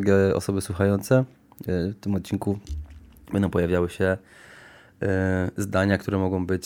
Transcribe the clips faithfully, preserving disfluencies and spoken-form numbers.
drogie osoby słuchające, w tym odcinku będą pojawiały się zdania, które mogą być,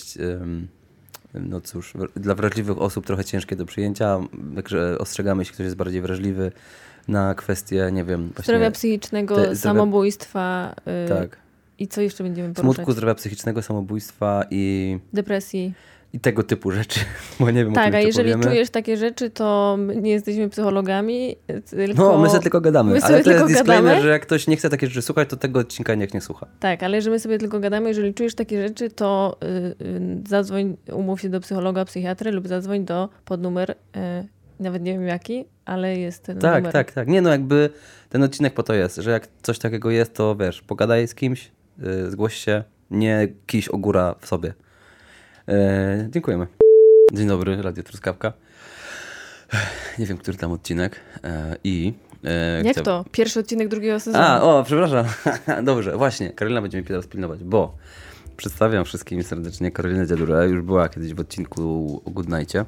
no cóż, dla wrażliwych osób trochę ciężkie do przyjęcia, także ostrzegamy, jeśli ktoś jest bardziej wrażliwy na kwestie, nie wiem... Właśnie zdrowia psychicznego, te, samobójstwa. Yy, tak. I co jeszcze będziemy poruszać? Smutku, zdrowia psychicznego, samobójstwa i... depresji. I tego typu rzeczy, bo nie wiem, tak, a jeżeli powiemy. czujesz takie rzeczy, to my nie jesteśmy psychologami, tylko... No, my sobie tylko gadamy, my ale to jest disclaimer, gadamy. że jak ktoś nie chce takie rzeczy słuchać, to tego odcinka niech nie słucha. Tak, ale że my sobie tylko gadamy, jeżeli czujesz takie rzeczy, to yy, yy, zadzwoń, umów się do psychologa, psychiatry lub zadzwoń do podnumer, yy, nawet nie wiem jaki, ale jest ten tak, numer. Tak, tak, nie no jakby ten odcinek po to jest, że jak coś takiego jest, to wiesz, pogadaj z kimś, yy, zgłoś się, nie kiś ogóra w sobie. Yy, dziękujemy. Dzień dobry, Radio Truskawka. Nie wiem, który tam odcinek e, i... E, Jak chciał... to? Pierwszy odcinek drugiego sezonu. A, o, przepraszam. Dobrze, właśnie. Karolina będzie mi teraz pilnować, bo przedstawiam wszystkim serdecznie Karolinę Dziadurę. Już była kiedyś w odcinku o Goodnightie.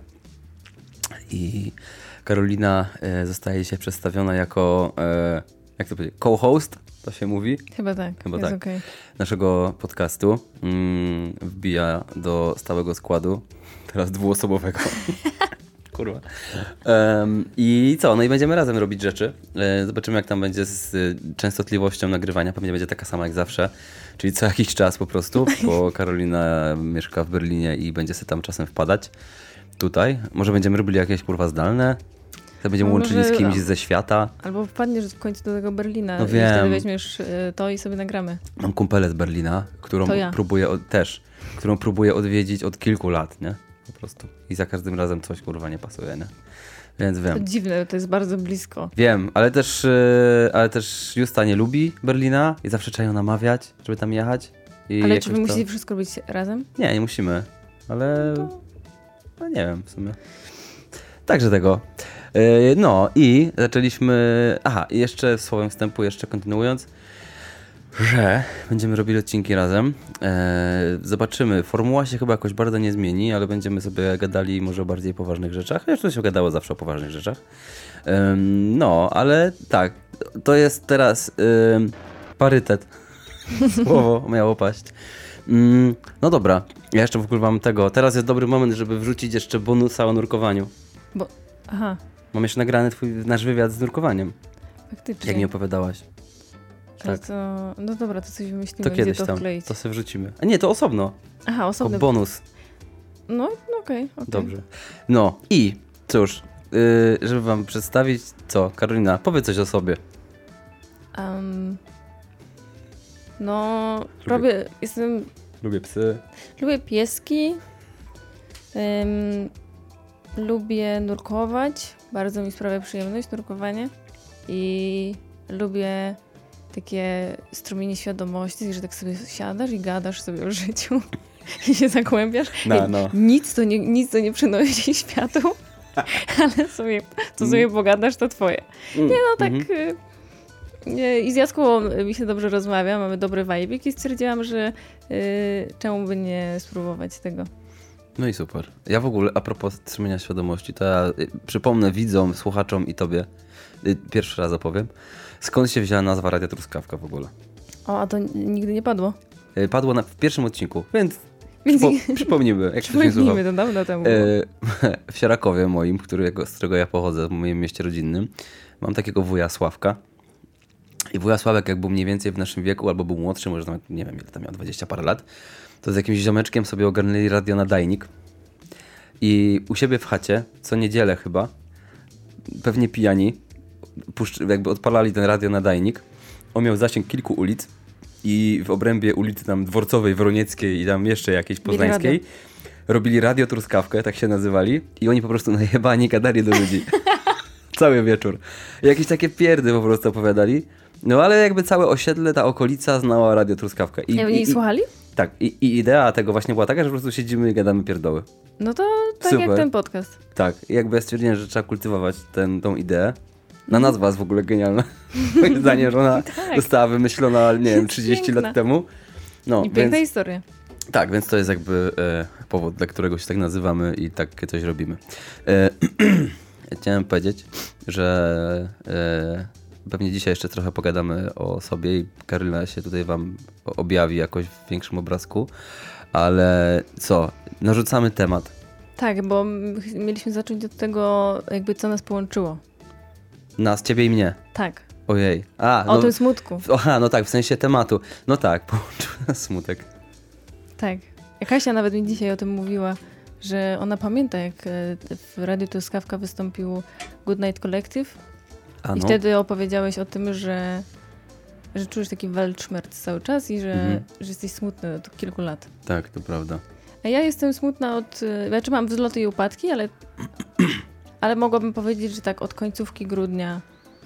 I Karolina e, zostaje dzisiaj przedstawiona jako, e, jak to powiedzieć, co-host, to się mówi? Chyba tak, Chyba jest tak. okej. Naszego podcastu. Mm, wbija do stałego składu, teraz dwuosobowego. Kurwa. Um, I co? No i będziemy razem robić rzeczy. E, zobaczymy, jak tam będzie z y, częstotliwością nagrywania. Pewnie będzie taka sama jak zawsze. Czyli co jakiś czas po prostu, bo Karolina mieszka w Berlinie i będzie sobie tam czasem wpadać. Tutaj. Może będziemy robili jakieś kurwa zdalne. To będziemy No łączyli może- z kimś ze świata. Albo wpadniesz w końcu do tego Berlina No i wiem. wtedy weźmiesz y, to i sobie nagramy. Mam kumpelę z Berlina, którą To ja. próbuję od, też, którą próbuję odwiedzić od kilku lat, nie? Po prostu. I za każdym razem coś kurwa nie pasuje, nie? Więc To wiem. dziwne, to jest bardzo blisko. Wiem, ale też, yy, ale też Justa nie lubi Berlina i zawsze trzeba ją namawiać, żeby tam jechać. I Ale jakoś czy wy to... musicie wszystko robić razem? Nie, nie musimy, ale To... no nie wiem w sumie. Także tego. Yy, no i zaczęliśmy, aha, i jeszcze słowem wstępu, jeszcze kontynuując, że będziemy robili odcinki razem. Eee, zobaczymy. Formuła się chyba jakoś bardzo nie zmieni, ale będziemy sobie gadali może o bardziej poważnych rzeczach. Zresztą się gadało zawsze o poważnych rzeczach. Ehm, no, ale tak, to jest teraz ym, parytet. Słowo miało paść. Mm, no dobra, ja jeszcze w ogóle mam tego. Teraz jest dobry moment, żeby wrzucić jeszcze bonusa o nurkowaniu. Bo... Aha, Mam jeszcze nagrany twój nasz wywiad z nurkowaniem, faktycznie. jak mi opowiadałaś. Ale tak. to... No dobra, to coś wymyślimy, To gdzie kiedyś to tam, wkleić. to sobie wrzucimy. A nie, to osobno. Aha, To osobny. bonus. No, no okej, okay, okay. Dobrze. No i cóż, yy, żeby wam przedstawić, co? Karolina, powiedz coś o sobie. Um, no, robię, jestem, Lubię psy. lubię pieski, um, lubię nurkować, bardzo mi sprawia przyjemność nurkowanie i lubię takie strumienie świadomości, że tak sobie siadasz i gadasz sobie o życiu i się zagłębiasz. No, I no. Nic, to nie, nic to nie przynosi światu, ale sobie, co sobie pogadasz, to twoje. Nie no, tak... Mhm. y, I z Jacką mi się dobrze rozmawia, mamy dobry vibe i stwierdziłam, że y, czemu by nie spróbować tego. No i super. Ja w ogóle, a propos strumienia świadomości, to ja y, przypomnę widzom, słuchaczom i tobie, y, pierwszy raz opowiem, skąd się wzięła nazwa Radia Truskawka w ogóle. O, a to n- nigdy nie padło. Y, padło na, w pierwszym odcinku, więc Więc przypo, przypomnimy, jak ktoś nie słuchał. przypomnijmy, to dawno temu było. Y, w Sierakowie moim, którego, z którego ja pochodzę, w moim mieście rodzinnym, mam takiego wuja Sławka. I wuja Sławek, jak był mniej więcej w naszym wieku, albo był młodszy, może nawet, nie wiem, ile tam miał, dwadzieścia parę lat, to z jakimś ziomeczkiem sobie ogarnęli radionadajnik. I u siebie w chacie, co niedzielę chyba, pewnie pijani, puszcz- jakby odpalali ten radionadajnik. On miał zasięg kilku ulic i w obrębie ulicy tam Dworcowej, Wronieckiej i tam jeszcze jakiejś poznańskiej robili Radio Truskawkę, tak się nazywali. I oni po prostu najebani gadali do ludzi. Cały wieczór. I jakieś takie pierdy po prostu opowiadali. No ale jakby całe osiedle, ta okolica znała Radio Truskawkę. I, I oni i, słuchali? Tak. I, I idea tego właśnie była taka, że po prostu siedzimy i gadamy pierdoły. No to tak Super. jak ten podcast. Tak. I jakby ja stwierdziłem, że trzeba kultywować ten, tą ideę. Na nazwa jest w ogóle genialna. Moim zdaniem, że ona Tak. została wymyślona, nie wiem, trzydzieści Piękna. lat temu. No, I piękna więc, historia. tak, więc to jest jakby e, powód, dla którego się tak nazywamy i tak coś robimy. E, chciałem powiedzieć, że e, pewnie dzisiaj jeszcze trochę pogadamy o sobie i Karyna się tutaj wam objawi jakoś w większym obrazku. Ale co? Narzucamy temat. Tak, bo mieliśmy zacząć od tego, jakby co nas połączyło. Nas, ciebie i mnie. Tak. Ojej. A, O no, tym smutku. Aha, no tak, w sensie tematu. No tak, połączył nas smutek. Tak. Kasia nawet mi dzisiaj o tym mówiła, że ona pamięta, jak w Radiu Truskawka wystąpił Good Night Collective. A, I no. wtedy opowiedziałeś o tym, że, że czujesz taki weltschmerz cały czas i że, Mhm. że jesteś smutny od kilku lat. Tak, to prawda. A ja jestem smutna od... Znaczy mam wzloty i upadki, ale, ale mogłabym powiedzieć, że tak od końcówki grudnia.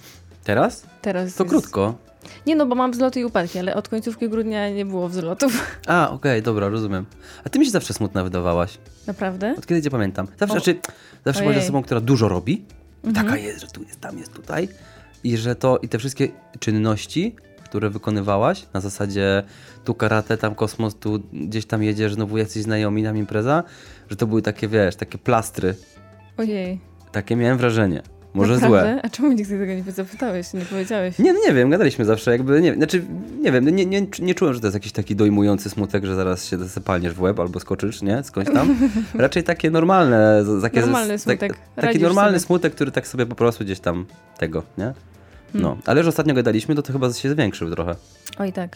Teraz? Teraz To jest... krótko. Nie no, bo mam wzloty i upadki, ale od końcówki grudnia nie było wzlotów. A, okej, okay, dobra, rozumiem. A ty mi się zawsze smutna wydawałaś. Naprawdę? Od kiedy cię pamiętam. Zawsze, O. znaczy, zawsze Ojej. byłaś osobą, która dużo robi. Mhm. Taka jest, że tu jest, tam jest, tutaj. I że to, i te wszystkie czynności, które wykonywałaś, na zasadzie tu karate, tam kosmos, tu gdzieś tam jedziesz, znowu jacyś znajomi, nam impreza, że to były takie, wiesz, takie plastry. Ojej. Takie miałem wrażenie. Może Naprawdę? złe. A czemu nigdy tego nie zapytałeś, nie powiedziałeś? Nie, no nie wiem, gadaliśmy zawsze, jakby, nie, znaczy, nie wiem, nie, nie, nie czułem, że to jest jakiś taki dojmujący smutek, że zaraz się zasypalniesz w łeb albo skoczysz, nie, skądś tam. Raczej takie normalne, takie, Normalny smutek. Tak, taki Radzisz normalny sobie. smutek, który tak sobie po prostu gdzieś tam tego, nie? No, Hmm. ale że ostatnio gadaliśmy, to to chyba się zwiększył trochę. Oj tak.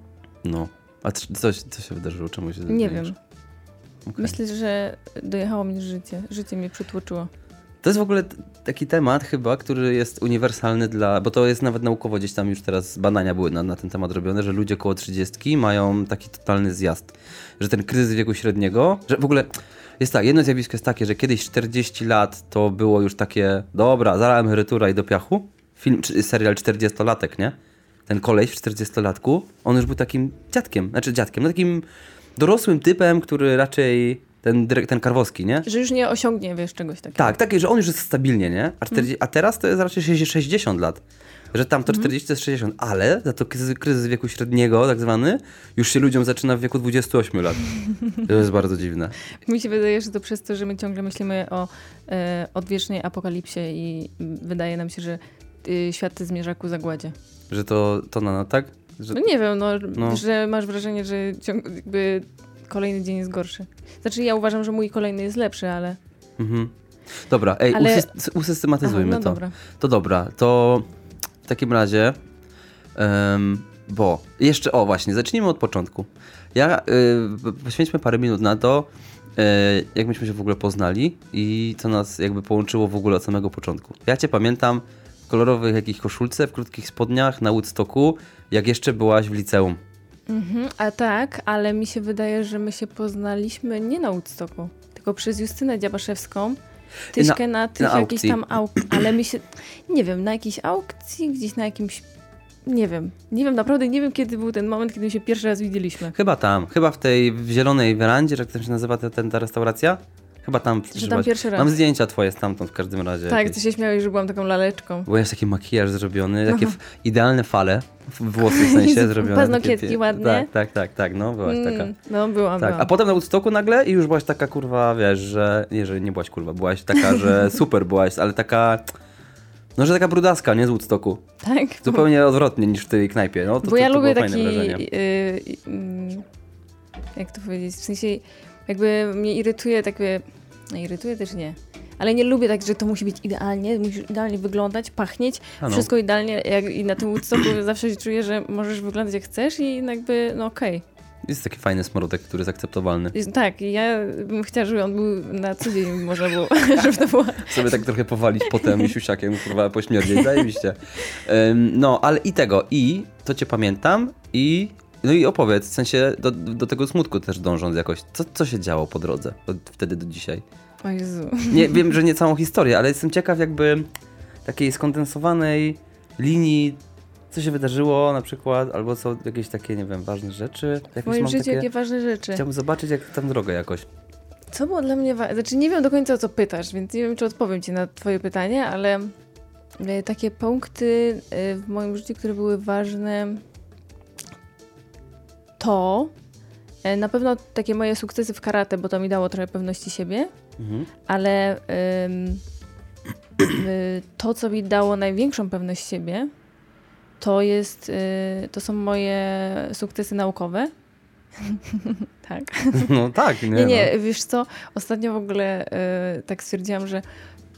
No, a c- coś, co się wydarzyło, czemu się Nie zwiększył? wiem. Okay. Myślę, że dojechało mnie życie. Życie mnie przytłoczyło. To jest w ogóle t- taki temat chyba, który jest uniwersalny dla, bo to jest nawet naukowo gdzieś tam już teraz badania były na, na ten temat robione, że ludzie koło trzydziestki mają taki totalny zjazd, że ten kryzys wieku średniego, że w ogóle jest tak, jedno zjawisko jest takie, że kiedyś czterdzieści lat to było już takie, dobra, zaraz emerytura i do piachu, film, czy serial czterdziestolatek, nie? Ten koleś w czterdziestolatku, on już był takim dziadkiem, znaczy dziadkiem, no takim dorosłym typem, który raczej, ten, dyrek- ten Karwowski, nie? Że już nie osiągnie, wiesz, czegoś takiego. Tak, takie, że on już jest stabilnie, nie? A, czterdzieści, a teraz to jest raczej sześćdziesiąt lat. Że tam to czterdzieści to jest sześćdziesiąt, ale za to kryzys, kryzys wieku średniego, tak zwany, już się ludziom zaczyna w wieku dwudziestu ośmiu lat. To jest bardzo dziwne. Mi się wydaje, że to przez to, że my ciągle myślimy o e, odwiecznej apokalipsie i wydaje nam się, że y, świat zmierza ku zagładzie. Że to, to na, tak? Że, No nie wiem, no, No. że masz wrażenie, że ciąg, jakby kolejny dzień jest gorszy. Znaczy ja uważam, że mój kolejny jest lepszy, ale... mhm. Dobra, ej, Ale- usys- usystematyzujmy Aha, no to. dobra. To dobra, to w takim razie, em, bo jeszcze, o właśnie, zacznijmy od początku. Ja, y, poświęćmy parę minut na to, y, jak myśmy się w ogóle poznali i co nas jakby połączyło w ogóle od samego początku. Ja cię pamiętam w kolorowych jakichś koszulce, w krótkich spodniach, na Woodstocku, jak jeszcze byłaś w liceum. Mhm, a tak, ale mi się wydaje, że my się poznaliśmy nie na Woodstocku, tylko przez Justynę Dziabaszewską, Tyśkę na, tych na jakichś aukcji. tam aukcji, ale mi się, nie wiem, na jakiejś aukcji, gdzieś na jakimś, nie wiem, nie wiem, naprawdę nie wiem, kiedy był ten moment, kiedy się pierwszy raz widzieliśmy. Chyba tam, chyba w tej w zielonej werandzie, że jak to się nazywa ta, ta restauracja? Chyba tam. Że tam pierwszy raz. Mam zdjęcia twoje stamtąd w każdym razie. Tak, jakieś. ty się śmiałeś, że byłam taką laleczką. Bo jest taki makijaż zrobiony, takie w, idealne fale, w włosy w sensie zrobione. Paznokietki takie, ładnie. Tak, tak, tak, tak, no byłaś taka. Mm, no, byłam, Tak. byłam. A potem na Woodstocku nagle i już byłaś taka kurwa, wiesz, że, nie, że nie byłaś kurwa, byłaś taka, że super byłaś, ale taka, no że taka brudaska, nie z Woodstocku. Tak? Zupełnie odwrotnie niż w tej knajpie, no to, Bo to, ja to lubię było taki, fajne wrażenie. y, y, y, jak to powiedzieć, w sensie jakby mnie irytuje tak, wie- no irytuje też nie, ale nie lubię tak, że to musi być idealnie, musi idealnie wyglądać, pachnieć, A no. wszystko idealnie, jak, i na tym Woodstocku zawsze się czuję, że możesz wyglądać jak chcesz i jakby, no okej. Jest taki fajny smrodek, który jest akceptowalny. Jest- Tak, i ja bym chciała, żeby on był na co dzień, można było, żeby to było... Sobie tak trochę powalić potem i siusiakiem, kurwa, pośmierdzieć, zajebiście. Ym, no, ale i tego, i to cię pamiętam i no i opowiedz, w sensie do, do tego smutku też dążąc jakoś, co, co się działo po drodze od wtedy do dzisiaj? O Jezu. Nie, wiem, że nie całą historię, ale jestem ciekaw jakby takiej skondensowanej linii, co się wydarzyło na przykład, albo co, jakieś takie, nie wiem, ważne rzeczy. W Jakieś moim mam życiu takie, jakie ważne rzeczy. Chciałbym zobaczyć jak tam drogę jakoś. Co było dla mnie ważne? Znaczy nie wiem do końca o co pytasz, więc nie wiem, czy odpowiem ci na twoje pytanie, ale e, takie punkty e, w moim życiu, które były ważne, to e, na pewno takie moje sukcesy w karate, bo to mi dało trochę pewności siebie, Mhm. ale ym, y, to, co mi dało największą pewność siebie, to jest, to są moje sukcesy naukowe. Tak. No tak. Nie, nie, nie, no. wiesz co, ostatnio w ogóle tak stwierdziłam, że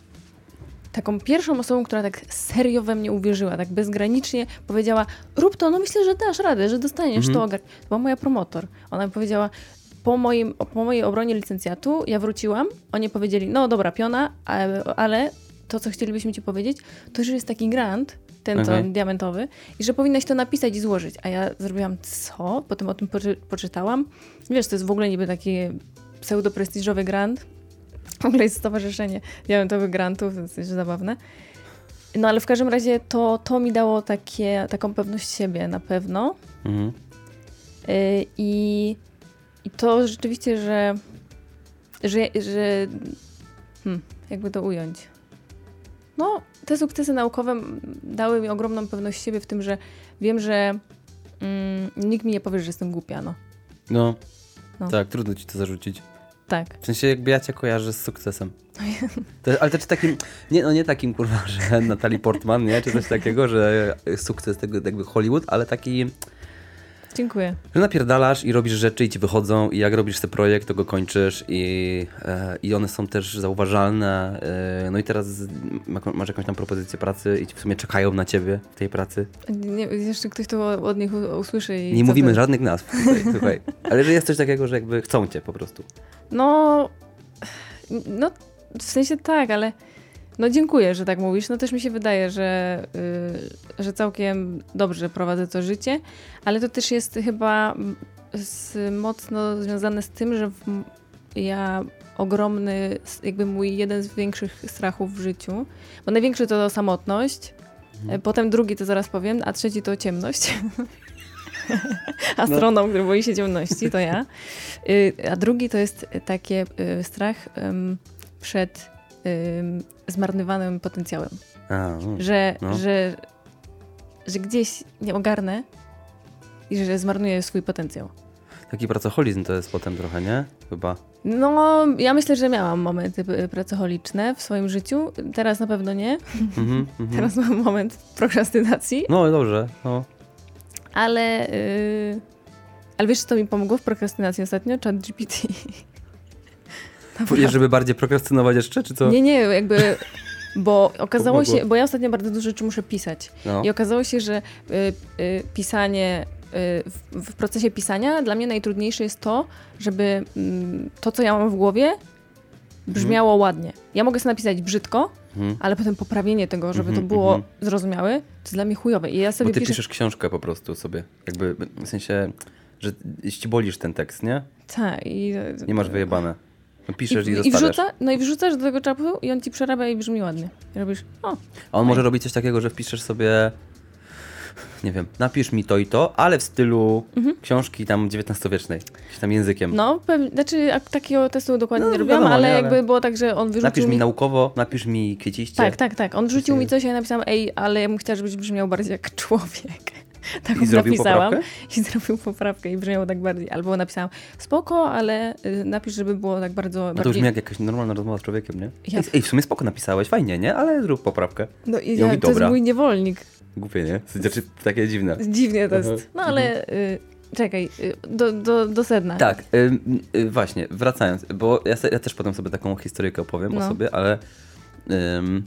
taką pierwszą osobą, która tak serio we mnie uwierzyła, tak bezgranicznie powiedziała, rób to, no myślę, że dasz radę, że dostaniesz Mhm. to ogarń. To była moja promotor. Ona mi powiedziała, po, moim, po mojej obronie licencjatu ja wróciłam, oni powiedzieli, no dobra, piona, ale, ale to, co chcielibyśmy ci powiedzieć, to, że jest taki grant, ten Okay. to diamentowy, i że powinnaś to napisać i złożyć. A ja zrobiłam, co? Potem o tym poczy- poczytałam. Wiesz, to jest w ogóle niby taki pseudo-prestiżowy grant. W ogóle jest stowarzyszenie diamentowych grantów, to jest zabawne. No ale w każdym razie to, to mi dało takie, taką pewność siebie na pewno. Mhm. Yy, i, I to rzeczywiście, że, że, że hmm, jakby to ująć. No, te sukcesy naukowe dały mi ogromną pewność siebie w tym, że wiem, że mm, nikt mi nie powie, że jestem głupia, no. No, No. tak, trudno ci to zarzucić. Tak. W sensie jakby ja cię kojarzę z sukcesem. To, ale też takim, nie, no nie takim kurwa, że Natalie Portman, nie? Czy coś takiego, że sukces tego jakby Hollywood, ale taki, Dziękuję. że napierdalasz i robisz rzeczy i ci wychodzą i jak robisz ten projekt, to go kończysz i, e, i one są też zauważalne. E, no i teraz ma, masz jakąś tam propozycję pracy i ci w sumie czekają na ciebie w tej pracy. Nie, jeszcze ktoś to od nich u- usłyszy. I Nie co mówimy to... żadnych nazw tutaj, słuchaj. Ale że jest coś takiego, że jakby chcą cię po prostu. No, no, w sensie tak, ale no dziękuję, że tak mówisz. No też mi się wydaje, że, yy, że całkiem dobrze prowadzę to życie, ale to też jest chyba z, mocno związane z tym, że w, ja ogromny, jakby mój jeden z większych strachów w życiu, bo największy to samotność, mhm. potem drugi to zaraz powiem, a trzeci to ciemność. Astronom, no. który boi się ciemności, to ja. A drugi to jest taki strach um, przed um, zmarnowanym potencjałem. A, no. Że, no. że, że gdzieś nie ogarnę i że zmarnuję swój potencjał. Taki pracoholizm to jest potem trochę, nie? Chyba. No, ja myślę, że miałam momenty pracocholiczne w swoim życiu. Teraz na pewno nie. Mm-hmm, mm-hmm. Teraz mam moment prokrastynacji. No, dobrze. No. Ale, yy, ale wiesz, co mi pomogło w prokrastynacji ostatnio? ChatGPT. Żeby bardziej prokrastynować jeszcze, czy co? Nie, nie, jakby, bo okazało się, bo ja ostatnio bardzo dużo rzeczy muszę pisać. No. I okazało się, że y, y, pisanie, y, w, w procesie pisania dla mnie najtrudniejsze jest to, żeby y, to, co ja mam w głowie, brzmiało hmm. ładnie. Ja mogę sobie napisać brzydko, hmm. ale potem poprawienie tego, żeby hmm, to było hmm. zrozumiałe, to jest dla mnie chujowe. I ja sobie bo ty piszę... piszesz książkę po prostu sobie, jakby w sensie, że ścibolisz ten tekst, nie? Tak. I... Nie masz wyjebane. No piszesz i, i, zostawiasz. I wrzuca, no i wrzucasz do tego czapu i on ci przerabia i brzmi ładnie. I robisz, o. A on może robić coś takiego, że wpiszesz sobie, nie wiem, napisz mi to i to, ale w stylu mhm. książki tam dziewiętnastowiecznej, jakimś tam językiem. No, pewnie, znaczy takiego testu dokładnie no, nie robiłam, wiadomo, ale nie, jakby ale... było tak, że on wyrzucił Napisz mi mi... naukowo, napisz mi kwieciście. Tak, tak, tak. On wrzucił mi coś, a ja napisałam, ej, ale ja bym chciała, żebyś brzmiał bardziej jak człowiek. Tak I zrobił napisałam. poprawkę? I zrobił poprawkę i brzmiało tak bardziej. Albo napisałam, spoko, ale y, napisz, żeby było tak bardzo... No to bardziej... brzmi jak jakaś normalna rozmowa z człowiekiem, nie? Ja... Ej, ej, w sumie spoko napisałeś, fajnie, nie? Ale zrób poprawkę. No i, I ja, mówi, to dobra. jest mój niewolnik. Głupie, nie? Znaczy, takie dziwne. Dziwnie to jest. No ale y, czekaj, y, do, do, do sedna. Tak, y, y, właśnie, wracając, bo ja, se, ja też potem sobie taką historyjkę opowiem no. o sobie, ale ym,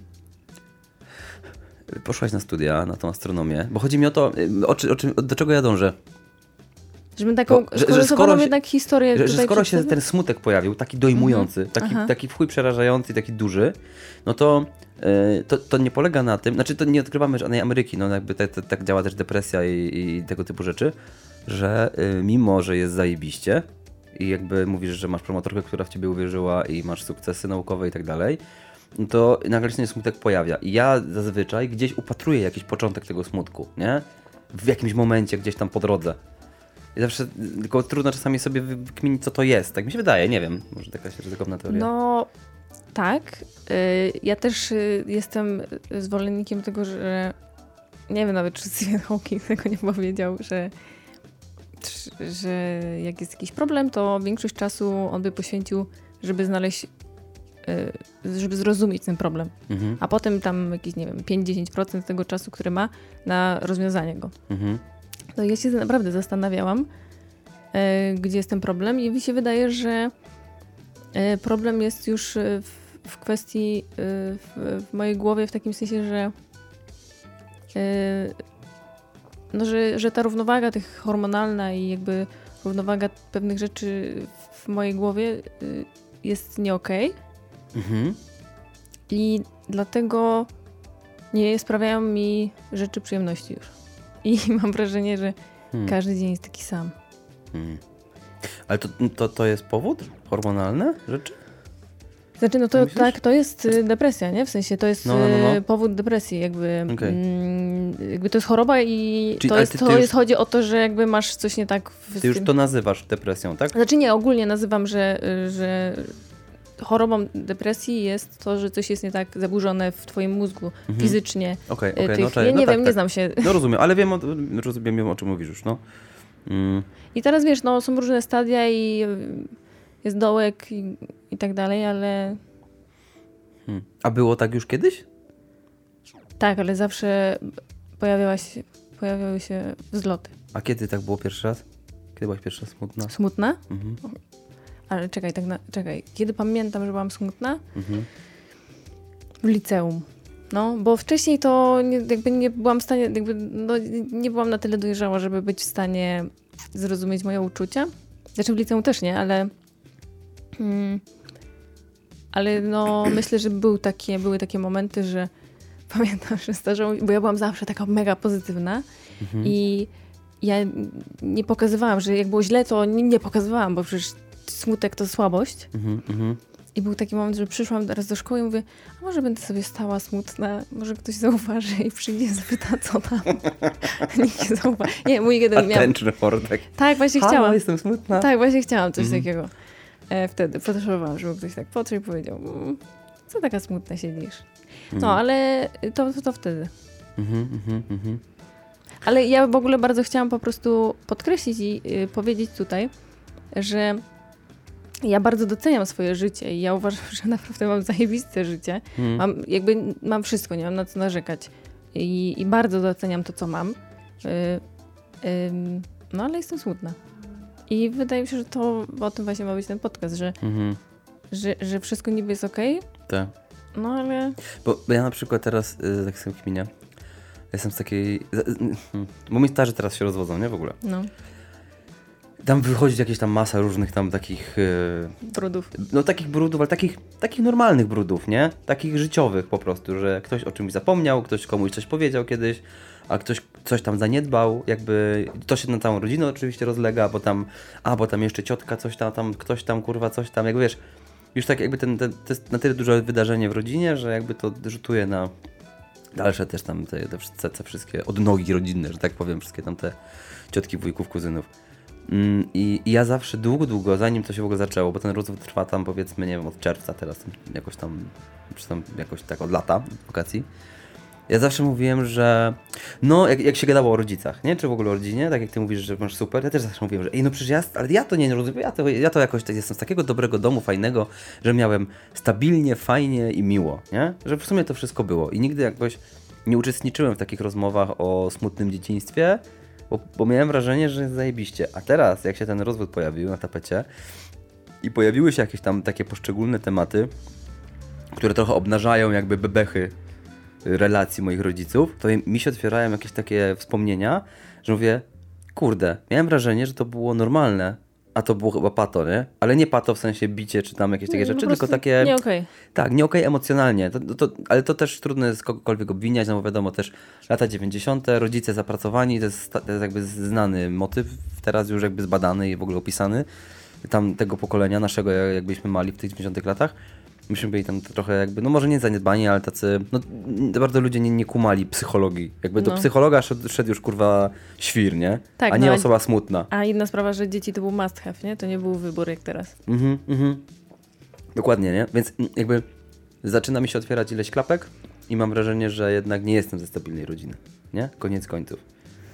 poszłaś na studia, na tą astronomię, bo chodzi mi o to, o, o, o, do czego ja dążę. Żebym taką bo, że, że skoro się, jednak historię że, tutaj że skoro przedstawię? się ten smutek pojawił, taki dojmujący, mhm. taki, taki w chuj przerażający, taki duży, no to, yy, to to nie polega na tym, znaczy to nie odkrywamy żadnej Ameryki, no jakby tak, tak, tak działa też depresja i, i tego typu rzeczy, że yy, mimo, że jest zajebiście i jakby mówisz, że masz promotorkę, która w ciebie uwierzyła i masz sukcesy naukowe i tak dalej, no to nagle się ten smutek pojawia. I ja zazwyczaj gdzieś upatruję jakiś początek tego smutku, nie? W jakimś momencie gdzieś tam po drodze. I zawsze, tylko trudno czasami sobie wykminić, co to jest. Tak mi się wydaje, nie wiem. Może taka się ryzykowna teoria. No, tak. Yy, ja też yy, jestem zwolennikiem tego, że nie wiem nawet, czy Stephen Hawking tego nie powiedział, że, że jak jest jakiś problem, to większość czasu on by poświęcił, żeby znaleźć y, żeby zrozumieć ten problem. Mhm. A potem tam jakieś, nie wiem, pięć do dziesięciu procent tego czasu, który ma na rozwiązanie go. Mhm. To ja się naprawdę zastanawiałam, y, gdzie jest ten problem i mi się wydaje, że y, problem jest już w, w kwestii y, w, w mojej głowie w takim sensie, że y, no, że, że ta równowaga tych hormonalna i jakby równowaga pewnych rzeczy w mojej głowie y, jest nie okej. Mhm. I dlatego nie sprawiają mi rzeczy przyjemności już. I mam wrażenie, że Hmm. każdy dzień jest taki sam. Hmm. Ale to, to, to jest powód? Hormonalne rzeczy? Znaczy, no to Myślisz? tak, to jest y, depresja, nie? W sensie to jest No, no, no, no. y, powód depresji, jakby, Okej. mm, jakby to jest choroba i Czyli- to, ale jest, ty- to ty już- jest, chodzi o to, że jakby masz coś nie tak w Ty już tym. to nazywasz depresją, tak? Znaczy nie, ogólnie nazywam, że, y, że chorobą depresji jest to, że coś jest nie tak zaburzone w twoim mózgu, Mhm. fizycznie. Okej, y, okej, tych, no cześć, ja no nie tak, wiem, nie tak. znam się. No rozumiem, ale wiem o, rozumiem, wiem, o czym mówisz już, no. Mm. I teraz wiesz, no są różne stadia i y, jest dołek i, i tak dalej, ale Hmm. A było tak już kiedyś? tak, ale zawsze pojawiała się, pojawiały się wzloty. A kiedy tak było pierwszy raz? Kiedy byłaś pierwsza smutna? Smutna? Mhm. Ale czekaj, tak na, czekaj. Kiedy pamiętam, że byłam smutna? Mhm. W liceum. No, bo wcześniej to nie, jakby nie byłam w stanie, jakby no, nie byłam na tyle dojrzała, żeby być w stanie zrozumieć moje uczucia. Znaczy w liceum też nie, ale mm, ale no myślę, że był takie, były takie momenty, że pamiętam, że zdarzało mi, bo ja byłam zawsze taka mega pozytywna Mhm. i ja nie pokazywałam, że jak było źle, to nie, nie pokazywałam, bo przecież smutek to słabość. Mhm, mhm. I był taki moment, że przyszłam teraz do szkoły i mówię, a może będę sobie stała smutna, może ktoś zauważy i przyjdzie i zapyta, co tam. Nikt nie zauważy. Nie, mój jeden miał... Attention wordek. Tak, właśnie Halo, chciałam. jestem smutna. Tak, właśnie chciałam coś Mhm. takiego. E, wtedy potrzebowałam, żeby ktoś tak podszedł i powiedział, mm, co taka smutna siedzisz. No, Mhm. ale to, to, to wtedy. Mhm, mhm, mhm. Ale ja w ogóle bardzo chciałam po prostu podkreślić i y, powiedzieć tutaj, że ja bardzo doceniam swoje życie i ja uważam, że naprawdę mam zajebiste życie. Mhm. Mam, jakby mam wszystko, nie mam na co narzekać. I, i bardzo doceniam to, co mam. Y, ym, no ale jestem smutna. I wydaje mi się, że to o tym właśnie ma być ten podcast, że, Mhm. że, że wszystko niby jest okej, Tak. no ale... Bo, bo ja na przykład teraz, y, tak sobie kminię, jestem z takiej... z- y, hmm, Bo moi starzy teraz się rozwodzą, nie? W ogóle. No, Tam wychodzi jakieś tam masa różnych tam takich... y, brudów. No takich brudów, ale takich, takich normalnych brudów, nie? Takich życiowych po prostu, że ktoś o czymś zapomniał, ktoś komuś coś powiedział kiedyś, a ktoś coś tam zaniedbał, jakby to się na całą rodzinę oczywiście rozlega, bo tam, a bo tam jeszcze ciotka coś tam, tam ktoś tam kurwa coś tam, jakby wiesz, już tak jakby ten, ten, to jest na tyle duże wydarzenie w rodzinie, że jakby to rzutuje na dalsze też tam te, te, te, te wszystkie odnogi rodzinne, że tak powiem, wszystkie tam te ciotki, wujków, kuzynów. Mm, I, I ja zawsze długo, długo, zanim to się w ogóle zaczęło, bo ten rozwód trwa tam powiedzmy, nie wiem, od czerwca teraz, jakoś tam, czy tam jakoś tak od lata wakacji. Ja zawsze mówiłem, że no, jak, jak się gadało o rodzicach, nie? Czy w ogóle o rodzinie, tak jak ty mówisz, że masz super, ja też zawsze mówiłem, że ej, no przecież ja, ale ja to nie rozumiem, ja to, ja to jakoś tak jestem z takiego dobrego domu, fajnego, że miałem stabilnie, fajnie i miło, nie? Że w sumie to wszystko było i nigdy jakoś nie uczestniczyłem w takich rozmowach o smutnym dzieciństwie, bo, bo miałem wrażenie, że jest zajebiście. A teraz, jak się ten rozwód pojawił na tapecie i pojawiły się jakieś tam takie poszczególne tematy, które trochę obnażają jakby bebechy relacji moich rodziców, to mi się otwierają jakieś takie wspomnienia, że mówię, kurde, miałem wrażenie, że to było normalne, a to było chyba pato, nie? Ale nie pato w sensie bicie czy tam jakieś takie Nie, rzeczy, po tylko prostu takie... Nie okej. Tak, nie okej emocjonalnie, to, to, to, ale to też trudno jest kogokolwiek obwiniać, no bo wiadomo też lata dziewięćdziesiąte, rodzice zapracowani, to jest, to jest jakby znany motyw, teraz już jakby zbadany i w ogóle opisany, tam tego pokolenia naszego, jak byliśmy mali w tych dziewięćdziesiątych latach. Myśmy byli tam trochę jakby, no może nie zaniedbani, ale tacy, no bardzo ludzie nie, nie kumali psychologii. Jakby do No. psychologa szedł, szedł już kurwa świr, nie? Tak, a nie no, a- osoba smutna. A inna sprawa, że dzieci to był must have, nie? To nie był wybór jak teraz. Mhm, mhm. Dokładnie, nie? Więc mm, jakby zaczyna mi się otwierać ileś klapek i mam wrażenie, że jednak nie jestem ze stabilnej rodziny, nie? Koniec końców.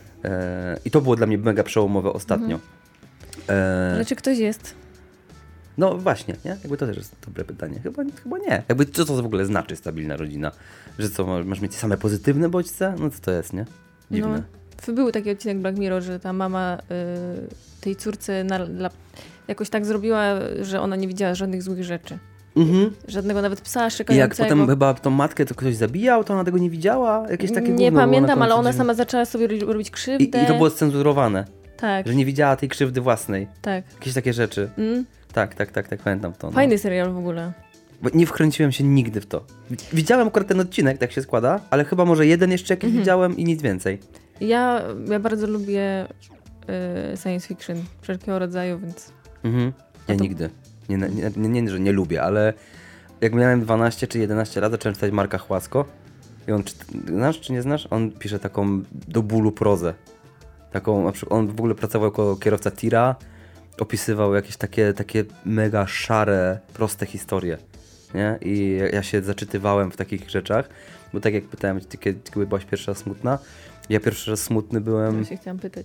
Eee, I to było dla mnie mega przełomowe ostatnio. Eee, Ale czy ktoś jest? No właśnie, nie? Jakby to też jest dobre pytanie. Chyba, chyba nie. Jakby co to w ogóle znaczy stabilna rodzina? Że co, masz mieć same pozytywne bodźce? No co to jest, nie? Dziwne. No, był taki odcinek Black Mirror, że ta mama y, tej córce na, dla, jakoś tak zrobiła, że ona nie widziała żadnych złych rzeczy. Mhm. Żadnego nawet psa I szczekającego. jak potem chyba tą matkę to ktoś zabijał, to ona tego nie widziała? Jakieś takie Nie gówno pamiętam, było na ale końcu ona dziwne. sama zaczęła sobie ro- robić krzywdę. I, I to było scenzurowane, Tak, że nie widziała tej krzywdy własnej. tak. Jakieś takie rzeczy. Mm. Tak, tak, tak, tak, pamiętam to. No. Fajny serial w ogóle. Bo nie wkręciłem się nigdy w to. Widziałem akurat ten odcinek, tak się składa, ale chyba może jeden jeszcze jakiś Mhm. widziałem i nic więcej. Ja, ja bardzo lubię y, science fiction wszelkiego rodzaju, więc... Mhm. Ja to- nigdy. Nie, nie, nie, nie, że nie lubię, ale jak miałem dwanaście czy jedenaście lat, zacząłem czytać Marka Chłasko. I on, czy, znasz czy nie znasz? On pisze taką do bólu prozę. Taką, na przykład on w ogóle pracował jako kierowca tira, opisywał jakieś takie, takie mega szare, proste historie. Nie? I ja- ja się zaczytywałem w takich rzeczach, bo tak jak pytałem, ty kiedy, kiedy byłaś pierwszy raz smutna? Ja pierwszy raz smutny byłem, Ja się chciałam pytać.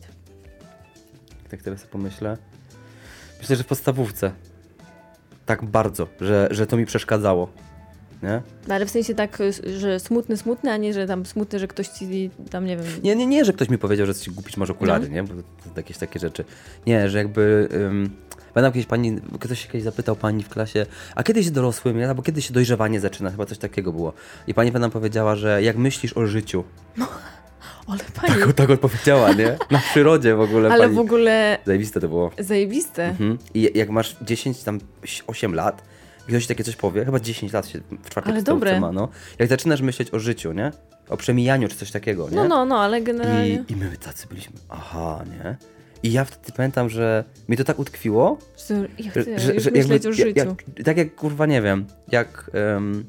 tak teraz sobie pomyślę, myślę, że w podstawówce. Tak bardzo, że, że to mi przeszkadzało. Nie? No ale w sensie tak, y, że smutny, smutny, a nie, że tam smutny, że ktoś ci tam, nie wiem... Nie, nie, nie, że ktoś mi powiedział, że ci kupić może okulary, No. nie? Bo to, to jakieś takie rzeczy. Nie, że jakby... Um, pamiętam kiedyś pani, ktoś się kiedyś zapytał pani w klasie, a kiedy się dorosłym, nie? Albo kiedy się dojrzewanie zaczyna? Chyba coś takiego było. I pani nam powiedziała, że jak myślisz o życiu. Ale pani, Tak, tak odpowiedziała, nie? Na przyrodzie w ogóle ale pani. w ogóle Zajebiste to było. zajebiste. Mhm. I jak masz dziesięć, tam osiem lat, i ktoś takie coś powie, chyba dziesięć lat się w czwartej Ale podstawówce dobre. ma, no. Jak zaczynasz myśleć o życiu, nie? O przemijaniu czy coś takiego, nie? No, no, no, ale generalnie... I, I my tacy byliśmy, aha, nie? I ja wtedy pamiętam, że mi to tak utkwiło, Że ja chcę że, już że myśleć jakby, o życiu. Jak, tak jak, kurwa, nie wiem, jak, um,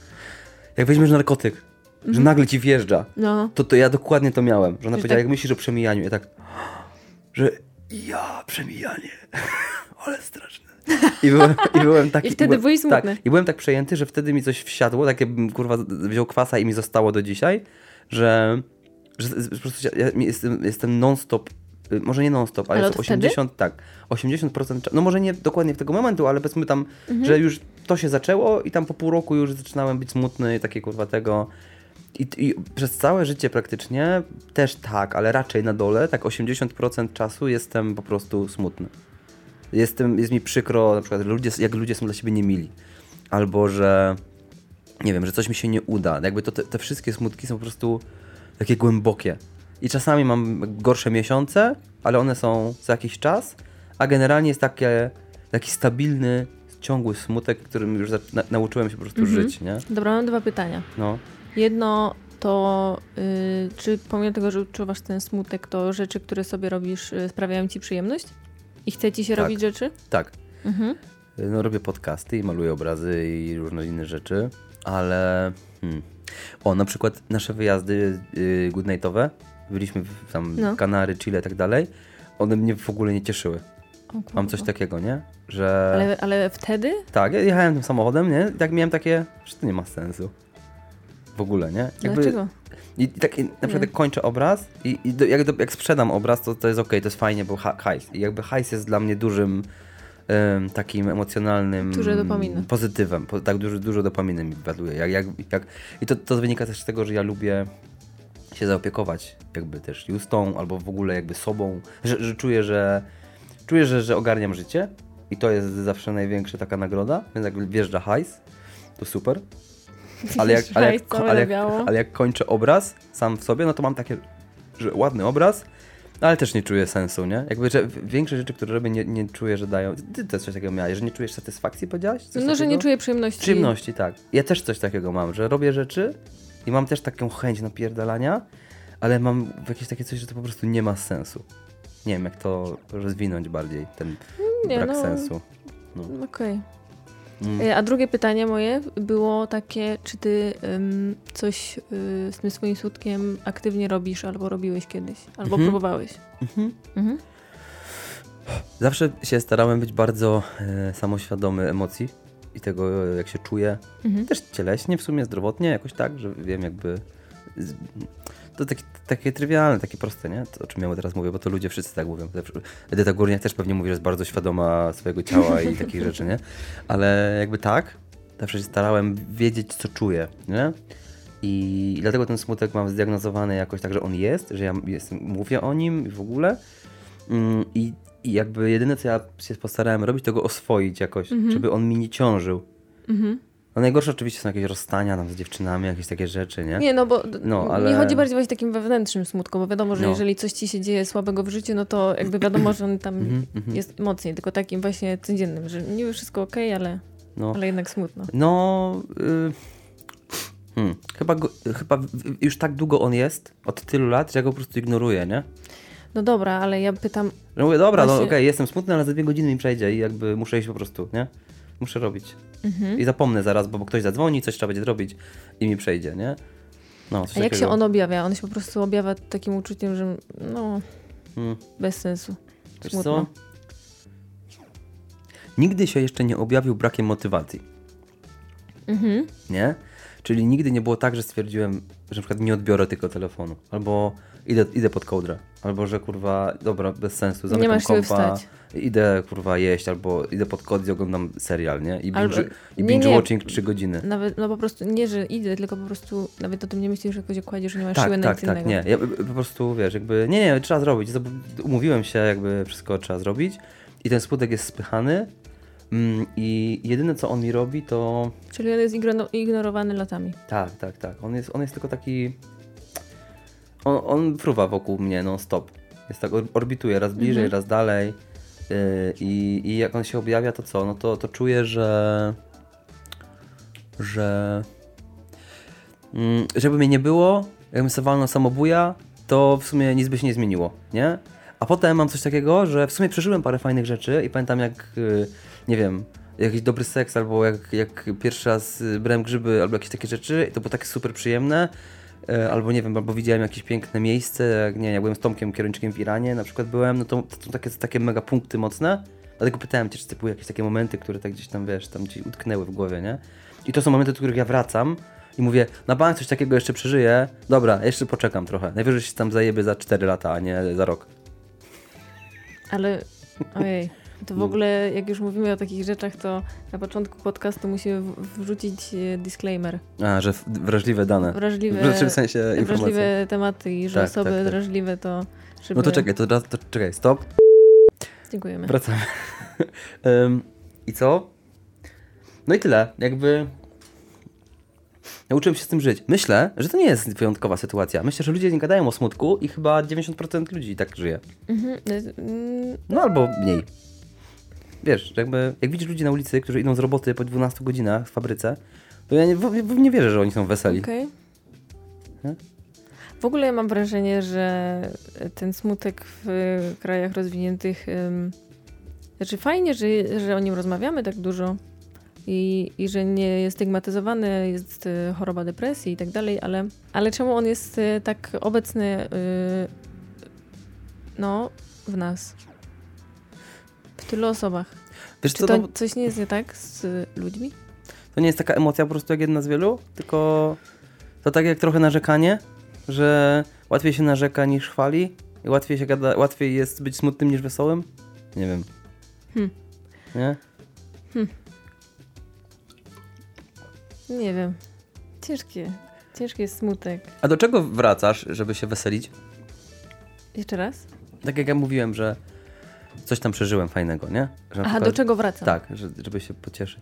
jak weźmiesz narkotyk, Mhm. że nagle ci wjeżdża, No, to, to ja dokładnie to miałem, że ona Że powiedziała, tak- jak myślisz o przemijaniu, ja tak, że ja, przemijanie, ale straszne. I byłem, i byłem taki... I wtedy byłem, byłeś smutny. Tak, i byłem tak przejęty, że wtedy mi coś wsiadło, tak jakbym, kurwa, wziął kwasa i mi zostało do dzisiaj, że, że, że po prostu ja jestem, jestem non-stop, y, może nie non-stop, ale, Ale jest od wtedy? osiemdziesiąt, tak, osiemdziesiąt procent, cza- no może nie dokładnie w tego momentu, ale powiedzmy tam, Mhm. że już to się zaczęło i tam po pół roku już zaczynałem być smutny i takie, kurwa, tego... I, I przez całe życie praktycznie też tak, ale raczej na dole, tak osiemdziesiąt procent czasu jestem po prostu smutny. Jestem, jest mi przykro, na przykład, że ludzie, jak ludzie są dla siebie niemili. Albo, że nie wiem, że coś mi się nie uda. Jakby to te, te wszystkie smutki są po prostu takie głębokie. I czasami mam gorsze miesiące, ale one są za jakiś czas, a generalnie jest takie, taki stabilny, ciągły smutek, którym już za, na, nauczyłem się po prostu Mhm. żyć, nie? Dobra, mam dwa pytania. No. Jedno to, y, czy pomimo tego, że odczuwasz ten smutek, to rzeczy, które sobie robisz, y, sprawiają ci przyjemność? I chce ci się Tak. robić rzeczy? Tak. Mhm. No, robię podcasty i maluję obrazy i różne inne rzeczy, ale... Hmm. O, na przykład nasze wyjazdy yy, goodnightowe, byliśmy w, tam No. Kanary, Chile i tak dalej, one mnie w ogóle nie cieszyły. O kurwa. Mam coś takiego, nie? Że... Ale, ale wtedy? Tak, ja jechałem tym samochodem, nie? I tak miałem takie, że to nie ma sensu. W ogóle, nie? Dlaczego? I, i tak i na przykład Nie. jak kończę obraz i, i do, jak, do, jak sprzedam obraz, to to jest okej, to jest fajnie, bo ha, hajs. I jakby hajs jest dla mnie dużym em, takim emocjonalnym Dużo dopaminy. pozytywem. Po, tak dużo, dużo dopaminy mi waduje. Jak, jak, jak, I to, to wynika też z tego, że ja lubię się zaopiekować jakby też Justą albo w ogóle jakby sobą, że, że czuję, że czuję, że, że ogarniam życie i to jest zawsze największa taka nagroda, więc jak wjeżdża hajs, to super. Ale jak, ale, jak, Hajs, ale, jak, biało. ale jak kończę obraz sam w sobie, no to mam takie, że ładny obraz, ale też nie czuję sensu, nie? Jakby, że większe rzeczy, które robię, nie, nie czuję, że dają... Ty też coś takiego miałeś, że nie czujesz satysfakcji, powiedziałaś? Coś No, że takiego? nie czuję przyjemności. Przyjemności, tak. Ja też coś takiego mam, że robię rzeczy i mam też taką chęć napierdalania, ale mam jakieś takie coś, że to po prostu nie ma sensu. Nie wiem, jak to rozwinąć bardziej, ten Nie, brak no. sensu. No. Okej. Mm. E, A drugie pytanie moje było takie, czy ty ym, coś y, z tym swoim smutkiem aktywnie robisz, albo robiłeś kiedyś, albo Mhm. próbowałeś? Mhm. Mhm. Zawsze się starałem być bardzo e, samoświadomy emocji i tego, jak się czuję. Mhm. Też cieleśnie, w sumie zdrowotnie, jakoś tak, że wiem jakby... z- to takie, takie trywialne, takie proste, nie? To, o czym ja teraz mówię, bo to ludzie wszyscy tak mówią. Edyta Górniak też pewnie mówi, że jest bardzo świadoma swojego ciała i takich rzeczy, nie? Ale jakby tak, zawsze się starałem wiedzieć, co czuję, nie? I dlatego ten smutek mam zdiagnozowany jakoś tak, że on jest, że ja jest, mówię o nim i w ogóle. I, I jakby jedyne, co ja się postarałem robić, to go oswoić jakoś, mhm. żeby on mi nie ciążył. Mhm. No najgorsze oczywiście są jakieś rozstania tam z dziewczynami, jakieś takie rzeczy, nie? Nie, no bo no, ale... mi chodzi bardziej o takim wewnętrznym smutku, bo wiadomo, że no. jeżeli coś ci się dzieje słabego w życiu, no to jakby wiadomo, że on tam mm-hmm. jest mocniej, tylko takim właśnie codziennym, że niby wszystko okej, okay, ale, no. ale jednak smutno. No... Y- hmm. chyba, go, chyba już tak długo on jest, od tylu lat, że ja go po prostu ignoruję, nie? No dobra, ale ja pytam... No mówię, dobra, właśnie... no okej, okay, jestem smutny, ale za dwie godziny mi przejdzie i jakby muszę iść po prostu, nie? Muszę robić. Mhm. I zapomnę zaraz, bo ktoś zadzwoni, coś trzeba będzie zrobić i mi przejdzie, nie? No, A jak takiego. się on objawia? On się po prostu objawia takim uczuciem, że no, hmm. bez sensu. Wiesz smutno. Co? Nigdy się jeszcze nie objawił brakiem motywacji. Mhm. Nie? Czyli nigdy nie było tak, że stwierdziłem, że na przykład nie odbiorę tylko telefonu. Albo idę, idę pod kołdrę. Albo że kurwa, dobra, bez sensu, zamykam nie masz kompa, wstać. Idę kurwa jeść, albo idę pod kod i oglądam serial, nie? I binge, albo, i binge nie, watching trzy godziny. Nawet, no po prostu, nie, że idę, tylko po prostu nawet o tym nie myślisz, że jakoś kładziesz, że nie masz tak, siły na tak, nic tak, innego. nie. Ja po prostu, wiesz, jakby, nie, nie, trzeba zrobić. Umówiłem się, jakby wszystko trzeba zrobić i ten smutek jest spychany mm, i jedyne, co on mi robi, to... Czyli on jest ignorowany latami. Tak, tak, tak. On jest, on jest tylko taki... On, on fruwa wokół mnie non stop. Jest tak, orbituje raz bliżej, mhm. raz dalej. Yy, i, I jak on się objawia, to co? No to, to czuję, że... Że... Mm, żeby mnie nie było, jakbym sobie walnął samobuja, to w sumie nic by się nie zmieniło, nie? A potem mam coś takiego, że w sumie przeżyłem parę fajnych rzeczy i pamiętam jak, yy, nie wiem, jakiś dobry seks, albo jak, jak pierwszy raz brałem grzyby, albo jakieś takie rzeczy, i to było takie super przyjemne. Albo nie wiem, albo widziałem jakieś piękne miejsce, jak nie, jak byłem z Tomkiem Kierowniczkiem w Iranie, na przykład byłem, no to, to są takie, takie mega punkty mocne, dlatego pytałem cię, czy to były jakieś takie momenty, które tak gdzieś tam, wiesz, tam ci utknęły w głowie, nie? I to są momenty, do których ja wracam i mówię, na bank coś takiego jeszcze przeżyję, dobra, jeszcze poczekam trochę, najwyżej się tam zajebie za cztery lata, a nie za rok. Ale, ojej, to w ogóle, jak już mówimy o takich rzeczach, to na początku podcastu musimy wrzucić disclaimer. A, że wrażliwe dane. Wrażliwe, w sensie informacje. Wrażliwe tematy i że tak, osoby tak, tak. wrażliwe to... Żeby... No to czekaj, to, to czekaj, stop. Dziękujemy. Wracamy. um, I co? No i tyle. Jakby... Nauczyłem się z tym żyć. Myślę, że to nie jest wyjątkowa sytuacja. Myślę, że ludzie nie gadają o smutku i chyba dziewięćdziesiąt procent ludzi tak żyje. Mhm. No albo mniej. Wiesz, jakby jak widzisz ludzi na ulicy, którzy idą z roboty po dwunastu godzinach w fabryce, to ja nie, w, nie wierzę, że oni są weseli. Okej. Okay. W ogóle ja mam wrażenie, że ten smutek w krajach rozwiniętych, um, znaczy fajnie, że, że o nim rozmawiamy tak dużo i, i że nie jest stygmatyzowany, jest choroba depresji i tak dalej, ale, ale czemu on jest tak obecny no, w nas? W tylu osobach. Wiesz, Czy co, to no, coś nie jest nie tak z ludźmi? To nie jest taka emocja po prostu jak jedna z wielu, tylko to tak jak trochę narzekanie, że łatwiej się narzeka niż chwali i łatwiej, się gada, łatwiej jest być smutnym niż wesołym? Nie wiem. Hmm. Nie? Hmm. Nie wiem. Ciężkie. Ciężki jest smutek. A do czego wracasz, żeby się weselić? Jeszcze raz? Tak jak ja mówiłem, że coś tam przeżyłem fajnego, nie? Że Aha, przykład, do czego wracam? Tak, że, żeby się pocieszyć.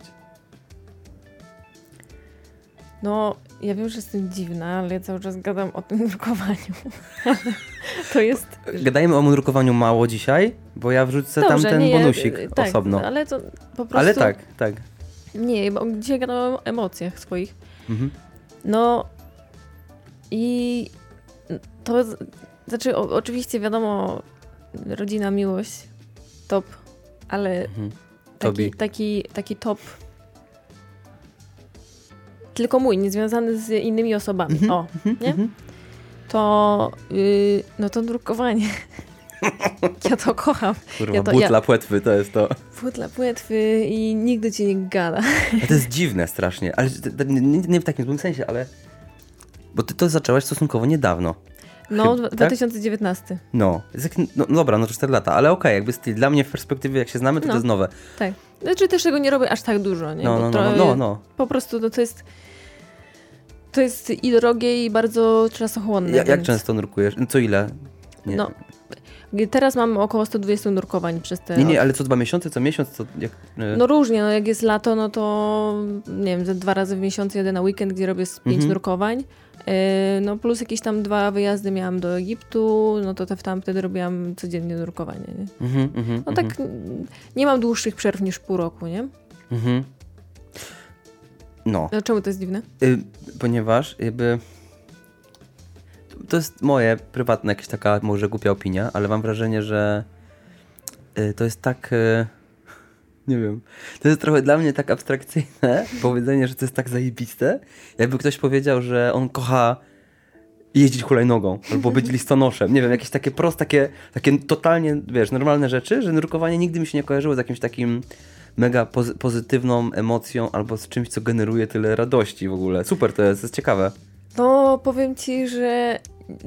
No, ja wiem, że jestem dziwna, ale ja cały czas gadam o tym nurkowaniu. To jest... Gadajmy o nurkowaniu mało dzisiaj, bo ja wrzucę Dobrze, tam ten nie, bonusik tak, osobno. ale to po prostu... Ale tak, tak. Nie, bo dzisiaj gadam o emocjach swoich. Mhm. No i to... Znaczy, o, oczywiście wiadomo, rodzina, miłość, top, ale mhm. taki, taki, taki top tylko mój, niezwiązany z innymi osobami, mhm. o, nie? Mhm. To, yy, no to drukowanie. Ja to kocham. Kurwa, ja to, butla ja... płetwy to jest to. Butla płetwy i nigdy ci nie gada. A to jest dziwne strasznie, ale nie, nie w takim złym sensie, ale... Bo ty to zaczęłaś stosunkowo niedawno. No, Chyba, dwa tysiące dziewiętnasty. Tak? No. no, no dobra, no to cztery lata, ale okej, okay, jakby styl. Dla mnie w perspektywie, jak się znamy, to no. to jest nowe. Tak. Znaczy też tego nie robię aż tak dużo, nie? No, Bo no, to, no, no, no. Po prostu to, to jest to jest i drogie, i bardzo czasochłonne. Ja, więc... Jak często nurkujesz? Co ile? Nie. No. Teraz mam około sto dwadzieścia nurkowań przez te... Nie, nie, ale co dwa miesiące, co miesiąc? Co, jak, y... No różnie, no jak jest lato, no to nie wiem, ze dwa razy w miesiącu jadę na weekend, gdzie robię z pięć Mhm. nurkowań. Yy, no plus jakieś tam dwa wyjazdy miałam do Egiptu, no to te, tam wtedy robiłam codziennie nurkowanie, nie? Mhm, mhm, No mhm. tak nie mam dłuższych przerw niż pół roku, nie? Mhm. No. No czemu to jest dziwne? Y, ponieważ jakby... To jest moje prywatne, jakaś taka może głupia opinia, ale mam wrażenie, że y, to jest tak... Y, nie wiem. To jest trochę dla mnie tak abstrakcyjne powiedzenie, że to jest tak zajebiste. Jakby ktoś powiedział, że on kocha jeździć hulajnogą albo być listonoszem. Nie wiem, jakieś takie proste, takie, takie totalnie, wiesz, normalne rzeczy, że nurkowanie nigdy mi się nie kojarzyło z jakimś takim mega pozy- pozytywną emocją albo z czymś, co generuje tyle radości w ogóle. Super to jest, to jest ciekawe. No powiem ci, że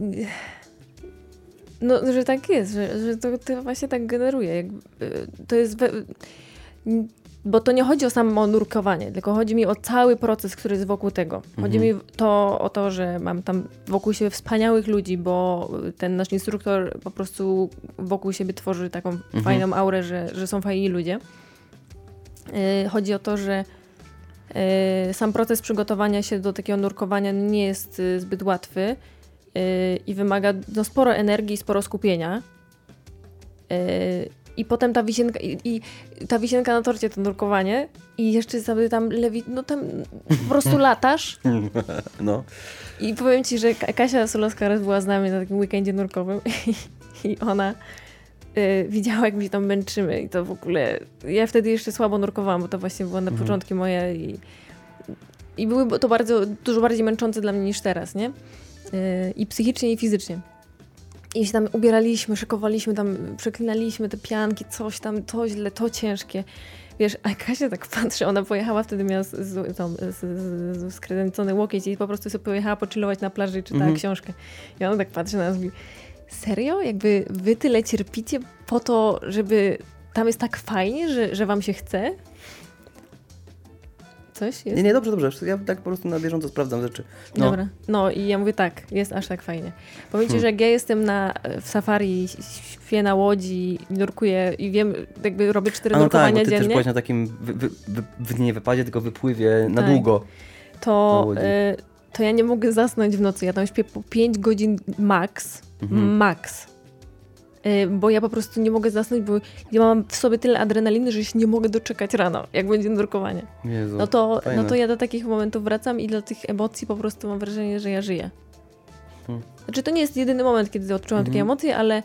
no, że tak jest, że, że to, to właśnie tak generuje. Jak, to jest we, bo to nie chodzi o samo nurkowanie, tylko chodzi mi o cały proces, który jest wokół tego. Chodzi mhm. mi to, o to, że mam tam wokół siebie wspaniałych ludzi, bo ten nasz instruktor po prostu wokół siebie tworzy taką mhm. fajną aurę, że, że są fajni ludzie. Yy, chodzi o to, że yy, sam proces przygotowania się do takiego nurkowania nie jest yy, zbyt łatwy yy, i wymaga no, sporo energii, sporo skupienia. Yy, I potem ta wisienka, i, i ta wisienka na torcie, to nurkowanie i jeszcze sobie tam lewi, no tam po prostu latasz. No. I powiem ci, że Kasia Sulowska raz była z nami na takim weekendzie nurkowym i ona y, widziała, jak mi tam męczymy i to w ogóle, ja wtedy jeszcze słabo nurkowałam, bo to właśnie było na mhm. początki moje i, i były to bardzo, dużo bardziej męczące dla mnie niż teraz, nie? Y, I psychicznie, i fizycznie. I się tam ubieraliśmy, szykowaliśmy, tam przeklinaliśmy te pianki, coś tam, to źle, to ciężkie. Wiesz, a Kasia tak patrzy, ona pojechała, wtedy miała z, z, tam, z, z, skręcony łokieć i po prostu sobie pojechała pochillować na plaży i czytała mm-hmm. książkę. I ona tak patrzy na nas i mówi, serio? Jakby wy tyle cierpicie po to, żeby tam jest tak fajnie, że, że wam się chce? Coś jest? Nie, nie, dobrze, dobrze. Ja tak po prostu na bieżąco sprawdzam rzeczy. No. Dobra. No i ja mówię tak, jest aż tak fajnie. Powiem ci, hmm. że jak ja jestem na, w safari, śpię na łodzi, nurkuję i wiem, jakby robię cztery no nurkowania tak, bo ty dziennie. też byłaś na takim, wy, wy, wy, wy, nie wypadzie, tylko wypływie na tak. długo. To, y, to ja nie mogę zasnąć w nocy. Ja tam śpię po pięć godzin max. Mhm. Max. Bo ja po prostu nie mogę zasnąć, bo ja mam w sobie tyle adrenaliny, że się nie mogę doczekać rano, jak będzie nurkowanie. Jezu, no, to, no to ja do takich momentów wracam i dla tych emocji po prostu mam wrażenie, że ja żyję. Hmm. Znaczy to nie jest jedyny moment, kiedy odczuwam mhm. takie emocje, ale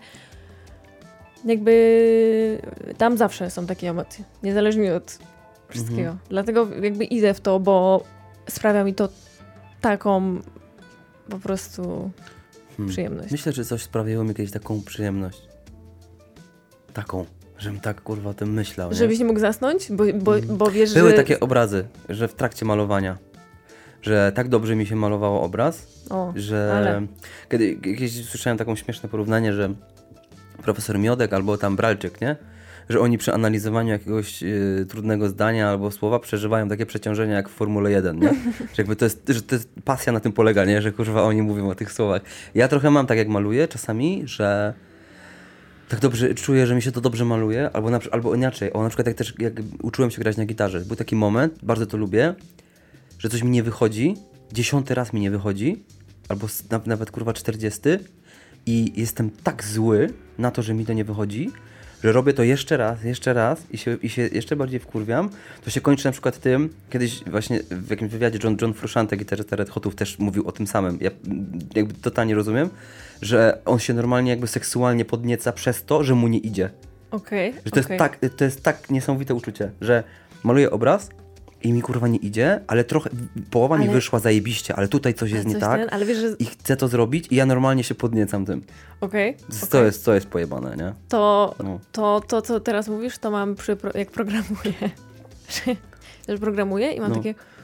jakby tam zawsze są takie emocje, niezależnie od wszystkiego. Mhm. Dlatego jakby idę w to, bo sprawia mi to taką po prostu... Hmm. przyjemność. Myślę, że coś sprawiło mi kiedyś taką przyjemność. Taką, żebym tak kurwa o tym myślał. Nie? Żebyś nie mógł zasnąć? Bo, bo, bo wiesz, Były że... takie obrazy, że w trakcie malowania, że tak dobrze mi się malowało obraz, o, że ale... kiedy kiedyś słyszałem taką śmieszne porównanie, że profesor Miodek albo tam Bralczyk, nie? Że oni przy analizowaniu jakiegoś y, trudnego zdania albo słowa przeżywają takie przeciążenia jak w Formule jeden, nie? Że jakby to jest, że to jest pasja na tym polega, nie? Że kurwa oni mówią o tych słowach. Ja trochę mam tak jak maluję czasami, że tak dobrze czuję, że mi się to dobrze maluje, albo, na, albo inaczej. O, na przykład jak też jak uczyłem się grać na gitarze, był taki moment, bardzo to lubię, że coś mi nie wychodzi, dziesiąty raz mi nie wychodzi, albo nawet kurwa czterdziesty i jestem tak zły na to, że mi to nie wychodzi, że robię to jeszcze raz, jeszcze raz i się, i się jeszcze bardziej wkurwiam, to się kończy na przykład tym, kiedyś właśnie w jakimś wywiadzie John, John Frusciante, gitarzysta Red Hotów, też mówił o tym samym. Ja jakby totalnie rozumiem, że on się normalnie jakby seksualnie podnieca przez to, że mu nie idzie. Okej, okay, Że to, okay. jest tak, to jest tak niesamowite uczucie, że maluję obraz i mi kurwa nie idzie, ale trochę, połowa ale... mi wyszła zajebiście, ale tutaj coś jest coś nie tak ten, ale wiesz, że... i chcę to zrobić i ja normalnie się podniecam tym. Okej. Okay, to, okay. jest, to jest pojebane, nie? To, no. to, to, co teraz mówisz, to mam przy, jak programuję. Że programuję i mam no. takie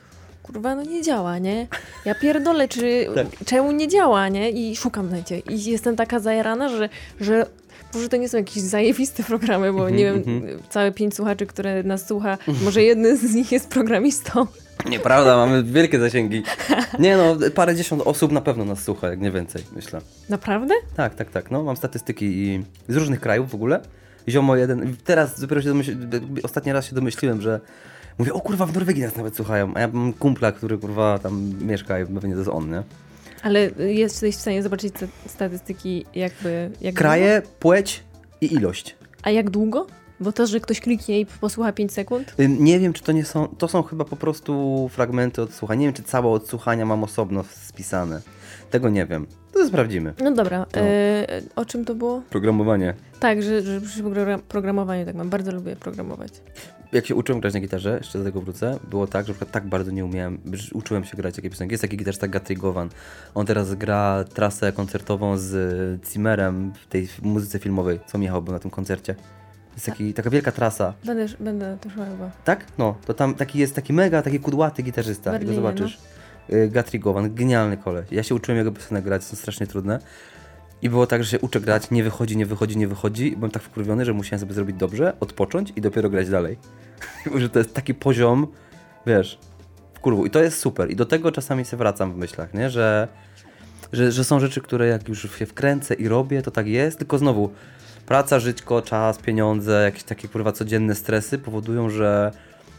kurwa, no nie działa, nie? Ja pierdolę, czy Tak. czemu nie działa, nie? I szukam, wiecie, i jestem taka zajarana, że, że może to nie są jakieś zajebiste programy, bo Mhm, nie wiem, mhm. całe pięć słuchaczy, które nas słucha, może jeden z nich jest programistą. Nieprawda, mamy wielkie zasięgi. Nie no, parę dziesiąt osób na pewno nas słucha, jak nie więcej, myślę. Naprawdę? Tak, tak, tak. No, mam statystyki i z różnych krajów w ogóle. Ziomo jeden. Teraz dopiero się domyśl... ostatni raz się domyśliłem, że mówię, o kurwa, w Norwegii nas nawet słuchają. A ja mam kumpla, który kurwa tam mieszka i pewnie to jest on, nie? Ale jesteś w stanie zobaczyć te statystyki jakby... Jak Kraje, długo? płeć i ilość. A jak długo? Bo to, że ktoś kliknie i posłucha pięć sekund? Ym, Nie wiem, czy to nie są... To są chyba po prostu fragmenty odsłuchania. Nie wiem, czy całe odsłuchania mam osobno spisane. Tego nie wiem. To sprawdzimy. No dobra, No. e, o czym to było? Programowanie. Tak, że, że przy progra- programowaniu tak mam, bardzo lubię programować. Jak się uczyłem grać na gitarze, jeszcze do tego wrócę, było tak, że na przykład tak bardzo nie umiałem, że uczyłem się grać takie piosenki. Jest taki gitarzysta Guthrie Govan. On teraz gra trasę koncertową z Zimmerem w tej muzyce filmowej, co Michał był na tym koncercie. Jest taki, taka wielka trasa. Będę, będę to szła chyba. Tak? No, to tam taki jest taki mega, taki kudłaty gitarzysta. Jak go Berlinie, zobaczysz. No. Guthrie Govan, genialny koleś. Ja się uczyłem jego piosenek grać, są strasznie trudne. I było tak, że się uczę grać, nie wychodzi, nie wychodzi, nie wychodzi. I byłem tak wkurwiony, że musiałem sobie zrobić dobrze, odpocząć i dopiero grać dalej. Że to jest taki poziom, wiesz, w kurwu. I to jest super. I do tego czasami się wracam w myślach, nie? Że, że, że są rzeczy, które jak już się wkręcę i robię, to tak jest. Tylko znowu praca, żyćko, czas, pieniądze, jakieś takie kurwa codzienne stresy powodują, że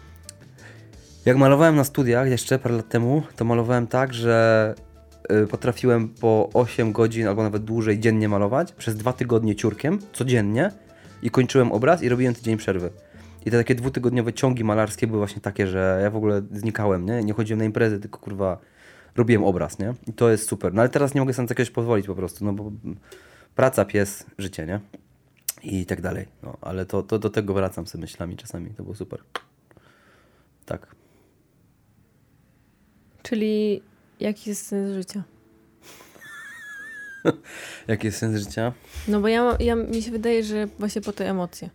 jak malowałem na studiach jeszcze parę lat temu, to malowałem tak, że y, potrafiłem po osiem godzin albo nawet dłużej dziennie malować, przez dwa tygodnie ciurkiem, codziennie i kończyłem obraz i robiłem tydzień przerwy. I te takie dwutygodniowe ciągi malarskie były właśnie takie, że ja w ogóle znikałem, nie? Nie chodziłem na imprezy, tylko kurwa robiłem obraz, nie? I to jest super. No ale teraz nie mogę sobie na czegoś pozwolić po prostu, no bo praca, pies, życie, nie? I tak dalej. No, ale to, to do tego wracam sobie myślami czasami. To było super. Tak. Czyli jaki jest sens życia? Jaki jest sens życia? No bo ja, ja mi się wydaje, że właśnie po te emocje.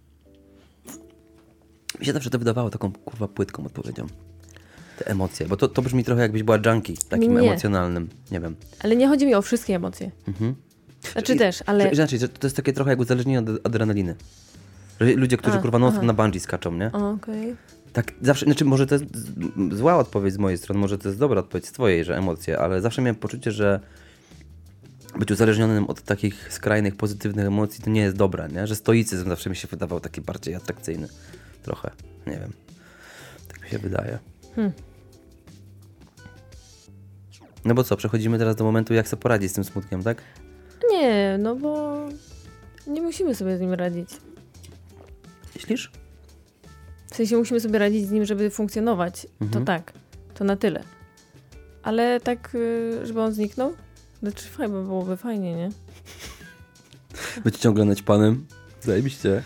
Mi się zawsze to wydawało taką kurwa płytką odpowiedzią. Te emocje, bo to, to brzmi trochę jakbyś była junkie, takim Nie. emocjonalnym. Nie wiem. Ale nie chodzi mi o wszystkie emocje. Mhm. Znaczy I- też, ale... Że, inaczej, że to jest takie trochę jak uzależnienie od adrenaliny. Że ludzie, którzy A, kurwa non aha. na bungee skaczą, nie? Okej. Tak zawsze, znaczy może to jest z- zła odpowiedź z mojej strony, może to jest dobra odpowiedź z twojej, że emocje, ale zawsze miałem poczucie, że być uzależnionym od takich skrajnych, pozytywnych emocji to nie jest dobre, nie? Że stoicyzm zawsze mi się wydawał taki bardziej atrakcyjny. Trochę, nie wiem. Tak mi się wydaje. Hmm. No bo co, przechodzimy teraz do momentu, jak sobie poradzić z tym smutkiem, tak? Nie, no bo nie musimy sobie z nim radzić. Myślisz? W sensie musimy sobie radzić z nim, żeby funkcjonować. Mhm. To tak, to na tyle. Ale tak, y, żeby on zniknął? Znaczy fajnie, byłoby fajnie, nie? Być ciągle naćpanym? Zajebiście.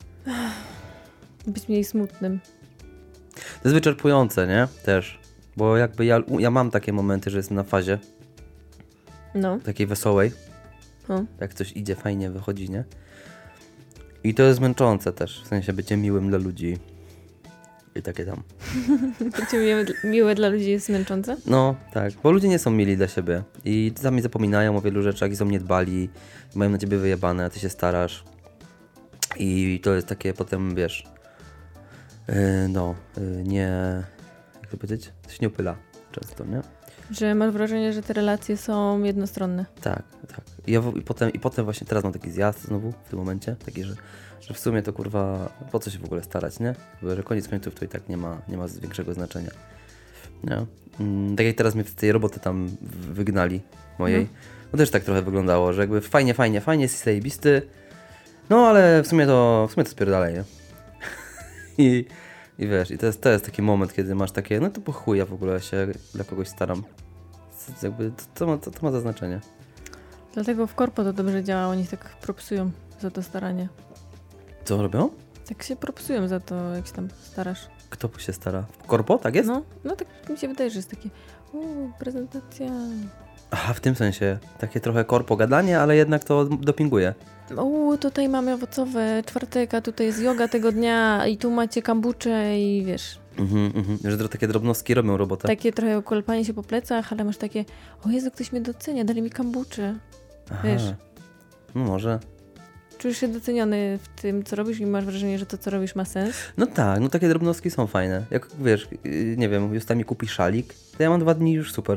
Być mniej smutnym. To jest wyczerpujące, nie? Też. Bo jakby ja, ja mam takie momenty, że jestem na fazie No. takiej wesołej. O. Jak coś idzie, fajnie wychodzi, nie? I to jest męczące też, w sensie bycie miłym dla ludzi. I takie tam. Bycie miłe, miłe dla ludzi jest męczące? No, tak, bo ludzie nie są mili dla siebie. I czasami zapominają o wielu rzeczach i są niedbali. Mają na ciebie wyjebane, a ty się starasz. I to jest takie potem, wiesz... Yy, no, yy, nie... Jak to powiedzieć? To się nie opyla często, nie? Że masz wrażenie, że te relacje są jednostronne. Tak, tak. I, ja, w- i, potem, I potem właśnie teraz mam taki zjazd znowu w tym momencie, taki, że, że w sumie to kurwa, po co się w ogóle starać, nie? Bo że koniec końców to i tak nie ma, nie ma większego znaczenia. Nie? Mm, tak jak teraz mnie z tej roboty tam w- wygnali mojej, Mhm. no też tak trochę wyglądało, że jakby fajnie, fajnie, fajnie, jest zajebisty, no ale w sumie to, w sumie to spierdalaj, nie? I, I wiesz, i to jest, to jest taki moment, kiedy masz takie, no to po chuj, ja w ogóle się dla kogoś staram. To, jakby, to, to, ma, to, to ma za znaczenie. Dlatego w korpo to dobrze działa, oni tak propsują za to staranie. Co robią? Tak się propsują za to, jak się tam starasz. Kto się stara? Korpo, tak jest? No, no tak mi się wydaje, że jest takie uuu, prezentacja. Aha, w tym sensie. Takie trochę korpo gadanie, ale jednak to dopinguje. Uuu, tutaj mamy owocowe czwartek, a tutaj jest joga tego dnia i tu macie kambuczę i wiesz. Mhm, mhm. Że to takie drobnostki robią robotę. Takie trochę kolpanie się po plecach, ale masz takie, o Jezu, ktoś mnie docenia, dali mi kombuczę. Aha. Wiesz, No może. czujesz się doceniony w tym, co robisz i masz wrażenie, że to, co robisz, ma sens. No tak, no takie drobnostki są fajne. Jak wiesz, yy, nie wiem, Justa mi kupi szalik, to ja mam dwa dni już super.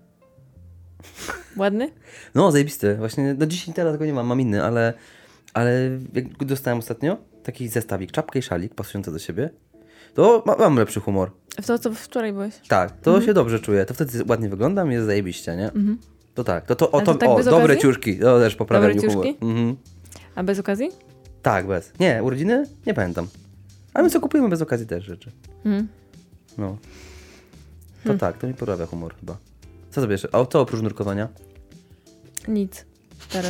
Ładny? No, zajebisty. Właśnie, no dzisiaj teraz tego nie mam, mam inny, ale, ale jak dostałem ostatnio taki zestawik, czapkę i szalik pasujące do siebie, to ma, mam lepszy humor. W to, co wczoraj byłeś. Tak, to Mhm. się dobrze czuję. To wtedy ładnie wyglądam i jest zajebiście, nie? Mhm. To tak, to, to, o, Ale to, to tak o bez dobre okazji? ciuszki, to też poprawia Dobre mi humor. ciuszki? Mhm. A bez okazji? Tak, bez. Nie, urodziny? Nie pamiętam. Ale my co kupujemy bez okazji też rzeczy. Mhm. No. To tak, to mi poprawia humor chyba. Co sobie jeszcze? A co oprócz nurkowania? Nic. Teraz.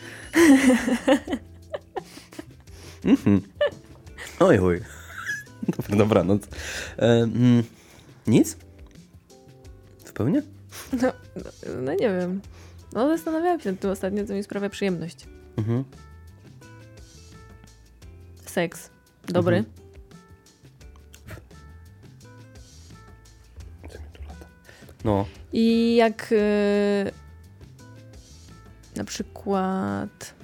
Mhm. Oj chuj. Dobra, dobranoc. E, mm, nic? Zupełnie? No, no, no nie wiem. No zastanawiałam się nad tym ostatnio, co mi sprawia przyjemność. Mhm. Seks. Dobry. Mhm. No. I jak y, na przykład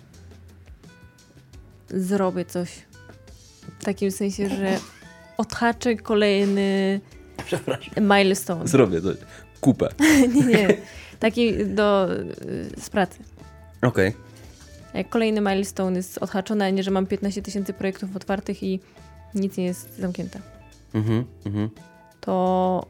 zrobię coś w takim sensie, że odhaczę kolejny milestone. Zrobię coś. Kupę. nie, nie. Taki do, y, z pracy. Okej. Jak kolejny milestone jest odhaczony, a nie, że mam piętnaście tysięcy projektów otwartych i nic nie jest zamknięte. Mhm, mhm. To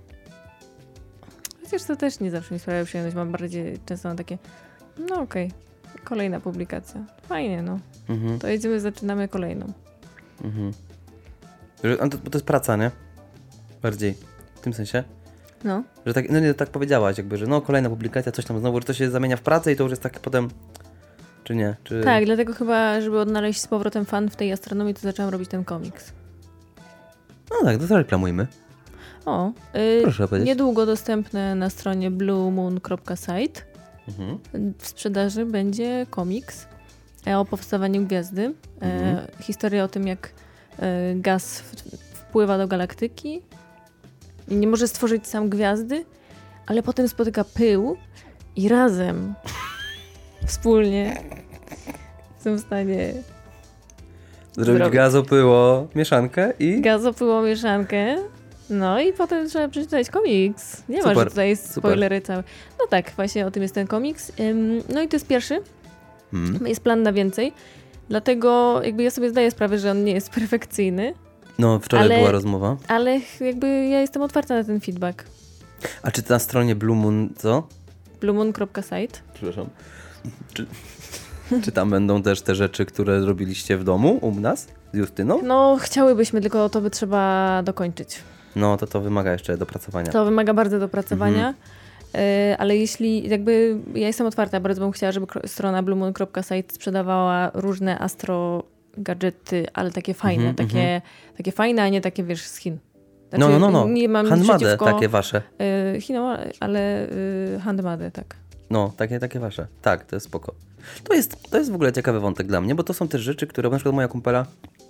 chociaż to też nie zawsze mi sprawia przyjemność. Mam bardziej często na takie, no okej, kolejna publikacja. Fajnie, no. Mhm, To jedziemy, zaczynamy kolejną. mhm. Że, a to, bo to jest praca, nie? Bardziej. W tym sensie? No. Że tak, no nie, tak powiedziałaś jakby, że no kolejna publikacja, coś tam znowu, że to się zamienia w pracę i to już jest tak potem... Czy nie? Czy... Tak, dlatego chyba, żeby odnaleźć z powrotem fan w tej astronomii, to zaczęłam robić ten komiks. No tak, to zareklamujmy. O, y, Proszę powiedzieć. niedługo dostępny na stronie blue moon kropka site. Mhm. W sprzedaży będzie komiks e, o powstawaniu gwiazdy. E, Mhm. Historia o tym, jak e, gaz w, wpływa do galaktyki i nie może stworzyć sam gwiazdy, ale potem spotyka pył i razem wspólnie są w stanie Zrobić Zrobić. gazopyło, mieszankę i... gazopyłą mieszankę. No i potem trzeba przeczytać komiks. Nie ma, Super, że tutaj jest super. spoilery całe. No tak, właśnie o tym jest ten komiks. Ym, No i to jest pierwszy. Hmm. Jest plan na więcej. Dlatego jakby ja sobie zdaję sprawę, że on nie jest perfekcyjny, No, wczoraj Ale- była rozmowa. ale jakby ja jestem otwarta na ten feedback. A czy na stronie Blue Moon, co? blue moon kropka site. Przepraszam. Czy, czy tam będą też te rzeczy, które robiliście w domu u nas z Justyną? No chciałybyśmy, tylko to by trzeba dokończyć. No, to to wymaga jeszcze dopracowania. To wymaga bardzo dopracowania. Mhm. Y, ale jeśli jakby ja jestem otwarta, bardzo bym chciała, żeby kro- strona blue moon kropka site sprzedawała różne astro gadżety, ale takie fajne, Mhm, takie, mhm. takie fajne, a nie takie wiesz z Chin. No, no, no, no. Nie mam nic Handmade przeciwko takie wasze. y, Chinom, ale y, handmade, tak. No, takie, takie wasze. Tak, to jest spoko. To jest, to jest w ogóle ciekawy wątek dla mnie, bo to są też rzeczy, które na przykład moja kumpela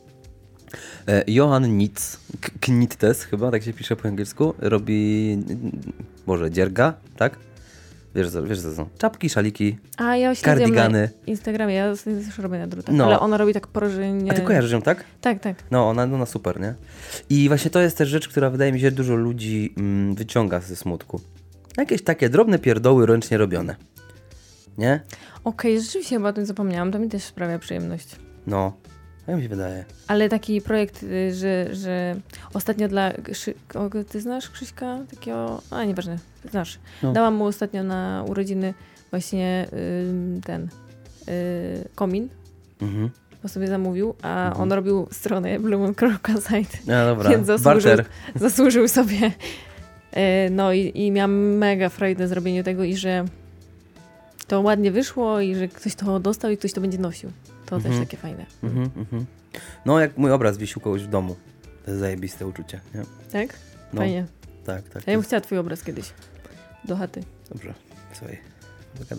e, Johan Nitz, K- Knittes chyba, tak się pisze po angielsku, robi, Boże, dzierga, tak? Wiesz, co- wiesz co to są? Czapki, szaliki, A ja śledziłam na kardigany. Instagramie, ja też robię na drutach, No. ale ona robi tak porożenie. A ty kojarzysz ją, tak? Tak, tak. No, ona, ona super, nie? I właśnie to jest też rzecz, która wydaje mi się dużo ludzi mm, wyciąga ze smutku. Jakieś takie drobne pierdoły ręcznie robione. Nie? Okej, rzeczywiście chyba o tym zapomniałam, to mi też sprawia przyjemność. No, tak mi się wydaje. Ale taki projekt, y, że, że ostatnio dla... Krzy... o, ty znasz Krzyśka? Takiego... A, nieważne, znasz. No. Dałam mu ostatnio na urodziny właśnie y, ten y, komin, Mhm. bo sobie zamówił, a Mhm. on robił stronę blue moon kropka site. No dobra, Więc zasłużył, barter. zasłużył sobie. E, No i, i miałam mega frajdę zrobieniu tego i że to ładnie wyszło i że ktoś to dostał i ktoś to będzie nosił. To Mhm. też takie fajne. Mhm, mhm. No, jak mój obraz wisił kogoś w domu. To jest zajebiste uczucie, nie? Tak? No, Fajnie. tak, tak. Ja bym chciała twój obraz kiedyś do chaty. Dobrze, słuchaj, dogadamy się jakoś.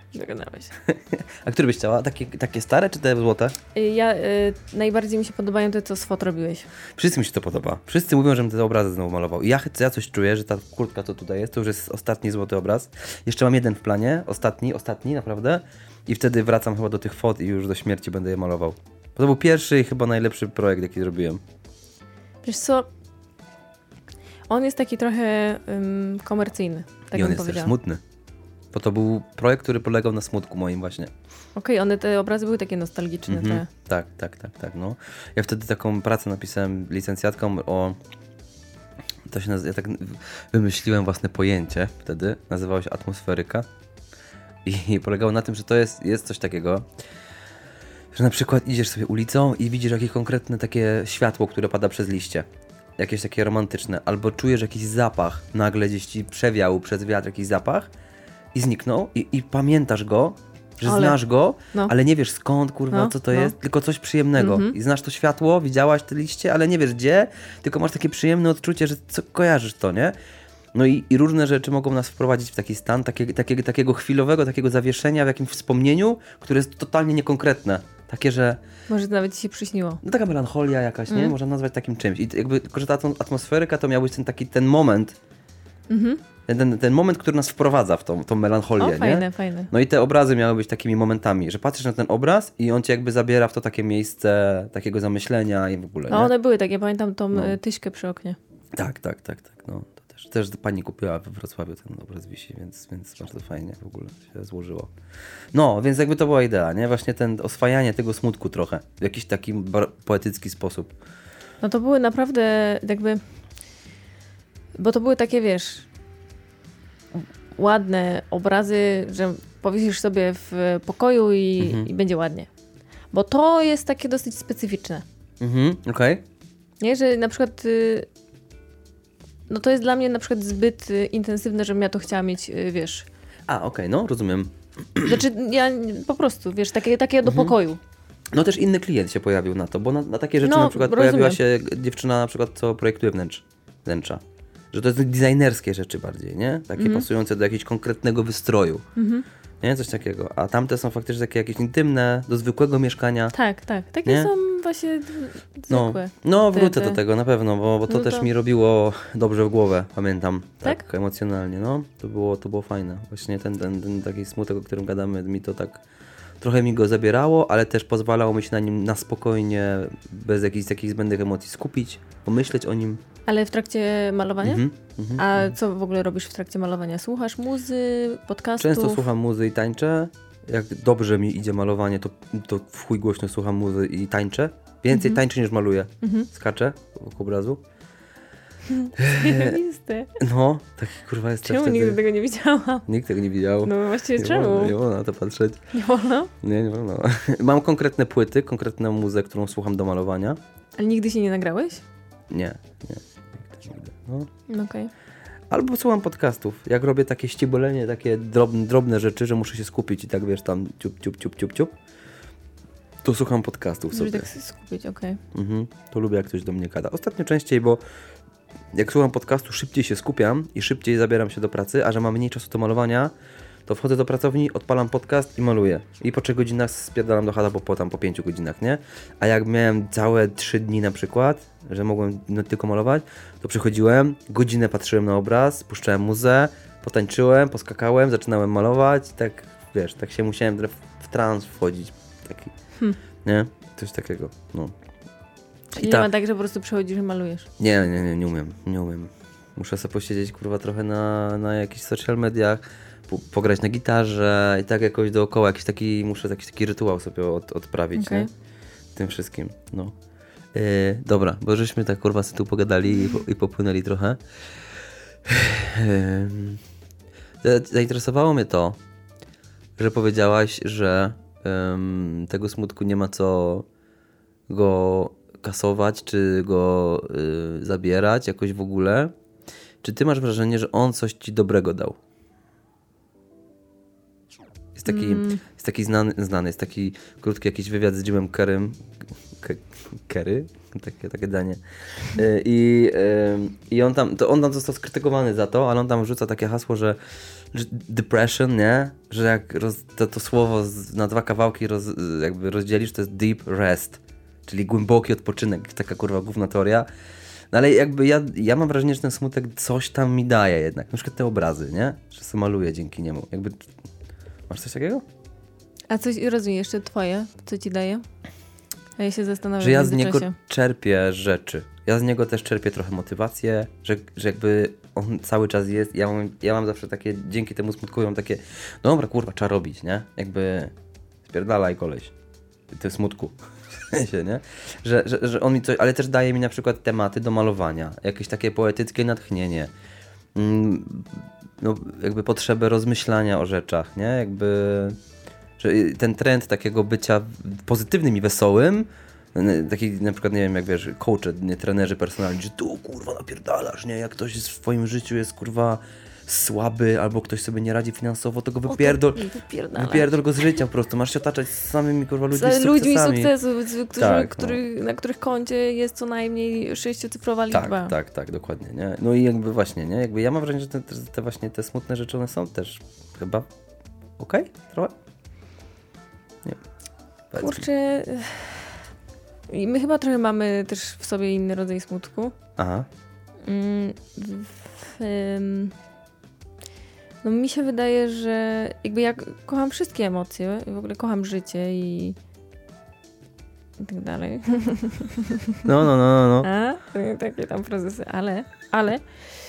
Dogadałeś. A który byś chciała? Takie, takie stare czy te złote? Ja, y, najbardziej mi się podobają te, co z fot robiłeś. Wszyscy mi się to podoba. Wszyscy mówią, żebym te obrazy znowu malował. I ja, ja coś czuję, że ta kurtka, co tutaj jest, to już jest ostatni złoty obraz. Jeszcze mam jeden w planie, ostatni, ostatni naprawdę. I wtedy wracam chyba do tych fot i już do śmierci będę je malował. Bo to był pierwszy i chyba najlepszy projekt, jaki zrobiłem. Wiesz co, on jest taki trochę um, komercyjny, tak I on bym jest powiedziała. też smutny. Bo to był projekt, który polegał na smutku moim właśnie. Okej, okay, one, te obrazy były takie nostalgiczne. Mhm. Te. Tak, tak, tak, tak. No. Ja wtedy taką pracę napisałem licencjatką o... To się nazywa, ja tak wymyśliłem własne pojęcie wtedy. Nazywało się atmosferyka. I polegało na tym, że to jest, jest coś takiego, że na przykład idziesz sobie ulicą i widzisz jakieś konkretne takie światło, które pada przez liście. Jakieś takie romantyczne. Albo czujesz jakiś zapach. Nagle gdzieś ci przewiał przez wiatr jakiś zapach i zniknął i, i pamiętasz go, że ale, znasz go, no. ale nie wiesz skąd, kurwa, no, co to no. jest, tylko coś przyjemnego. Mm-hmm. I znasz to światło, widziałaś te liście, ale nie wiesz gdzie, tylko masz takie przyjemne odczucie, że co, kojarzysz to, nie? No i, i różne rzeczy mogą nas wprowadzić w taki stan, takie, takie, takiego chwilowego, takiego zawieszenia w jakimś wspomnieniu, które jest totalnie niekonkretne. Takie, że... Może nawet ci się przyśniło. No taka melancholia jakaś, nie? Mm. Można nazwać takim czymś. I jakby, tylko że ta atmosferyka to miał być ten taki, ten moment, Mhm. ten, ten moment, który nas wprowadza w tą, tą melancholię, o, nie? fajne, fajne. No i te obrazy miały być takimi momentami, że patrzysz na ten obraz i on cię jakby zabiera w to takie miejsce takiego zamyślenia i w ogóle, nie? A one były takie, pamiętam tą No. tyśkę przy oknie. Tak, tak, tak, tak, no. To też, też pani kupiła we Wrocławiu ten obraz wisi, więc, więc bardzo fajnie w ogóle się złożyło. No, więc jakby to była idea, nie? Właśnie ten oswajanie tego smutku trochę, w jakiś taki bar- poetycki sposób. No to były naprawdę jakby, bo to były takie, wiesz, ładne obrazy, że powiesisz sobie w pokoju i, Mhm. i będzie ładnie. Bo to jest takie dosyć specyficzne. Mhm, okej. Okay. Nie, że na przykład y, no to jest dla mnie na przykład zbyt y, intensywne, żebym ja to chciała mieć, y, wiesz. A, okej, okay, no, rozumiem. Znaczy ja po prostu, wiesz, takie, takie do Mhm. pokoju. No też inny klient się pojawił na to, bo na, na takie rzeczy No, na przykład rozumiem. pojawiła się dziewczyna na przykład, co projektuje wnętrz, wnętrza. Że to jest designerskie rzeczy bardziej, nie? Takie Mhm. pasujące do jakiegoś konkretnego wystroju. Mhm. Nie? Coś takiego. A tamte są faktycznie takie jakieś intymne, do zwykłego mieszkania. Tak, tak. Takie Nie? są właśnie No, zwykłe. no Te- wrócę te- do tego na pewno, bo, bo to No też to- mi robiło dobrze w głowę, pamiętam. Tak? Tak emocjonalnie, no. To było, to było fajne. Właśnie ten, ten, ten taki smutek, o którym gadamy, mi to tak trochę mi go zabierało, ale też pozwalało mi się na nim na spokojnie, bez jakichś takich zbędnych emocji skupić, pomyśleć o nim. Ale w trakcie malowania? Mhm, mhm. A co w ogóle robisz w trakcie malowania? Słuchasz muzy, podcastów? Często słucham muzy i tańczę. Jak dobrze mi idzie malowanie, to, to w chuj głośno słucham muzy i tańczę. Więcej Mhm. tańczę niż maluję. Mhm. Skaczę wokół obrazu. Zajebiste. No, taki kurwa jest Czemu wtedy. nigdy tego nie widziałam? Nikt tego nie widział. No właściwie nie czemu? Wolno, nie wolno na to patrzeć. Nie wolno? Nie, nie wolno. Mam konkretne płyty, konkretną muzę, którą słucham do malowania. Ale nigdy się nie nagrałeś? Nie, nie. Nigdy, nigdy. No. No okej. Albo słucham podcastów. Jak robię takie ściebolenie, takie drobne, drobne rzeczy, że muszę się skupić i tak wiesz, tam ciup, ciup, ciup, ciup, ciup, to słucham podcastów Żeby sobie. tak się skupić, okej. Mhm. To lubię, jak ktoś do mnie gada. Ostatnio częściej, bo jak słucham podcastu, szybciej się skupiam i szybciej zabieram się do pracy, a że mam mniej czasu do malowania, to wchodzę do pracowni, odpalam podcast i maluję. I po trzech godzinach spierdalam do chata, po, po tam po pięciu godzinach, nie? A jak miałem całe trzy dni na przykład, że mogłem no, tylko malować, to przychodziłem, godzinę patrzyłem na obraz, puszczałem muzę, potańczyłem, poskakałem, zaczynałem malować, tak, wiesz, tak się musiałem w, w trans wchodzić, taki, Hmm. nie? Coś takiego, no. Czyli I nie ta- ma tak, że po prostu przychodzisz i malujesz. Nie, nie, nie, nie umiem, nie umiem. Muszę sobie posiedzieć, kurwa, trochę na, na jakichś social mediach, po, pograć na gitarze i tak jakoś dookoła, jakiś taki, muszę jakiś taki rytuał sobie od, odprawić, Okej. nie? Tym wszystkim, no. Yy, dobra, bo żeśmy tak, kurwa, sobie tu pogadali i, po, i popłynęli trochę. Yy, zainteresowało mnie to, że powiedziałaś, że ym, tego smutku nie ma co go kasować, czy go y, zabierać jakoś w ogóle. Czy ty masz wrażenie, że on coś ci dobrego dał? Jest taki, Mm. jest taki znany, znany, jest taki krótki jakiś wywiad z Jimem Carreym, curry, takie, takie danie. I, i on tam, to on tam został skrytykowany za to, ale on tam wrzuca takie hasło, że, że depression, nie? Że jak roz, to, to słowo z, na dwa kawałki roz, jakby rozdzielisz, to jest deep rest, czyli głęboki odpoczynek, taka kurwa główna teoria. No ale jakby ja, ja mam wrażenie, że ten smutek coś tam mi daje jednak. Na przykład te obrazy, nie? Że sobie maluję dzięki niemu. Jakby... Masz coś takiego? A coś, rozumiem, jeszcze twoje, co ci daje? A ja się zastanawiam. Że ja z niego czerpię rzeczy. Ja z niego też czerpię trochę motywację, że, że jakby on cały czas jest. Ja mam, ja mam zawsze takie, dzięki temu smutkowi mam takie, dobra kurwa, trzeba robić, nie? Jakby spierdalaj koleś. Ty smutku. Się, nie? Że, że, że on mi coś, ale też daje mi na przykład tematy do malowania, jakieś takie poetyckie natchnienie, mm, no jakby potrzebę rozmyślania o rzeczach, nie? Jakby, że ten trend takiego bycia pozytywnym i wesołym, taki na przykład, nie wiem, jak wiesz, coache, nie, trenerzy personalni, że tu kurwa napierdalasz, nie? Jak ktoś jest w twoim życiu jest kurwa słaby, albo ktoś sobie nie radzi finansowo, to go wypierdol, wypierdol go z życia po prostu. Masz się otaczać z samymi kurwa ludźmi z sukcesami. Ludźmi sukcesu, którzy, tak, który, no. na których koncie jest co najmniej sześciocyfrowa liczba. Tak, tak, tak, dokładnie, nie? No i jakby właśnie, nie? Jakby ja mam wrażenie, że te, te właśnie te smutne rzeczy, one są też chyba okej? Okay? Trochę? Nie. Kurczę... I my chyba trochę mamy też w sobie inny rodzaj smutku. Aha. Mm, w, um, no mi się wydaje, że jakby ja kocham wszystkie emocje, w ogóle kocham życie i, i tak dalej. No, no, no, no. A? Takie tam procesy, ale, ale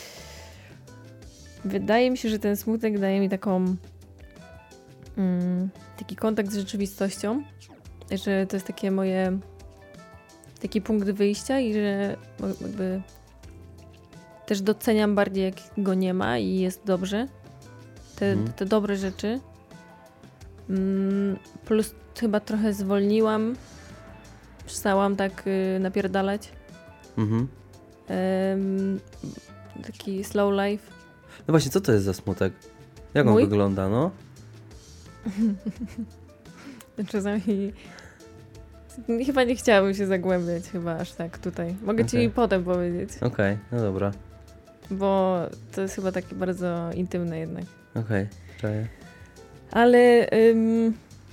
wydaje mi się, że ten smutek daje mi taką mm, taki kontakt z rzeczywistością, że to jest takie moje taki punkt wyjścia i że jakby też doceniam bardziej, jak go nie ma i jest dobrze. Te, hmm. te dobre rzeczy. Mm, plus chyba trochę zwolniłam. Przestałam tak y, napierdalać. Mhm. Um, taki slow life. No właśnie, co to jest za smutek? Jak Mój? on wygląda, no? Czasami... Chyba nie chciałabym się zagłębiać chyba aż tak tutaj. Mogę okay. ci potem powiedzieć. Okej, okay, no dobra. Bo to jest chyba takie bardzo intymne jednak. Okej, okay, czaję. Ale... Ym,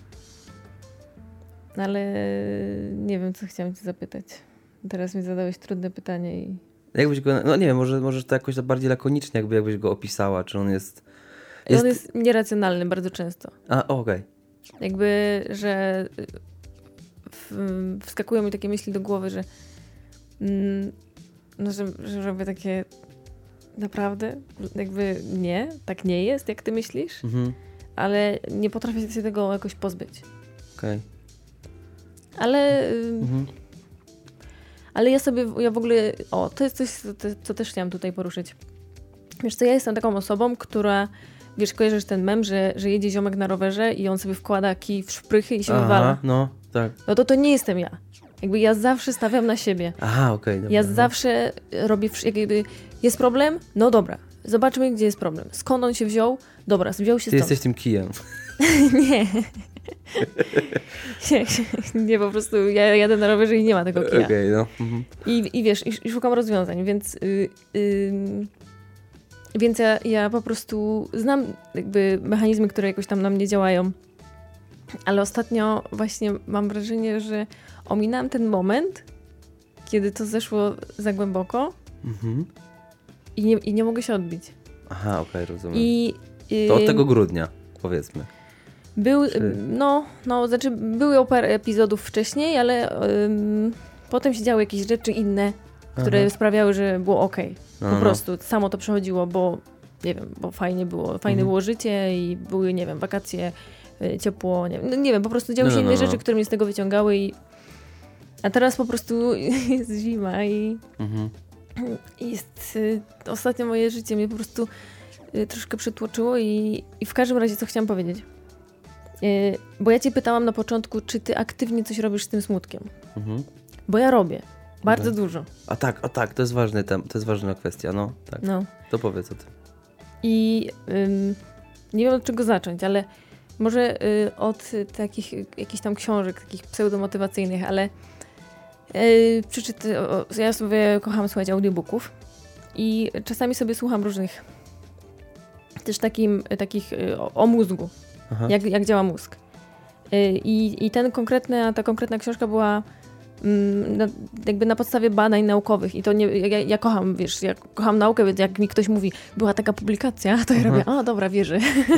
ale nie wiem, co chciałam cię zapytać. Teraz mi zadałeś trudne pytanie i... Jakbyś go... No nie wiem, może, może to jakoś bardziej lakonicznie, jakby jakbyś go opisała, czy on jest... jest... On jest nieracjonalny bardzo często. A, okej. Okay. Jakby, że... wskakują mi takie myśli do głowy, że mm, no, że, że robię takie naprawdę, jakby nie, tak nie jest, jak ty myślisz, mhm. ale nie potrafię się tego jakoś pozbyć. Okej. Okay. Ale mhm. ale ja sobie, ja w ogóle, o, to jest coś, co, co też chciałam tutaj poruszyć. Wiesz co, ja jestem taką osobą, która, wiesz, kojarzysz ten mem, że, że jedzie ziomek na rowerze i on sobie wkłada kij w szprychy i się Aha, wywala. no. Tak. No to to nie jestem ja. Jakby ja zawsze stawiam na siebie. Aha, okej. Okay, ja no. zawsze robię, jakby jest problem? No dobra, zobaczmy, gdzie jest problem. Skąd on się wziął? Dobra, wziął się Ty stąd. jesteś tym kijem. nie. nie, po prostu ja jadę na rowerze i nie ma tego kija. Okej, okay, no. Mhm. I, I wiesz, i, i szukam rozwiązań, więc... Yy, yy, więc ja, ja po prostu znam jakby mechanizmy, które jakoś tam na mnie działają. Ale ostatnio właśnie mam wrażenie, że ominęłam ten moment, kiedy to zeszło za głęboko mhm. i, nie, i nie mogę się odbić. Aha, okej, okay, rozumiem. I, y, to od tego grudnia, powiedzmy. Był, Czy... no, no, znaczy były parę epizodów wcześniej, ale ym, potem się działy jakieś rzeczy inne, które Aha. sprawiały, że było okej. Okay. Po Aha. prostu samo to przechodziło, bo nie wiem, bo fajnie było, fajne mhm. było życie i były, nie wiem, wakacje, ciepło, nie wiem, no, nie wiem, po prostu działy się no, no, inne no. rzeczy, które mnie z tego wyciągały i a teraz po prostu jest zima i mhm. jest y, ostatnio moje życie mnie po prostu y, troszkę przytłoczyło i, i w każdym razie co chciałam powiedzieć. Y, bo ja cię pytałam na początku, czy ty aktywnie coś robisz z tym smutkiem. Mhm. Bo ja robię. Bardzo okay. dużo. A tak, a tak, to jest ważny tem- to jest ważna kwestia, no. Tak. No. To powiedz o tym. I ym, nie wiem od czego zacząć, ale może y, od takich jakichś tam książek, takich pseudomotywacyjnych, ale Yy, przeczyty, o, ja sobie kocham słuchać audiobooków i czasami sobie słucham różnych też takim, takich o, o mózgu, jak, jak działa mózg. Yy, i, I ten konkretna, ta konkretna książka była mm, na, jakby na podstawie badań naukowych i to nie, ja, ja kocham, wiesz, ja kocham naukę, więc jak mi ktoś mówi, była taka publikacja, to ja robię, a dobra, wierzę.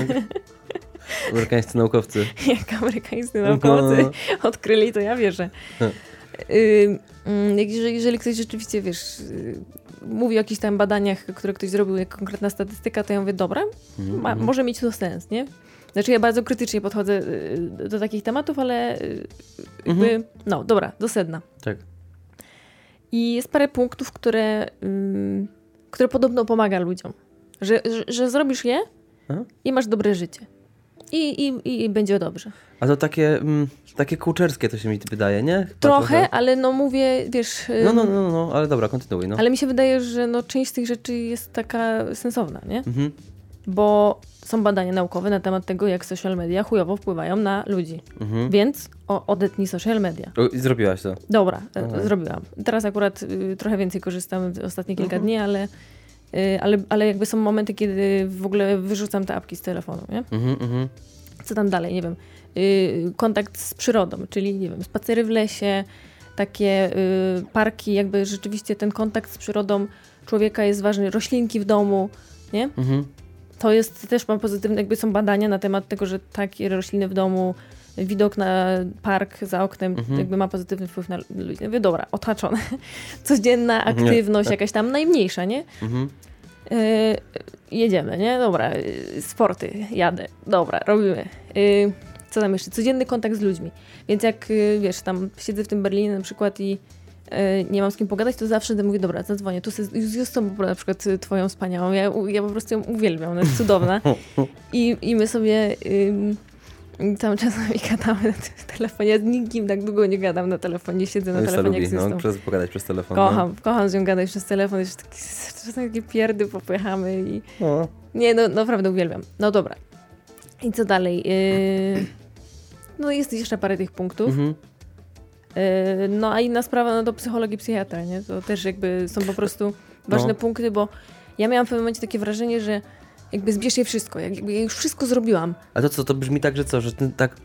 Amerykańscy naukowcy. Jak amerykańscy naukowcy odkryli, to ja wierzę. Yy, jeżeli, jeżeli ktoś rzeczywiście, wiesz, yy, mówi o jakichś tam badaniach, które ktoś zrobił, jak konkretna statystyka, to ja mówię, dobra, mm-hmm. ma, może mieć to sens, nie? Znaczy ja bardzo krytycznie podchodzę yy, do takich tematów, ale yy, jakby, mm-hmm. no dobra, do sedna. Tak. I jest parę punktów, które, yy, które podobno pomaga ludziom. Że, że, że zrobisz je Aha. i masz dobre życie. I, i, i będzie dobrze. A to takie, mm, takie kołczerskie to się mi wydaje, nie? Chyba trochę, trochę, ale no mówię, wiesz... No, no, no, no, ale dobra, kontynuuj, no. Ale mi się wydaje, że no, część z tych rzeczy jest taka sensowna, nie? Mhm. Bo są badania naukowe na temat tego, jak social media chujowo wpływają na ludzi. Mhm. Więc o, odetnij social media. O, i zrobiłaś to. Dobra, Aha. zrobiłam. Teraz akurat y, trochę więcej korzystam ostatnie kilka mhm. dni, ale... Ale, ale jakby są momenty, kiedy w ogóle wyrzucam te apki z telefonu, nie? Mm-hmm, mm-hmm. Co tam dalej, nie wiem. Yy, kontakt z przyrodą, czyli, nie wiem, spacery w lesie, takie yy, parki, jakby rzeczywiście ten kontakt z przyrodą człowieka jest ważny. Roślinki w domu, nie? Mm-hmm. To jest też ma pozytywne, jakby są badania na temat tego, że takie rośliny w domu, widok na park za oknem mhm. jakby ma pozytywny wpływ na ludzi. Mówię, dobra, otaczone. Codzienna aktywność, jakaś tam najmniejsza, nie? Mhm. Yy, jedziemy, nie? Dobra, yy, sporty, jadę. Dobra, robimy. Yy, co tam jeszcze? Codzienny kontakt z ludźmi. Więc jak, yy, wiesz, tam siedzę w tym Berlinie na przykład i yy, nie mam z kim pogadać, to zawsze mówię, dobra, zadzwonię. Tu z Justą na przykład twoją wspaniałą. Ja, ja po prostu ją uwielbiam, ona jest cudowna. I, i my sobie... Yy, cały czas mi gadamy na tym telefonie. Ja z nikim tak długo nie gadam na telefonie, siedzę na telefonie lubi, jak z Justą. No, przez pogadać przez telefon. Kocham, no. kocham z nią gadać przez telefon. Jeszcze taki, czasem takie pierdy popychamy i... No. Nie, no naprawdę uwielbiam. No dobra. I co dalej? Yy... No jest jeszcze parę tych punktów. Mhm. Yy, no a inna sprawa, no to psychologii, psychiatra, nie? To też jakby są po prostu ważne no. punkty, bo ja miałam w pewnym momencie takie wrażenie, że jakby zbierz je wszystko, jakby ja już wszystko zrobiłam. A to co, to brzmi tak, że co, że ty tak...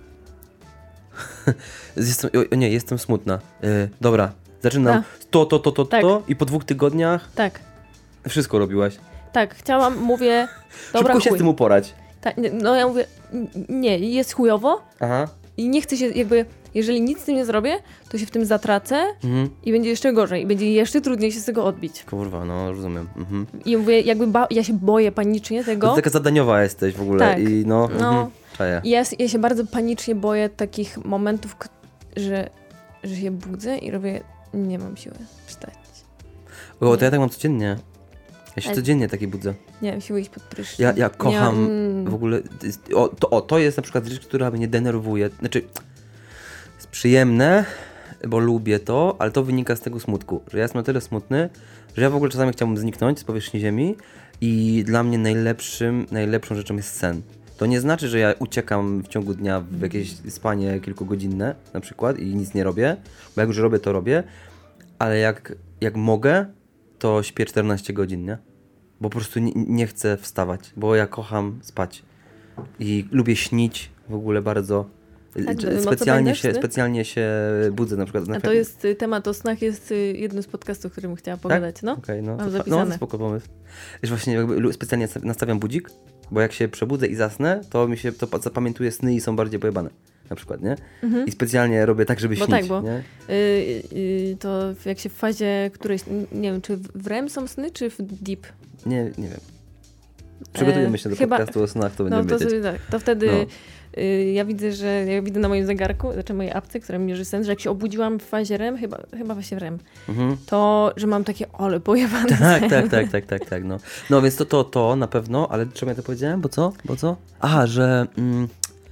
jestem, o nie, jestem smutna. Yy, dobra, zaczynam A. to, to, to, to, tak. to i po dwóch tygodniach tak. wszystko robiłaś. Tak, chciałam, mówię, dobra, szybko się chuj. z tym uporać. Tak, no ja mówię, nie, jest chujowo Aha. i nie chcę się jakby, jeżeli nic z tym nie zrobię, to się w tym zatracę mhm. i będzie jeszcze gorzej i będzie jeszcze trudniej się z tego odbić. Kurwa, no rozumiem. Mhm. I mówię, jakby ba- ja się boję panicznie tego. To taka zadaniowa jesteś w ogóle. Tak. I no, no. Mhm. Czaję. I ja, ja się bardzo panicznie boję takich momentów, że, że się budzę i robię, nie mam siły wstać. O, to ja tak mam codziennie. Ja się Ale... codziennie taki budzę. Nie mam siły iść pod prysznic. Ja, ja kocham mam... w ogóle, o to, o, to jest na przykład rzecz, która mnie denerwuje. Znaczy, jest przyjemne, bo lubię to, ale to wynika z tego smutku, że ja jestem na tyle smutny, że ja w ogóle czasami chciałbym zniknąć z powierzchni ziemi i dla mnie najlepszym, najlepszą rzeczą jest sen. To nie znaczy, że ja uciekam w ciągu dnia w jakieś spanie kilkugodzinne na przykład i nic nie robię, bo jak już robię, to robię, ale jak, jak mogę, to śpię czternaście godzin, nie? Bo po prostu nie, nie chcę wstawać, bo ja kocham spać i lubię śnić w ogóle bardzo. Tak, specjalnie, się, specjalnie się budzę na przykład. A to jest temat o snach, jest jednym z podcastów, którym chciałam pogadać, tak? no? Okay, no. Mam zapisane. No, spoko pomysł. Wiesz, właśnie jakby specjalnie nastawiam budzik, bo jak się przebudzę i zasnę, to mi się to zapamiętuje sny i są bardziej pojebane. Na przykład, nie? Mhm. I specjalnie robię tak, żeby bo śnić. Tak, bo nie? Y, y, to jak się w fazie którejś, nie wiem, czy w R E M są sny, czy w Deep? Nie, nie wiem. Przygotujemy się do chyba, podcastu o snach, to będziemy no, to wiedzieć. Tak, to wtedy no. y, ja widzę, że ja widzę na moim zegarku, znaczy mojej apce, która mi mierzy sen, że jak się obudziłam w fazie R E M, chyba, chyba właśnie w R E M, mhm. to, że mam takie ole pojebane tak, sen. tak, tak, tak, tak, tak, no. No więc to, to, to na pewno, ale czemu ja to powiedziałem? Bo co? Bo co? Aha, że... Mm,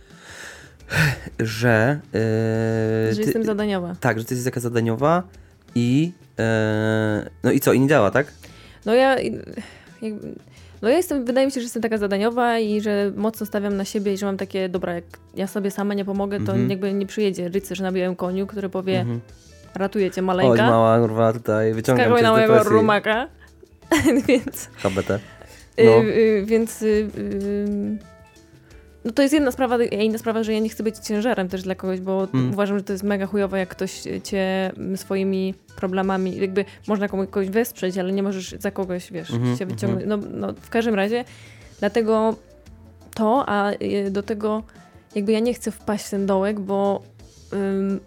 że... Yy, że ty, jestem zadaniowa. Tak, że ty jesteś taka zadaniowa i... Yy, no i co? I nie działa, tak? No ja... Jakby, no ja jestem, wydaje mi się, że jestem taka zadaniowa i że mocno stawiam na siebie i że mam takie, dobra, jak ja sobie sama nie pomogę, to mm-hmm. jakby nie przyjedzie rycerz na białym koniu, który powie, mm-hmm. Ratuję cię, Chodź maleńka. mała, kurwa, tutaj wyciągam Skakuj cię na z mojego depresji. rumaka. Więc... H B T. No. No. Y, y, więc... Y, y, no to jest jedna sprawa, a inna sprawa, że ja nie chcę być ciężarem też dla kogoś, bo Mm. uważam, że to jest mega chujowe, jak ktoś cię swoimi problemami, jakby można kogoś wesprzeć, ale nie możesz za kogoś, wiesz, Mhm, się wyciągnąć. No, no w każdym razie, dlatego to, a y, do tego jakby ja nie chcę wpaść w ten dołek, bo ym,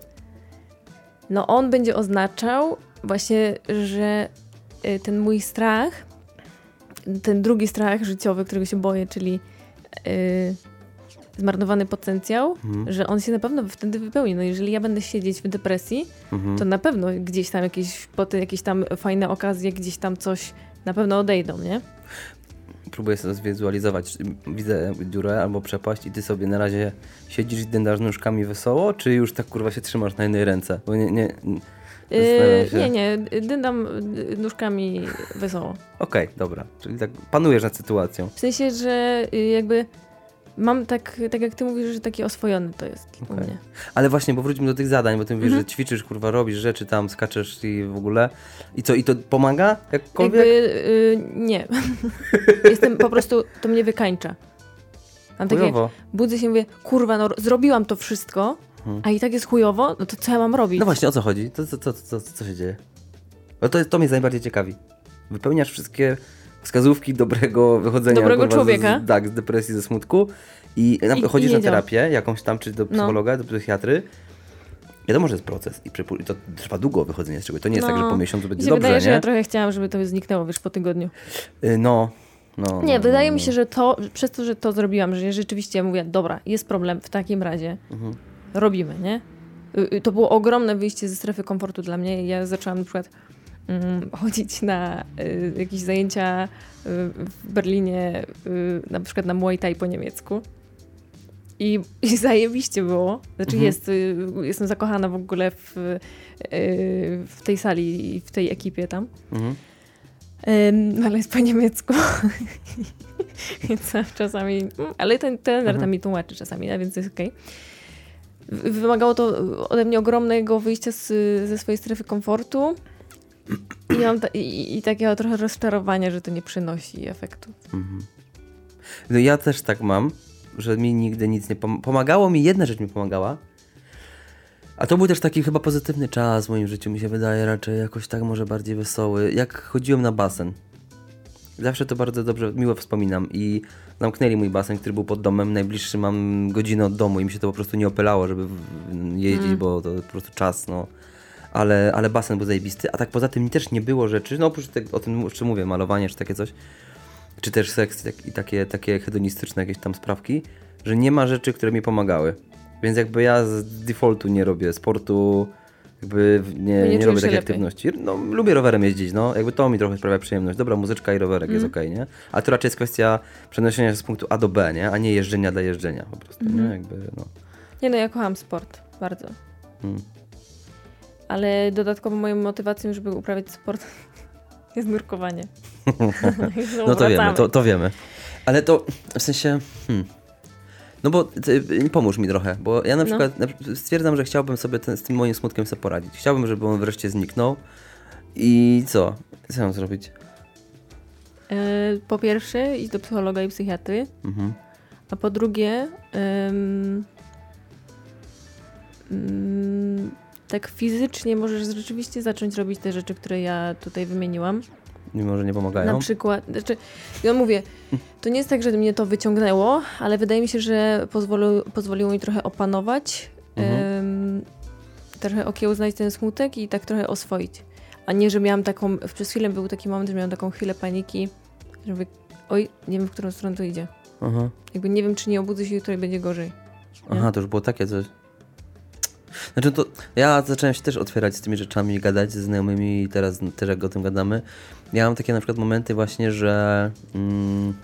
no on będzie oznaczał właśnie, że y, ten mój strach, ten drugi strach życiowy, którego się boję, czyli y, zmarnowany potencjał, Mhm. że on się na pewno wtedy wypełni. No jeżeli ja będę siedzieć w depresji, Mhm. to na pewno gdzieś tam jakieś, potem jakieś tam fajne okazje, gdzieś tam coś na pewno odejdą, nie? Próbuję sobie zwizualizować. Widzę dziurę albo przepaść i ty sobie na razie siedzisz i dędasz nóżkami wesoło, czy już tak kurwa się trzymasz na jednej ręce? Bo nie, nie, Yy, się. nie, nie, dyndam y, nóżkami wesoło. Okej, dobra. Czyli tak panujesz nad sytuacją. W sensie, że y, jakby mam tak, tak jak ty mówisz, że taki oswojony to jest u Okej. mnie. Ale właśnie, bo wróćmy do tych zadań, bo ty mówisz, Mhm. że ćwiczysz, kurwa, robisz rzeczy tam, skaczesz i w ogóle. I co, i to pomaga jakkolwiek? Jakby y, nie. Jestem po prostu, to mnie wykańcza. Mam takie, Chujowo. budzę się i mówię, kurwa, no zrobiłam to wszystko, Mhm. a i tak jest chujowo, no to co ja mam robić? No właśnie, o co chodzi? To, to, to, to, co się dzieje? Bo to, jest, to mnie najbardziej ciekawi. Wypełniasz wszystkie wskazówki dobrego wychodzenia Dobrego kurwa, człowieka. Z, tak, z depresji, ze smutku i, na, I- chodzisz i nie na działa. terapię jakąś tam, czy do psychologa, do psychiatry. Wiadomo, że jest proces i, przypó- i to trwa długo wychodzenie z czegoś. To nie jest No. tak, że po miesiącu Mi będzie się dobrze, wydaje, nie? że ja trochę chciałam, żeby to zniknęło, wiesz, po tygodniu. Y, No, no. Nie, no, wydaje no, mi no. się, że to, przez to, że to zrobiłam, że ja rzeczywiście mówię, dobra, jest problem, w takim razie Mhm. robimy, nie? Y, y, To było ogromne wyjście ze strefy komfortu dla mnie. Ja zaczęłam na przykład mm, chodzić na y, jakieś zajęcia y, w Berlinie, y, na przykład na Muay Thai po niemiecku. I, i zajebiście było. Znaczy Mhm. jest, y, jestem zakochana w ogóle w, y, w tej sali i w tej ekipie tam. Mhm. Ym, ale jest po niemiecku. Więc czasami... mm, Ale ten trener Mhm. tam mi tłumaczy czasami, a więc jest okej. W- Wymagało to ode mnie ogromnego wyjścia z, ze swojej strefy komfortu. I, mam ta, i, I takiego trochę rozczarowania, że to nie przynosi efektu. Mhm. No ja też tak mam, że mi nigdy nic nie pom- pomagało. Mi jedna rzecz mi pomagała. A to był też taki chyba pozytywny czas w moim życiu, mi się wydaje, raczej jakoś tak może bardziej wesoły. Jak chodziłem na basen. Zawsze to bardzo dobrze, miło wspominam i zamknęli mój basen, który był pod domem. Najbliższy mam godzinę od domu i mi się to po prostu nie opylało, żeby w- jeździć, Mm. bo to po prostu czas, no. Ale, ale basen był zajebisty, a tak poza tym też nie było rzeczy, no oprócz tego, o tym jeszcze mówię, malowanie czy takie coś, czy też seks tak, i takie, takie hedonistyczne jakieś tam sprawki, że nie ma rzeczy, które mi pomagały. Więc jakby ja z defaultu nie robię sportu, jakby w- Bo nie, nie nie, czujesz robię się takiej lepiej. aktywności. No, lubię rowerem jeździć, no. Jakby to mi trochę sprawia przyjemność. Dobra muzyczka i rowerek Mm. jest okej, nie? A to raczej jest kwestia przenoszenia się z punktu A do B, nie? A nie jeżdżenia dla jeżdżenia po prostu, Mhm. nie? Jakby, no. Nie no, ja kocham sport. Bardzo. Mm. Ale dodatkowo moją motywacją, żeby uprawiać sport jest nurkowanie. No to wiemy, to, to wiemy. Ale to w sensie... Hmm. No bo ty, pomóż mi trochę, bo ja na No. przykład na, przykład stwierdzam, że chciałbym sobie ten, z tym moim smutkiem sobie poradzić. Chciałbym, żeby on wreszcie zniknął. I co? Co mam zrobić? E, Po pierwsze, iść do psychologa i psychiatry. Mhm. A po drugie, ym, ym, tak fizycznie możesz rzeczywiście zacząć robić te rzeczy, które ja tutaj wymieniłam. Mimo, że nie pomagają. Na przykład, znaczy, ja mówię, to nie jest tak, że mnie to wyciągnęło, ale wydaje mi się, że pozwoliło, pozwoliło mi trochę opanować, Mhm. ym, trochę okiełznać ten smutek i tak trochę oswoić. A nie, że miałam taką, przez chwilę był taki moment, że miałam taką chwilę paniki, że mówię, oj, nie wiem, w którą stronę to idzie. Aha. Jakby nie wiem, czy nie obudzę się jutro i będzie gorzej. Aha, to już było takie coś. Znaczy to ja zacząłem się też otwierać z tymi rzeczami, gadać ze znajomymi i teraz też jak o tym gadamy. Ja mam takie na przykład momenty właśnie, że mm,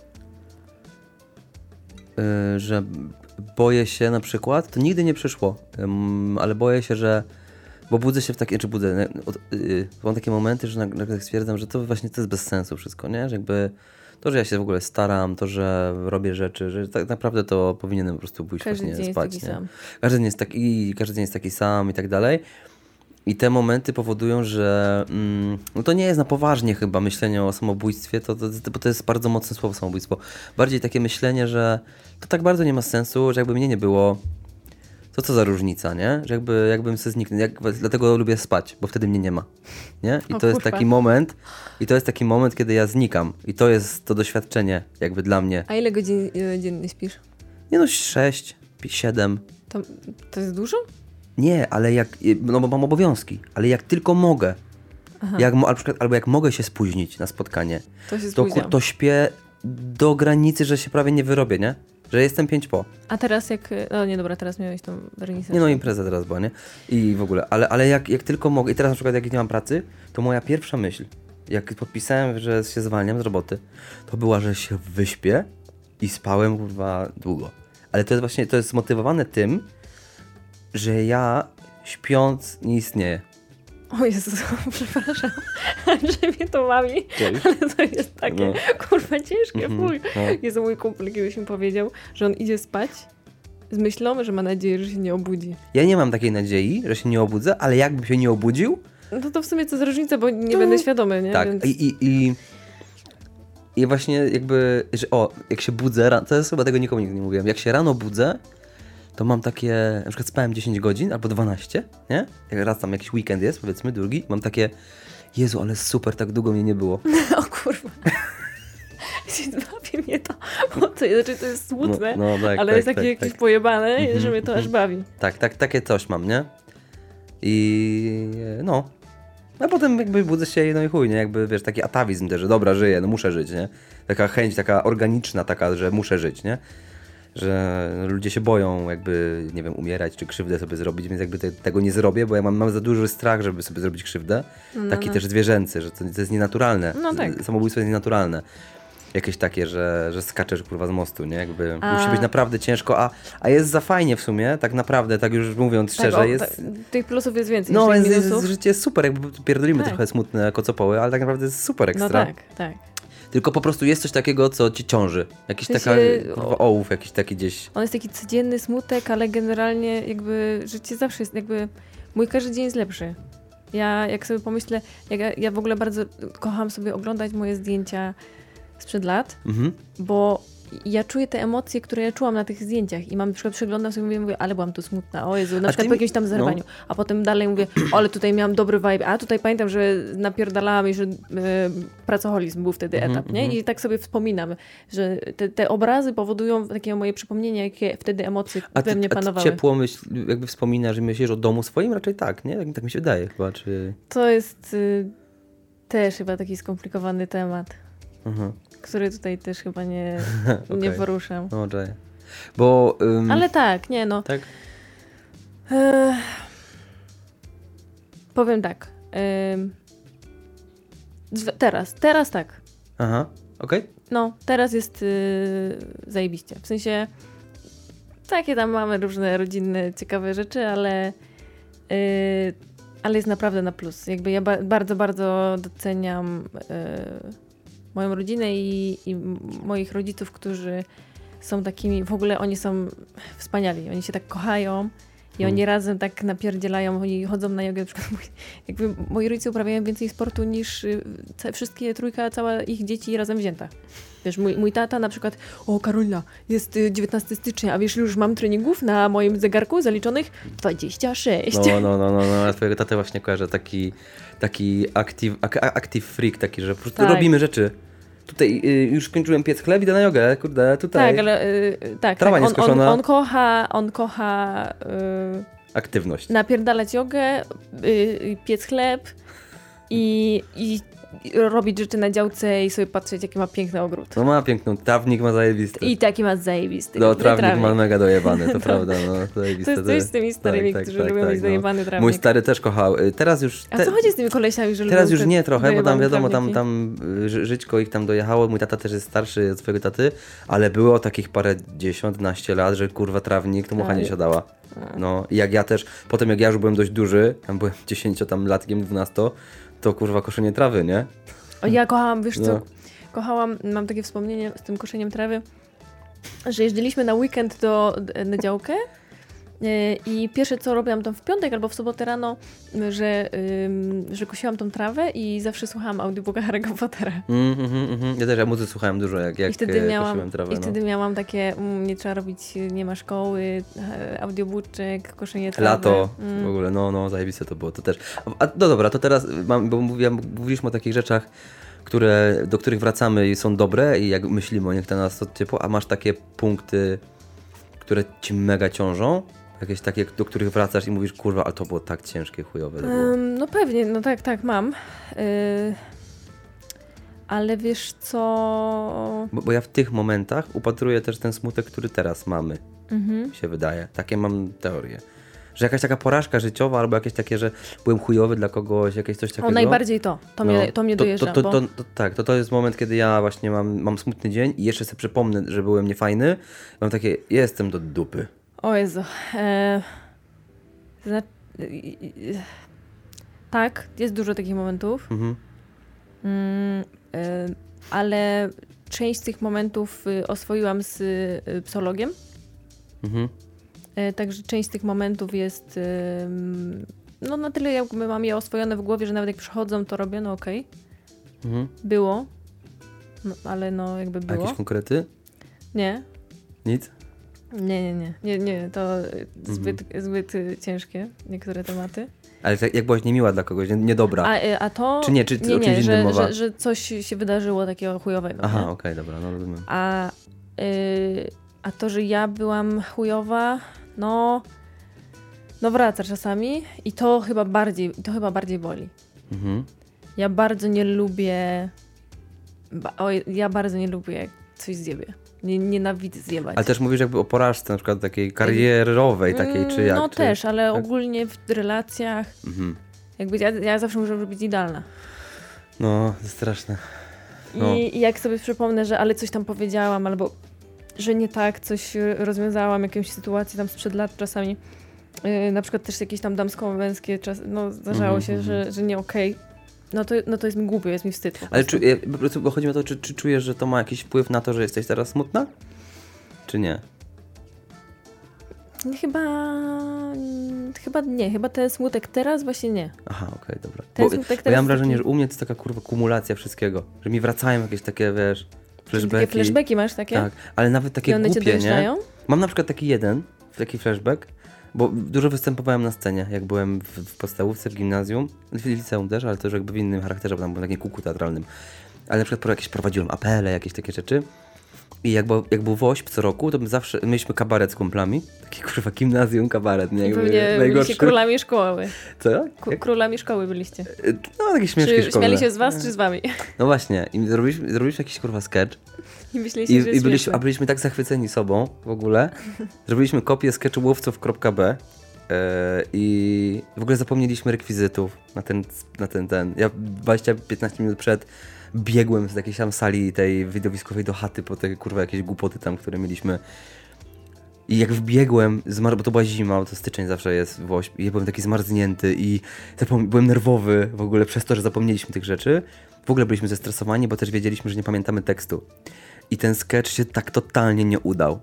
y, że boję się na przykład, to nigdy nie przyszło, ym, ale boję się, że bo budzę się w takie, czy budzę, od, y, mam takie momenty, że nagle stwierdzam, że to właśnie to jest bez sensu wszystko, nie? Że jakby to, że ja się w ogóle staram, to, że robię rzeczy, że tak naprawdę to powinienem po prostu pójść Każdy właśnie dzień spać. jest taki nie? sam. Każdy dzień jest taki, każdy dzień jest taki sam i tak dalej. I te momenty powodują, że mm, no to nie jest na poważnie chyba myślenie o samobójstwie, to, to, to, bo to jest bardzo mocne słowo samobójstwo. Bardziej takie myślenie, że to tak bardzo nie ma sensu, że jakby mnie nie było, to co za różnica, nie? Że jakby, jakbym sobie zniknął. Jak, dlatego lubię spać, bo wtedy mnie nie ma. Nie? I O, to jest kurwa. taki moment, i to jest taki moment, kiedy ja znikam. I to jest to doświadczenie jakby dla mnie. A ile godzin y, dziennie śpisz? Nie no, sześć, siedem. To, to jest dużo? Nie, ale jak, no bo mam obowiązki, ale jak tylko mogę, jak, mo- na przykład, albo jak mogę się spóźnić na spotkanie, To się to, spóźniam. kur- to śpię do granicy, że się prawie nie wyrobię, nie? Że jestem pięć po. A teraz jak... No nie, dobra, teraz miałeś tą wernisę. Nie no, impreza teraz była, nie? I w ogóle, ale, ale jak, jak tylko mogę, i teraz na przykład jak nie mam pracy, to moja pierwsza myśl, jak podpisałem, że się zwalniam z roboty, to była, że się wyśpię i spałem, kurwa, długo. Ale to jest właśnie, to jest zmotywowane tym, że ja śpiąc nie istnieję. O Jezu, przepraszam, że mnie to bawi, Cześć. ale to jest takie, No. kurwa, ciężkie, Mhm, fuj. no. Jezu, mój kumpel kiedyś mi powiedział, że on idzie spać z myślą, że ma nadzieję, że się nie obudzi. Ja nie mam takiej nadziei, że się nie obudzę, ale jakbym się nie obudził, No to w sumie to jest różnica, bo nie To- będę świadomy, nie? tak. Więc... I, i, i, I właśnie jakby, że o, jak się budzę, ran- to jest chyba tego nikomu nigdy nie mówiłem, jak się rano budzę, to mam takie, na przykład spałem dziesięć godzin albo dwanaście, nie? Jak raz tam jakiś weekend jest, powiedzmy, drugi, mam takie, Jezu, ale super, tak długo mnie nie było. O kurwa. Bawi mnie to, bo to, znaczy to jest smutne, No, no, tak, ale tak, jest takie tak, jakieś tak. pojebane, Mhm, że mnie to aż bawi. Tak, tak, takie coś mam, nie? I no. A potem jakby budzę się no i chuj, nie? Jakby, wiesz, taki atawizm też, że dobra, żyję, no muszę żyć, nie? Taka chęć, taka organiczna taka, że muszę żyć, nie? Że ludzie się boją jakby, nie wiem, umierać czy krzywdę sobie zrobić, więc jakby te, tego nie zrobię, bo ja mam, mam za duży strach, żeby sobie zrobić krzywdę. No, Taki no. też zwierzęcy, że to, to jest nienaturalne. No tak. Samobójstwo jest nienaturalne. Jakieś takie, że, że skaczesz kurwa z mostu, nie? Jakby A- musi być naprawdę ciężko, a, a jest za fajnie w sumie, tak naprawdę, tak już mówiąc szczerze, tak, o, jest... tak, tych plusów jest więcej No, niż jest, tych jest, minusów. życie jest super, jakby pierdolimy Tak. trochę smutne kocopoły, ale tak naprawdę jest super ekstra. No tak, tak. Tylko po prostu jest coś takiego, co ci ciąży. Jakiś W sensie- taka, kurwa, ołów, jakiś taki gdzieś... On jest taki codzienny smutek, ale generalnie jakby życie zawsze jest jakby... Mój każdy dzień jest lepszy. Ja jak sobie pomyślę, jak ja, ja w ogóle bardzo kocham sobie oglądać moje zdjęcia sprzed lat, Mhm. bo ja czuję te emocje, które ja czułam na tych zdjęciach i mam na przykład przeglądam sobie i mówię, ale byłam tu smutna, o Jezu, na A przykład ty po mi- jakimś tam zerwaniu, no. a potem dalej mówię, o, ale tutaj miałam dobry vibe, a tutaj pamiętam, że napierdalałam i że e, pracoholizm był wtedy Mhm, etap, nie? mhm. I tak sobie wspominam, że te, te obrazy powodują takie moje przypomnienia, jakie wtedy emocje A we ty, mnie a ty panowały. ciepło myśl, jakby wspominasz i myślisz o domu swoim? Raczej tak, nie? Tak, tak mi się wydaje chyba, czy... To jest y, też chyba taki skomplikowany temat, Mhm. który tutaj też chyba nie, nie Okej. poruszam. No, czaję. Bo... ym, Ale tak, nie no. Tak? Ech, powiem tak. ym, zw- teraz, teraz tak. Aha, okej. No, teraz jest yy, zajebiście. W sensie takie tam mamy różne rodzinne, ciekawe rzeczy, ale yy, ale jest naprawdę na plus. Jakby ja ba- bardzo, bardzo doceniam yy, moją rodzinę i, i m- moich rodziców, którzy są takimi, w ogóle oni są wspaniali. Oni się tak kochają i Hmm. oni razem tak napierdzielają, oni chodzą na jogę. Na przykład mój, jakby moi rodzice uprawiają więcej sportu niż y, ca- wszystkie trójka, cała ich dzieci razem wzięta. Wiesz, mój, mój tata na przykład, o Karolina, jest y, dziewiętnastego stycznia, a wiesz, już mam treningów na moim zegarku zaliczonych dwadzieścia sześć. No, no, no, no, no, ja twojego tatę właśnie kojarzę, taki, taki active, ak- active freak, taki, że po prostu Tak. robimy rzeczy. Tutaj y, już skończyłem piec chleb, idę na jogę, kurde, tutaj. Tak, ale y, tak, Trawa tak. On, on, nieskoszona. on kocha, on kocha y, Aktywność. napierdalać jogę, y, y, piec chleb i, i, i robić rzeczy na działce i sobie patrzeć, jaki ma piękny ogród. No ma piękną, trawnik ma zajebisty. I taki ma zajebisty. No, nie trawnik ma mega dojebany, to To- prawda, no, To zajebiste. jest coś z tymi starymi, którzy lubią mieć no. zajebany trawnik. Mój stary też kochał, y, teraz już... A te- co chodzi z tymi kolesiami, że Teraz lubią już te nie trochę, bo tam dojebane wiadomo, tam, trawniki? tam y, ży- żyćko ich tam dojechało, mój tata też jest starszy od swojego taty, ale było takich parę dziesiąt, naście lat, że kurwa trawnik, to mucha nie Tak. siadała. No i jak ja też, potem jak ja już byłem dość duży, tam byłem dziesięcio tam latkiem, dwunasto, to kurwa koszenie trawy, nie? O, ja kochałam, wiesz co, No. kochałam, mam takie wspomnienie z tym koszeniem trawy, że jeździliśmy na weekend do, na działkę I pierwsze co robiłam to w piątek albo w sobotę rano, że, ym, że kosiłam tą trawę i zawsze słuchałam audiobooka Harry'ego Pottera. Mm, mm, mm. Ja też ja muzyki słuchałem dużo, jak, jak I wtedy miałam, kosiłem trawę. I no. wtedy miałam takie, mm, nie trzeba robić, nie ma szkoły, audiobooczek, koszenie trawy. Lato, mm. w ogóle, no, no, zajebiste to było, to też. A, no dobra, to teraz, mam, bo mówiłem, mówiliśmy o takich rzeczach, które, do których wracamy i są dobre i jak myślimy o nich, to nas to ciepło, a masz takie punkty, które ci mega ciążą? Jakieś takie, do których wracasz i mówisz, kurwa, ale to było tak ciężkie, chujowe. To było. Um, no pewnie, no tak, tak, mam. Yy, ale wiesz co... Bo, bo ja w tych momentach upatruję też ten smutek, który teraz mamy, Mhm. mi się wydaje. Takie mam teorie. Że jakaś taka porażka życiowa albo jakieś takie, że byłem chujowy dla kogoś, jakieś coś takiego. O, najbardziej to. To No, mnie, to mnie to, dojeżdża. To, to, bo... to, to, tak, to to jest moment, kiedy ja właśnie mam, mam smutny dzień i jeszcze sobie przypomnę, że byłem niefajny. Mam takie, jestem do dupy. O Jezu. E... Zna... Tak, jest dużo takich momentów. Mhm. Mm, e... Ale część z tych momentów y, oswoiłam z y, psychologiem. Mhm. E... Także część z tych momentów jest... Y... No na tyle jakby mam je oswojone w głowie, że nawet jak przychodzą, to robię, no okej. Okay. Mhm. Było. No, ale no jakby A było. jakieś konkrety? Nie. Nic? Nie, nie, nie. Nie, nie. To zbyt, Mhm. zbyt y, ciężkie niektóre tematy. Ale tak, jak byłaś niemiła dla kogoś, nie- niedobra. A, y, a to... Czy nie, czy nie, o czymś nie, innym że, mowa? że, że coś się wydarzyło takiego chujowego. Aha, nie? okej, dobra, no rozumiem. A, y, a to, że ja byłam chujowa, no... No wraca czasami i to chyba bardziej, to chyba bardziej boli. Mhm. Ja bardzo nie lubię... Ba, oj, ja bardzo nie lubię, jak coś zjebie. Nie, nienawidzę zjebać. Ale też mówisz jakby o porażce na przykład takiej karierowej takiej, czy jak? No czy... też, ale tak? ogólnie w relacjach Mhm. jakby ja, ja zawsze muszę być idealna. No, to straszne. No. I, I jak sobie przypomnę, że ale coś tam powiedziałam, albo że nie tak coś rozwiązałam, jakąś sytuację tam sprzed lat czasami, yy, na przykład też jakieś tam damsko-męskie, czas, no zdarzało Mhm, się, mhm. że, że nie okej, no, to, no to jest mi głupio, jest mi wstyd. po Ale prostu. czy, ja- po prostu, bo chodzi mi o to, czy, czy czujesz, że to ma jakiś wpływ na to, że jesteś teraz smutna? Czy nie? Chyba... Chyba nie, chyba ten smutek teraz właśnie nie. Aha, okej, dobra. Ten Bo, smutek bo ja mam teraz wrażenie, taki- że u mnie to jest taka kurwa kumulacja wszystkiego. Że mi wracają jakieś takie, wiesz, flashbacki. Takie flashbacki masz takie? Tak, ale nawet I takie one cię głupie, nie? dojeżdżają? Mam na przykład taki jeden, taki flashback, bo dużo występowałem na scenie, jak byłem w, w podstawówce, w gimnazjum, w liceum też, ale też jakby w innym charakterze, bo tam byłem takim kuku teatralnym. Ale na przykład pro jakieś prowadziłem apele, jakieś takie rzeczy. I jak, był- jak był WOŚP co roku, to my zawsze mieliśmy kabaret z kumplami. Taki kurwa gimnazjum kabaret, nie? I Jakby pewnie byliście królami szkoły. Co? Ku- Jak? królami szkoły byliście. No takie śmieszki Czy szkolne. śmiali się z was, czy z wami? No właśnie, i zrobiliśmy, zrobiliśmy jakiś kurwa sketch. I myśleliście, I, że i jest byliśmy, a śmieszne. byliśmy tak zachwyceni sobą w ogóle. Zrobiliśmy kopię sketchłowców.b yy, i w ogóle zapomnieliśmy rekwizytów na ten, na ten, ten. Ja dwadzieścia piętnaście minut przed biegłem z jakiejś tam sali tej widowiskowej do chaty po te kurwa jakieś głupoty tam, które mieliśmy. I jak wbiegłem, zmar- bo to była zima, bo to styczeń zawsze jest w ośm, i ja byłem taki zmarznięty i zapom- byłem nerwowy w ogóle przez to, że zapomnieliśmy tych rzeczy. W ogóle byliśmy zestresowani, bo też wiedzieliśmy, że nie pamiętamy tekstu. I ten sketch się tak totalnie nie udał.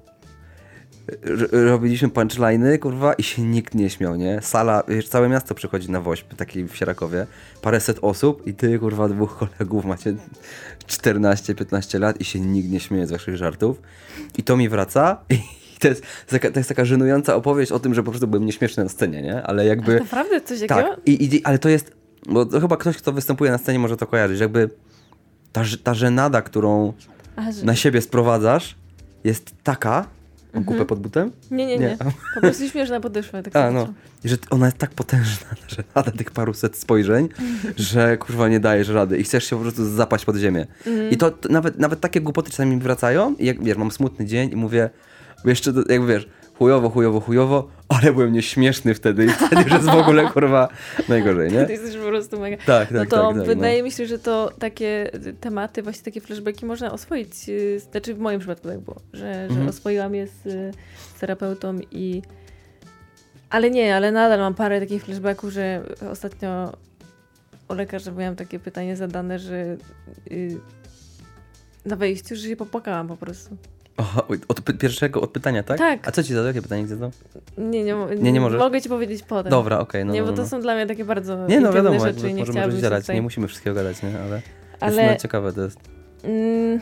R- robiliśmy punchline'y, kurwa, i się nikt nie śmiał, nie? Sala, wiesz, całe miasto przychodzi na WOŚP, taki w Sierakowie, paręset osób i ty, kurwa, dwóch kolegów macie czternaście piętnaście lat i się nikt nie śmieje z waszych żartów. I to mi wraca i to jest, taka, to jest taka żenująca opowieść o tym, że po prostu byłem nieśmieszny na scenie, nie? Ale jakby... Ale naprawdę coś takiego? Tak, i, i, ale to jest, bo to chyba ktoś, kto występuje na scenie, może to kojarzyć, że jakby ta, ż- ta żenada, którą Aha, że... na siebie sprowadzasz, jest taka... Mam Mhm. kupę pod butem? Nie, nie, Nie. nie. Po prostu śmieszna podeszła. Tak A, samo. no. I że ona jest tak potężna, że nada tych paruset spojrzeń, że kurwa nie dajesz rady i chcesz się po prostu zapaść pod ziemię. Mhm. I to, to nawet, nawet takie głupoty czasami mi wracają i jak wiesz, mam smutny dzień i mówię, jeszcze do, jakby wiesz, chujowo, chujowo, chujowo, ale byłem nieśmieszny wtedy i wtedy już jest w ogóle kurwa najgorzej, nie? Ty jesteś po prostu mega... Tak, tak, no to tak. tak wydaje no. mi się, że to takie tematy, właśnie takie flashbacki można oswoić. y, Znaczy w moim przypadku tak było, że, że Mhm. oswoiłam je z, y, z terapeutą i... Ale nie, ale nadal mam parę takich flashbacków, że ostatnio u lekarza miałam takie pytanie zadane, że y, na wejściu, że się popłakałam po prostu. O, od py- pierwszego, od pytania, tak? Tak. A co ci zadał? Jakie pytanie ci zadał? Nie, nie, Nie, nie możesz? Mogę ci powiedzieć potem. Dobra, okej. Okay, no, nie, bo no, to no. są dla mnie takie bardzo Nie, no intymne wiadomo, rzeczy. jakby Nie możemy chciałabym rozdzielać, tutaj... nie musimy wszystkiego gadać, nie? Ale, Ale... jest no, ciekawe to jest. Mm,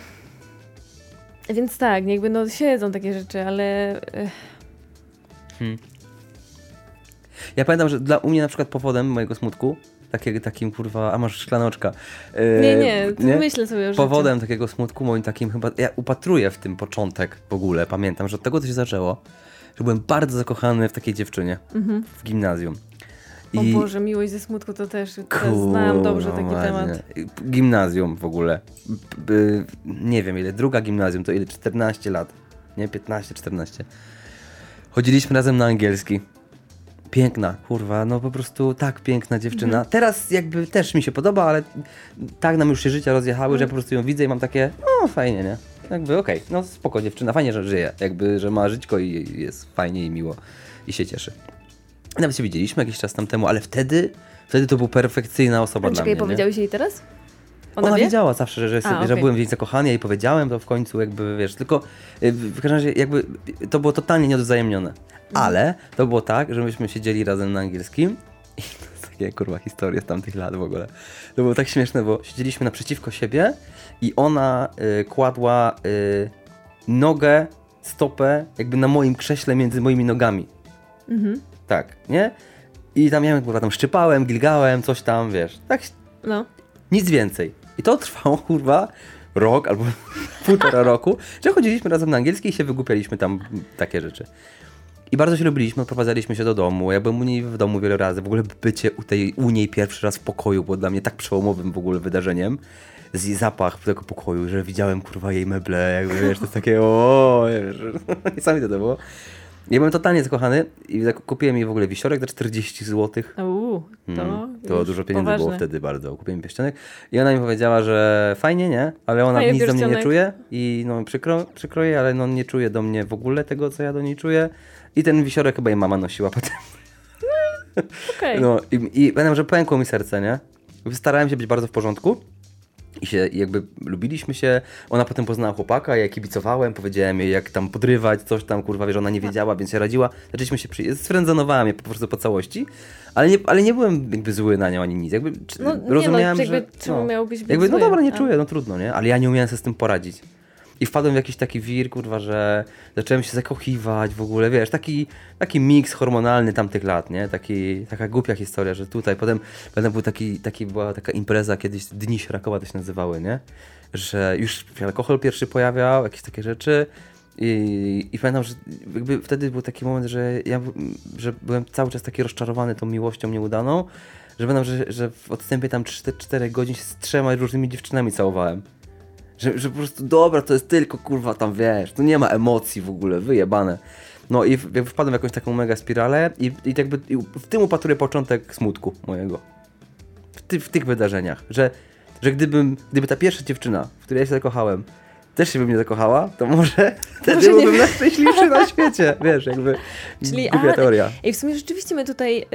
więc tak, jakby no siedzą takie rzeczy, ale... Hmm. Ja pamiętam, że dla u mnie na przykład powodem mojego smutku, takie, takim kurwa, a masz szklanoczka. Yy, nie, nie, nie, myślę sobie o życiu. Powodem takiego smutku moim takim chyba, ja upatruję w tym początek w ogóle, pamiętam, że od tego to się zaczęło, że byłem bardzo zakochany w takiej dziewczynie mhm. w gimnazjum. I... O Boże, miłość ze smutku to też, teraz znam dobrze taki ładnie. temat. Gimnazjum w ogóle, B- b- nie wiem ile, druga gimnazjum to ile, czternaście lat, nie, piętnaście, czternaście. Chodziliśmy razem na angielski. Piękna, kurwa, no po prostu tak piękna dziewczyna. Mhm. Teraz jakby też mi się podoba, ale tak nam już się życia rozjechały, mhm. że ja po prostu ją widzę i mam takie, no fajnie, nie? Jakby okej, okay, no spoko dziewczyna, fajnie, że żyje, jakby, że ma żyćko i jest fajnie i miło i się cieszy. Nawet się widzieliśmy jakiś czas tam temu, ale wtedy, wtedy to była perfekcyjna osoba A dla czekaj, mnie. powiedziałeś jej teraz? Ona, Ona wiedziała zawsze, że, że, A, że okay. byłem w niej zakochany, ja jej powiedziałem to w końcu, jakby wiesz, tylko w każdym razie jakby to było totalnie nieodwzajemnione. Mhm. Ale to było tak, że myśmy siedzieli razem na angielskim i to jest takie kurwa historia z tamtych lat w ogóle. To było tak śmieszne, bo siedzieliśmy naprzeciwko siebie i ona y, kładła y, nogę, stopę jakby na moim krześle między moimi nogami. Mhm. Tak, nie? I tam ja kurwa tam szczypałem, gilgałem, coś tam, wiesz, tak. No. Nic więcej. I to trwało, kurwa, rok albo półtora roku, że chodziliśmy razem na angielski i się wygłupialiśmy tam takie rzeczy. I bardzo się lubiliśmy, odprowadzaliśmy się do domu. Ja byłem u niej w domu wiele razy. W ogóle bycie u, tej, u niej pierwszy raz w pokoju było dla mnie tak przełomowym w ogóle wydarzeniem. Z jej zapach tego pokoju, że widziałem, kurwa, jej meble, jakby, wiesz, to jest takie, o, wiesz, niesamowite to było. Ja byłem totalnie zakochany i kupiłem jej w ogóle wisiorek za czterdzieści złotych. Uuu, to hmm, To dużo pieniędzy poważne. było wtedy bardzo. Kupiłem pierścionek i ona mi powiedziała, że fajnie, nie? Ale ona Fajnie nic pierścionek. do mnie nie czuje i no przykro, przykro jej, ale no nie czuje do mnie w ogóle tego, co ja do niej czuję. I ten wisiorek chyba jej mama nosiła potem. Okay. No i, i pamiętam, że pękło mi serce, nie? Starałem się być bardzo w porządku. I się i jakby lubiliśmy się, ona potem poznała chłopaka, ja kibicowałem, powiedziałem jej jak tam podrywać, coś tam, kurwa, wiesz, ona nie wiedziała, więc się radziła. Zaczęliśmy się przyjaźnić, sfrędzonowałem je po prostu po całości, ale nie, ale nie byłem jakby zły na nią ani nic, jakby no, rozumiałem, nie, no, że... jakby, czemu no, miałbyś być jakby, zły? no dobra, nie a? czuję, no trudno, nie? Ale ja nie umiałem sobie z tym poradzić. I wpadłem w jakiś taki wir, kurwa, że zacząłem się zakochiwać w ogóle, wiesz, taki, taki miks hormonalny tamtych lat, nie? Taki, taka głupia historia, że tutaj, potem, potem był taki, taki, była taka impreza, kiedyś Dni Sierakowa to się nazywały, nie? Że już alkohol pierwszy pojawiał, jakieś takie rzeczy i, i pamiętam, że jakby wtedy był taki moment, że ja że byłem cały czas taki rozczarowany tą miłością nieudaną, że pamiętam, że, że w odstępie tam cztery godzin się z trzema różnymi dziewczynami całowałem. Że, że po prostu dobra, to jest tylko kurwa tam, wiesz, tu nie ma emocji w ogóle, wyjebane. No i w, wpadłem w jakąś taką mega spiralę i, i jakby i w tym upatruję początek smutku mojego. W, ty, w tych wydarzeniach, że, że gdybym, gdyby ta pierwsza dziewczyna, w której ja się zakochałem, też się by mnie zakochała, to może wtedy byłbym nie... najszczęśliwszy na świecie, wiesz, jakby Czyli, głupia teoria. I w sumie rzeczywiście my tutaj yy,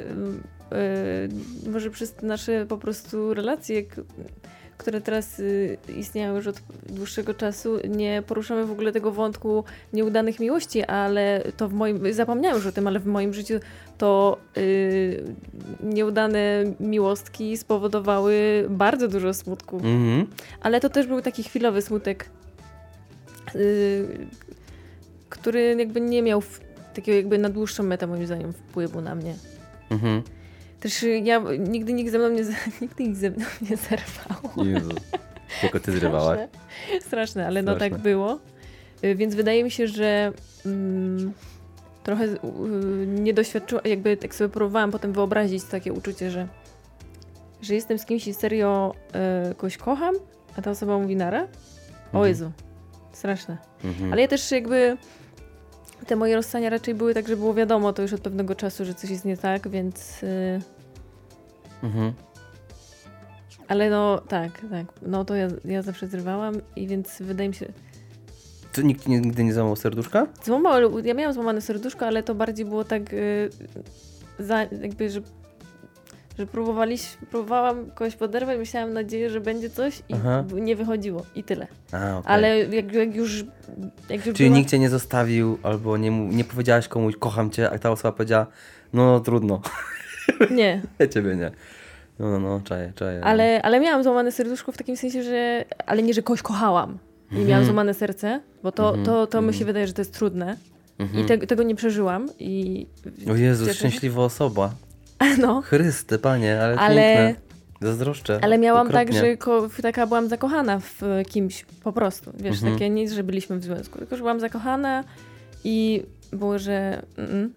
yy, może przez nasze po prostu relacje, które teraz y, istnieją już od dłuższego czasu, nie poruszamy w ogóle tego wątku nieudanych miłości, ale to w moim, zapomniałam już o tym, ale w moim życiu to y, nieudane miłostki spowodowały bardzo dużo smutku. Mm-hmm. Ale to też był taki chwilowy smutek, y, który jakby nie miał w, takiego jakby na dłuższą metę moim zdaniem wpływu na mnie. Mhm. Też ja, nigdy nikt ze mną nie, nigdy nikt ze mną nie zerwał. Jezu, tylko ty zrywałaś. Straszne, Straszne ale Straszne. No tak było. Więc wydaje mi się, że mm, trochę y, nie doświadczyłam, jakby tak sobie próbowałam potem wyobrazić takie uczucie, że, że jestem z kimś i serio y, kogoś kocham, a ta osoba mówi nara. Mhm. O Jezu, straszne. Mhm. Ale ja też jakby te moje rozstania raczej były tak, że było wiadomo to już od pewnego czasu, że coś jest nie tak, więc... Yy... Mhm. Ale no tak, tak. No to ja, ja zawsze zrywałam i więc wydaje mi się... To nikt nie, nigdy nie złamał serduszka? Złamał, ja miałam złamane serduszko, ale to bardziej było tak yy, za, jakby, że, że próbowaliśmy, próbowałam kogoś poderwać, myślałam nadzieję, że będzie coś i Aha. nie wychodziło i tyle. A, okay. Ale jak, jak już... Jak już Czyli była... nikt cię nie zostawił albo nie, nie powiedziałaś komuś kocham cię, a ta osoba powiedziała no, no trudno. Nie. Ja ciebie nie. No, no, no, czaję, czaję. Ale, no. ale miałam złamane serduszko w takim sensie, że... Ale nie, że kogoś kochałam. I mm. miałam złamane serce, bo to, mm. to, to mm. mi się wydaje, że to jest trudne. Mm-hmm. I te, tego nie przeżyłam. I o Jezus, szczęśliwa osoba. No. Chryste, Panie, ale, ale piękne. Zazdroszczę. Ale miałam okropnie. tak, że ko, taka byłam zakochana w kimś po prostu. Wiesz, mm-hmm. takie nie, że byliśmy w związku, tylko że byłam zakochana i było, że mm,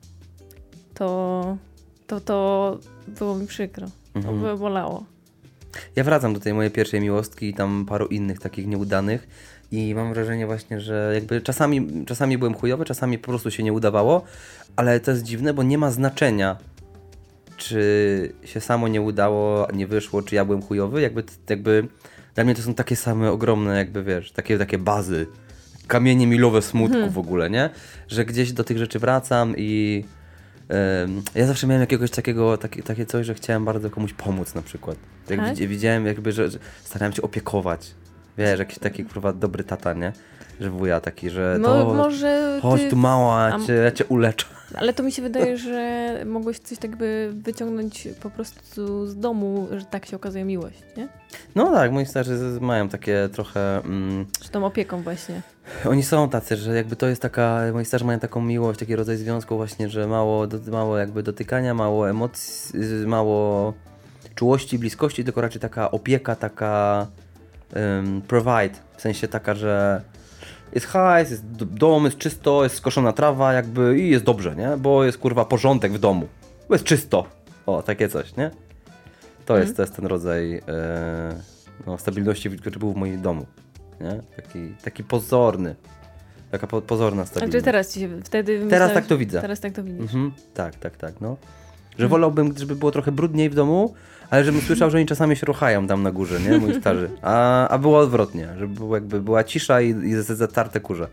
to, to, to było mi przykro. Mm-hmm. To by bolało. Ja wracam do tej mojej pierwszej miłostki i tam paru innych takich nieudanych i mam wrażenie właśnie, że jakby czasami, czasami byłem chujowy, czasami po prostu się nie udawało, ale to jest dziwne, bo nie ma znaczenia, czy się samo nie udało, nie wyszło, czy ja byłem chujowy, jakby, jakby dla mnie to są takie same ogromne, jakby wiesz, takie, takie bazy, kamienie milowe smutku hmm. w ogóle, nie? Że gdzieś do tych rzeczy wracam i um, ja zawsze miałem jakiegoś takiego, takie, takie coś, że chciałem bardzo komuś pomóc na przykład. Jak tak? Widziałem jakby, że, że starałem się opiekować. Wiesz, jakiś taki kurwa dobry tata, nie? Że wuja taki, że no, to może chodź ty... tu mała, ja cię, ja cię uleczę. Ale to mi się wydaje, że mogłeś coś tak by wyciągnąć po prostu z domu, że tak się okazuje miłość, nie? No tak, moi starzy mają takie trochę... Mm, z tą opieką właśnie. Oni są tacy, że jakby to jest taka... Moi starzy mają taką miłość, taki rodzaj związku właśnie, że mało, do, mało jakby dotykania, mało emocji, mało czułości, bliskości, tylko raczej taka opieka, taka um, provide, w sensie taka, że jest hajs, jest dom, jest czysto, jest skoszona trawa jakby i jest dobrze, nie? Bo jest kurwa porządek w domu, bo jest czysto. O, takie coś, nie? To, mm. jest, to jest ten rodzaj e, no, stabilności, który był w moim domu, nie? Taki, taki pozorny, taka po, pozorna stabilność. A czy teraz ci się wtedy... Teraz tak to widzę. Teraz tak to widzisz. Mhm. Tak, tak, tak, no. Że wolałbym, żeby było trochę brudniej w domu, ale żebym słyszał, że oni czasami się ruchają tam na górze, nie? Moi starzy. A, a było odwrotnie, żeby było jakby była cisza i, i zatarte kurze.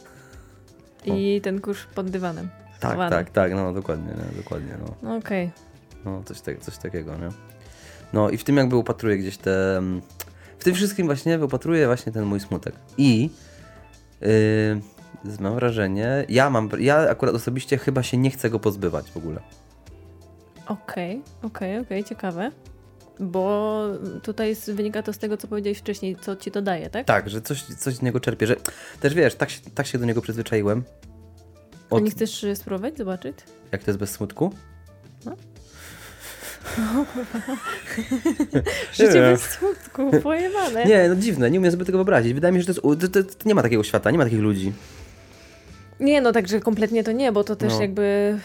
O. I ten kurz pod dywanem. Tak, Chowany. tak, tak, no dokładnie, no, dokładnie, no. No okej. Okay. No coś, te, coś takiego, nie? No i w tym jakby upatruję gdzieś te... W tym wszystkim właśnie wypatruję właśnie ten mój smutek. I yy, mam wrażenie, ja mam, ja akurat osobiście chyba się nie chcę go pozbywać w ogóle. Okej, okay, okej, okay, okej, okay, ciekawe. Bo tutaj wynika to z tego, co powiedziałeś wcześniej, co ci to daje, tak? Tak, że coś, coś z niego czerpię, że też wiesz, tak się, tak się do niego przyzwyczaiłem. Od... A nie chcesz spróbować, zobaczyć? Jak to jest bez smutku? No. No kurwa. Życie bez smutku, pojebane. Nie, no dziwne, nie umiem sobie tego wyobrazić. Wydaje mi się, że to, jest, to, to, to nie ma takiego świata, nie ma takich ludzi. Nie, no także kompletnie to nie, bo to też no. jakby...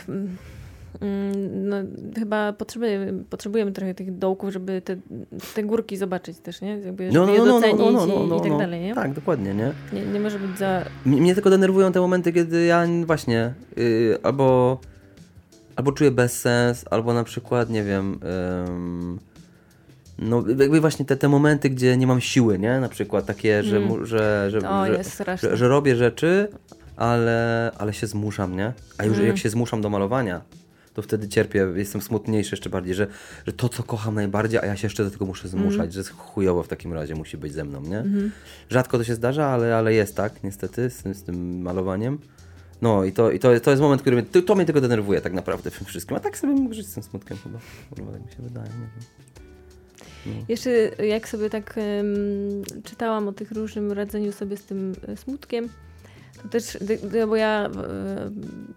No, chyba potrzebujemy, potrzebujemy trochę tych dołków, żeby te, te górki zobaczyć też, nie? Jakby, żeby no, no, je docenić no, no, no, no, no, i, i tak dalej, nie? Tak, dokładnie, nie? Nie, nie może być za... Mnie, mnie tylko denerwują te momenty, kiedy ja właśnie yy, albo, albo czuję bezsens, albo na przykład, nie wiem... Yy, no jakby właśnie te, te momenty, gdzie nie mam siły, nie? Na przykład takie, że, mm. że, że, to że, jest straszne. że, że robię rzeczy, ale, ale się zmuszam, nie? A już mm. jak się zmuszam do malowania, to wtedy cierpię, jestem smutniejszy jeszcze bardziej, że, że to, co kocham najbardziej, a ja się jeszcze do tego muszę zmuszać, mm. że jest chujowo w takim razie musi być ze mną, nie? Mm. Rzadko to się zdarza, ale, ale jest tak, niestety, z, z tym malowaniem. No i to, i to, to jest moment, który mnie, to, to mnie tylko denerwuje tak naprawdę w tym wszystkim, a tak sobie mógł żyć z tym smutkiem chyba, chyba tak mi się wydaje, nie wiem. No. Jeszcze jak sobie tak um, czytałam o tych różnym radzeniu sobie z tym smutkiem, to też, bo ja um,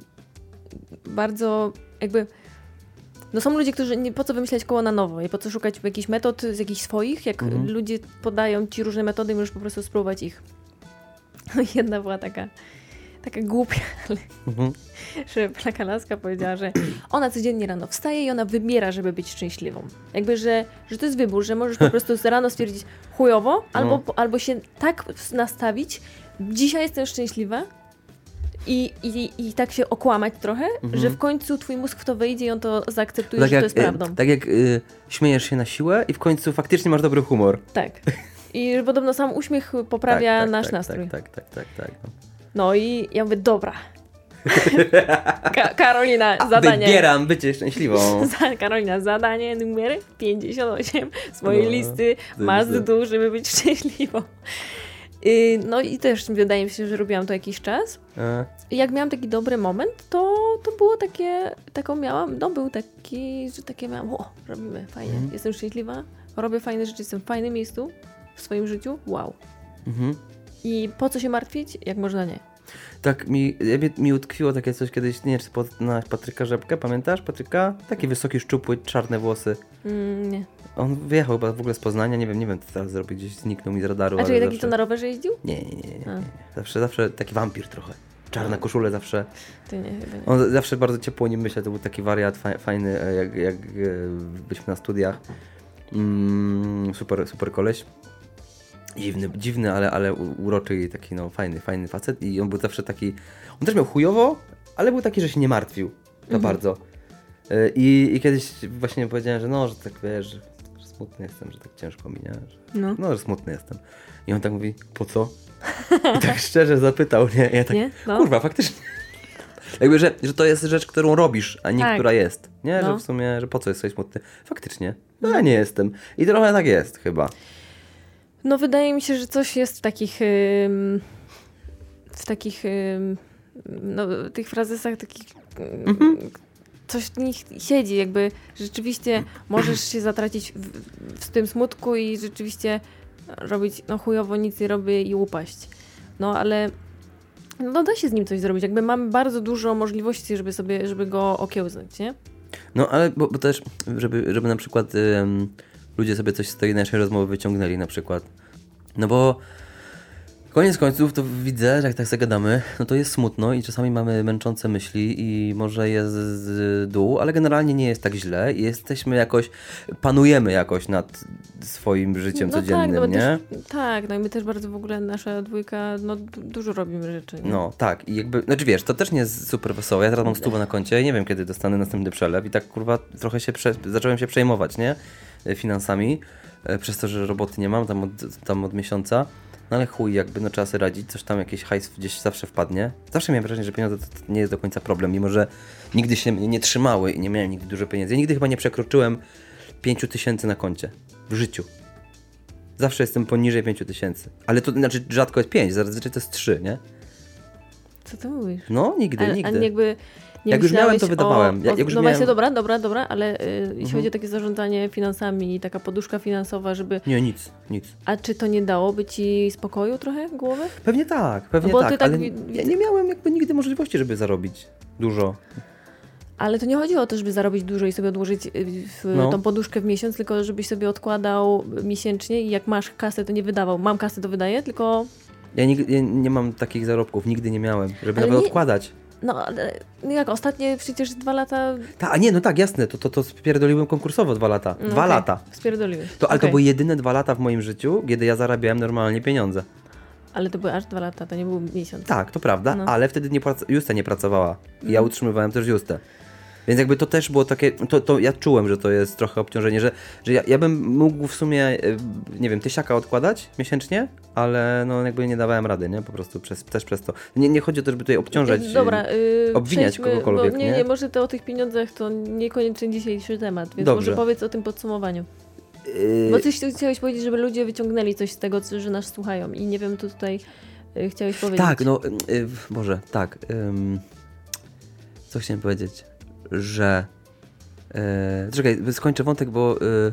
bardzo jakby, no są ludzie, którzy nie po co wymyślać koło na nowo i po co szukać jakichś metod z jakichś swoich, jak mhm. ludzie podają ci różne metody i możesz po prostu spróbować ich. No i jedna była taka, taka głupia, ale mhm. że taka laska powiedziała, że ona codziennie rano wstaje i ona wybiera, żeby być szczęśliwą. Jakby, że, że to jest wybór, że możesz po prostu rano stwierdzić chujowo, albo, no. albo się tak nastawić, dzisiaj jestem szczęśliwa, I, i, i tak się okłamać trochę, mhm. że w końcu twój mózg w to wyjdzie i on to zaakceptuje, tak że jak, to jest prawdą. Tak jak y, śmiejesz się na siłę i w końcu faktycznie masz dobry humor. Tak. I podobno sam uśmiech poprawia tak, tak, nasz tak, nastrój. Tak, tak, tak, tak, tak. No. no i ja mówię, dobra, Ka- Karolina, zadanie. Wybieram bycie szczęśliwą. Karolina, zadanie numer pięćdziesiąt osiem swojej No, listy must do, żeby być szczęśliwą. Yy, no i też wydaje mi się, że robiłam to jakiś czas. E. Jak miałam taki dobry moment, to, to było takie, taką miałam, no był taki, że takie miałam, o, robimy, fajnie, Mhm. jestem szczęśliwa, robię fajne rzeczy, jestem w fajnym miejscu w swoim życiu, wow. Mhm. I po co się martwić, jak można nie. Tak mi, mi utkwiło takie coś kiedyś, nie wiem, czy poznałaś Patryka Rzepkę, pamiętasz Patryka? Taki wysoki, szczupły, czarne włosy. Mm, nie. On wyjechał chyba w ogóle z Poznania, nie wiem, nie wiem co teraz zrobił, gdzieś zniknął mi z radaru. A ale czyli taki, zawsze... co na rowerze jeździł? Nie, nie, nie, nie, nie. A. Zawsze, zawsze taki wampir trochę. Czarne koszule zawsze. Ty nie, chyba nie. On zawsze bardzo ciepło o nim myślał, to był taki wariat fa- fajny, e, jak, jak e, byliśmy na studiach. Mm, super, super koleś. Dziwny, dziwny, ale, ale u- uroczy i taki no fajny, fajny facet i on był zawsze taki, on też miał chujowo, ale był taki, że się nie martwił za Mhm. bardzo. E, I, I kiedyś właśnie powiedziałem, że no, że tak wiesz, że, że smutny jestem, że tak ciężko mi, nie? Że, No. no, że smutny jestem. I on tak mówi, po co? I tak szczerze zapytał, nie? I ja tak, Nie? No. kurwa, faktycznie. Jakby, że, że to jest rzecz, którą robisz, a nie Tak. która jest. Nie? No. Że w sumie, że po co jesteś smutny? Faktycznie. No ja nie jestem. I trochę tak jest chyba. No wydaje mi się, że coś jest w takich ym, w takich ym, no tych frazesach takich ym, Mhm. coś w nich siedzi, jakby rzeczywiście możesz się zatracić w, w tym smutku i rzeczywiście robić no chujowo, nic nie robię i upaść. No ale no da się z nim coś zrobić, jakby mamy bardzo dużo możliwości, żeby sobie, żeby go okiełznać, nie? No ale, bo, bo też, żeby, żeby na przykład ym, ludzie sobie coś z tej naszej rozmowy wyciągnęli na przykład. No bo koniec końców to widzę, że jak tak zagadamy, no to jest smutno i czasami mamy męczące myśli i może jest z dół, ale generalnie nie jest tak źle i jesteśmy jakoś, panujemy jakoś nad swoim życiem no codziennym, tak, no bo nie? też, tak, no i my też bardzo w ogóle, nasza dwójka, no du- dużo robimy rzeczy. Nie? No tak i jakby, znaczy wiesz, to też nie jest super wesołe, ja teraz mam stówę na koncie i nie wiem kiedy dostanę następny przelew i tak kurwa trochę się, prze... zacząłem się przejmować, nie? Finansami, e, przez to, że roboty nie mam tam od, tam od miesiąca, no ale chuj, jakby no trzeba sobie radzić, coś tam, jakiś hajs gdzieś zawsze wpadnie. Zawsze miałem wrażenie, że pieniądze to, to nie jest do końca problem, mimo że nigdy się mnie nie trzymały i nie miałem nigdy dużo pieniędzy. Ja nigdy chyba nie przekroczyłem pięciu tysięcy na koncie w życiu. Zawsze jestem poniżej pięciu tysięcy. Ale to znaczy rzadko jest pięć, zazwyczaj to jest trzy, nie? Co ty mówisz? No, nigdy, A, nigdy. a jakby nie Jak już miałem, myślałeś to wydawałem. O, Jak o, już no miałem- właśnie, dobra, dobra, dobra, ale y, jeśli Mhm. chodzi o takie zarządzanie finansami i taka poduszka finansowa, żeby... Nie, nic, nic. A czy to nie dałoby ci spokoju trochę głowy? Pewnie tak, pewnie No bo tak, ty tak ale wi- ja nie miałem jakby nigdy możliwości, żeby zarobić dużo. Ale to nie chodziło o to, żeby zarobić dużo i sobie odłożyć y, w, No. tą poduszkę w miesiąc, tylko żebyś sobie odkładał miesięcznie i jak masz kasę, to nie wydawał. Mam kasę, to wydaję, tylko... Ja, nigdy, ja nie mam takich zarobków, nigdy nie miałem, żeby Ale nawet nie- odkładać. No, ale no jak ostatnie przecież dwa lata... Ta, a nie, no tak, jasne, to, to, to spierdoliłem konkursowo dwa lata. No dwa okej, lata. Spierdoliłeś. To, ale to Okej. były jedyne dwa lata w moim życiu, kiedy ja zarabiałem normalnie pieniądze. Ale to były aż dwa lata, to nie był miesiąc. Tak, to prawda, No. ale wtedy nie prac- Justa nie pracowała. I ja Mhm. utrzymywałem też Justę. Więc jakby to też było takie, to, to ja czułem, że to jest trochę obciążenie, że, że ja, ja bym mógł w sumie, e, nie wiem, tysiaka odkładać miesięcznie, ale no jakby nie dawałem rady, nie? Po prostu przez, też przez to. Nie, nie chodzi o to, żeby tutaj obciążać, Dobra, yy, obwiniać przejdźmy, kogokolwiek, bo nie, nie? nie, może to o tych pieniądzach to niekoniecznie dzisiejszy temat, więc Dobrze. może powiedz o tym podsumowaniu. Yy, Bo coś tu chciałeś powiedzieć, żeby ludzie wyciągnęli coś z tego, co, że nas słuchają i nie wiem, co tutaj y, chciałeś powiedzieć. Tak, no, y, Boże, tak. Ym, co chciałem powiedzieć? Że... Y, czekaj, skończę wątek, bo... Y,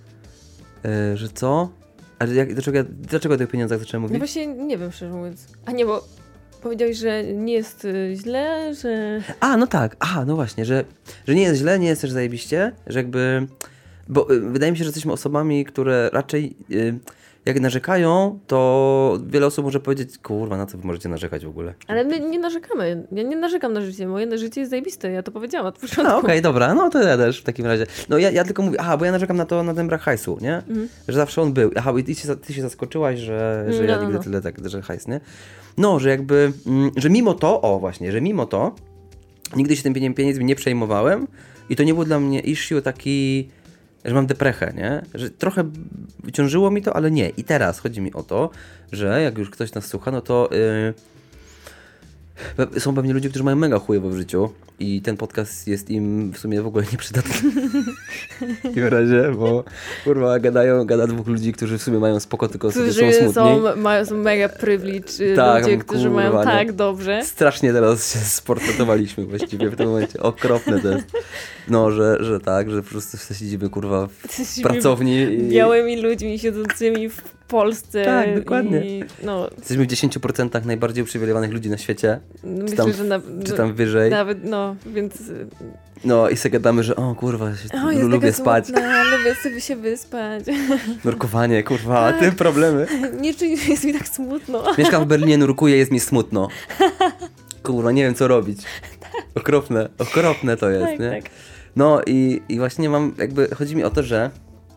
y, że co? Ale jak, dlaczego, ja, dlaczego o tych pieniądzach zacząłem No mówić? właśnie nie wiem, szczerze mówiąc. A nie, bo powiedziałeś, że nie jest y, źle, że... A, no tak. A, no właśnie, że, że nie jest źle, nie jest też zajebiście, że jakby... Bo y, wydaje mi się, że jesteśmy osobami, które raczej... Y, jak narzekają, to wiele osób może powiedzieć, kurwa, na co wy możecie narzekać w ogóle? Ale my nie narzekamy. Ja nie narzekam na życie. Moje życie jest zajebiste. Ja to powiedziałam od początku. No okej, dobra, no to ja też w takim razie. No ja, ja tylko mówię, aha, bo ja narzekam na to, na ten brak hajsu, nie? Mhm. Że zawsze on był. Aha, i ty się, ty się zaskoczyłaś, że, że No, ja no, nigdy no. tyle tak, że hajs, nie? No, że jakby, mm, że mimo to, o właśnie, że mimo to, nigdy się tym pieniem- pieniędzmi nie przejmowałem i to nie był dla mnie issue taki, że mam deprechę, nie? Że trochę ciążyło mi to, ale nie. I teraz chodzi mi o to, że jak już ktoś nas słucha, no to... Yy, Są pewnie ludzie, którzy mają mega chujowo w życiu i ten podcast jest im w sumie w ogóle nieprzydatny. W takim razie, bo kurwa gadają, gada dwóch ludzi, którzy w sumie mają spoko, tylko sobie są smutni. Są, mają, są mega privilege tak, ludzie, którzy kurwa, mają nie. tak dobrze. Strasznie teraz się sportretowaliśmy właściwie w tym momencie. Okropne to jest. No, że, że tak, że po prostu siedzimy kurwa w pracowni. I... białymi ludźmi siedzącymi w Polsce. Tak, dokładnie. I, no, jesteśmy w dziesięciu procentach najbardziej uprzywilejowanych ludzi na świecie. myślę, czy tam, że na, czy tam wyżej. Nawet, no, więc... No i sobie gadamy, że o kurwa, się, o, jest lubię spać. Smutna, lubię sobie się wyspać. Nurkowanie, kurwa, a ty problemy. Nie czuję, jest mi tak smutno. Mieszkam w Berlinie, nurkuję, jest mi smutno. Kurwa, nie wiem co robić. Okropne, okropne to jest, tak, nie? Tak. No i, i właśnie mam, jakby, chodzi mi o to, że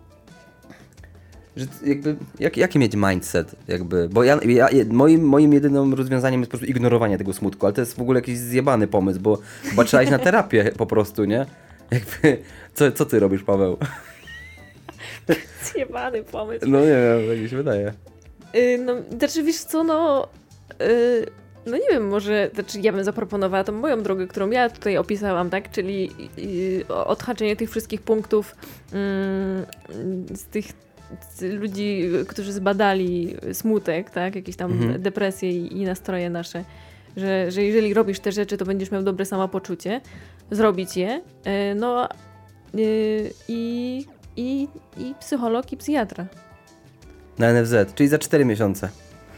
że jakby, jak, jaki mieć mindset, jakby, bo ja, ja, moim, moim jedynym rozwiązaniem jest po prostu ignorowanie tego smutku, ale to jest w ogóle jakiś zjebany pomysł, bo chyba trzeba iść na terapię po prostu, nie? Jakby, co, co ty robisz, Paweł? Zjebany pomysł. No nie wiem, tak mi się wydaje. Yy, no, znaczy wiesz co, no... Yy, no nie wiem, może, znaczy ja bym zaproponowała tą moją drogę, którą ja tutaj opisałam, tak? Czyli yy, odhaczenie tych wszystkich punktów yy, z tych z ludzi, którzy zbadali smutek, tak? Jakieś tam mhm. depresje i, i nastroje nasze. Że, że jeżeli robisz te rzeczy, to będziesz miał dobre samopoczucie. Zrobić je. Yy, no yy, i, i, i psycholog, i psychiatra. Na N F Z, czyli za cztery miesiące.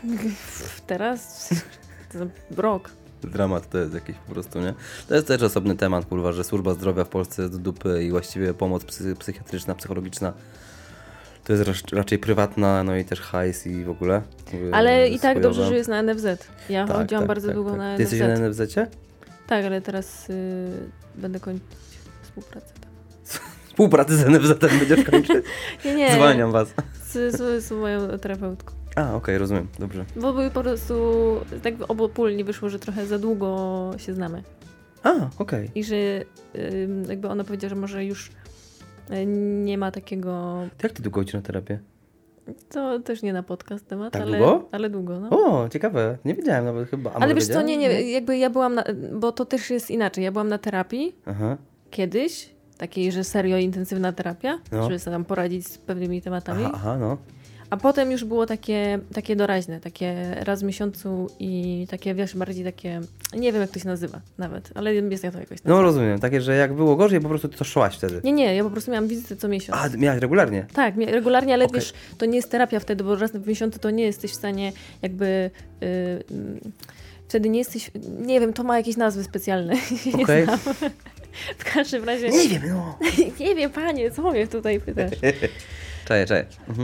Teraz rok. Dramat to jest jakiś po prostu, nie? To jest też osobny temat, kurwa, że służba zdrowia w Polsce jest do dupy i właściwie pomoc psy, psychiatryczna, psychologiczna to jest rac- raczej prywatna, no i też hajs i w ogóle. Ale i tak dobrze, że jest na N F Z. Ja tak, chodziłam tak, bardzo tak, długo tak. na Ty N F Z. jesteś na N F Z-cie? Tak, ale teraz y, będę kończyć współpracę. Współpracę z N F Z-em będziesz kończyć? nie, nie. Zwalniam was. Z, z, z moją terapeutką. A, okej, okay, rozumiem, dobrze. Bo by po prostu tak obopólnie wyszło, że trochę za długo się znamy. A, okej. Okay. I że y, jakby ona powiedziała, że może już y, nie ma takiego... To jak ty długo chodzisz na terapię? To też nie na podcast temat, tak ale długo? ale długo, no. O, ciekawe. Nie wiedziałem nawet chyba. A ale wiesz wiedziałem? co, nie, nie, jakby ja byłam na... Bo to też jest inaczej. Ja byłam na terapii Aha. kiedyś, takiej, że serio intensywna terapia, no. żeby sobie tam poradzić z pewnymi tematami. Aha, aha, no. A potem już było takie, takie doraźne, takie raz w miesiącu i takie, wiesz, bardziej takie, nie wiem jak to się nazywa nawet, ale jest jak to jakoś nazywa. No rozumiem, takie, że jak było gorzej, po prostu to szłaś wtedy. Nie, nie, ja po prostu miałam wizytę co miesiąc. A, miałaś regularnie? Tak, regularnie, ale okay. wiesz, to nie jest terapia wtedy, bo raz w miesiącu to nie jesteś w stanie jakby... Yy, yy, wtedy nie jesteś, nie wiem, to ma jakieś nazwy specjalne. Okej. Okay. W każdym razie... Nie wiem, no. nie wiem, panie, co mnie tutaj pytasz? Czaję, czaję. Mhm.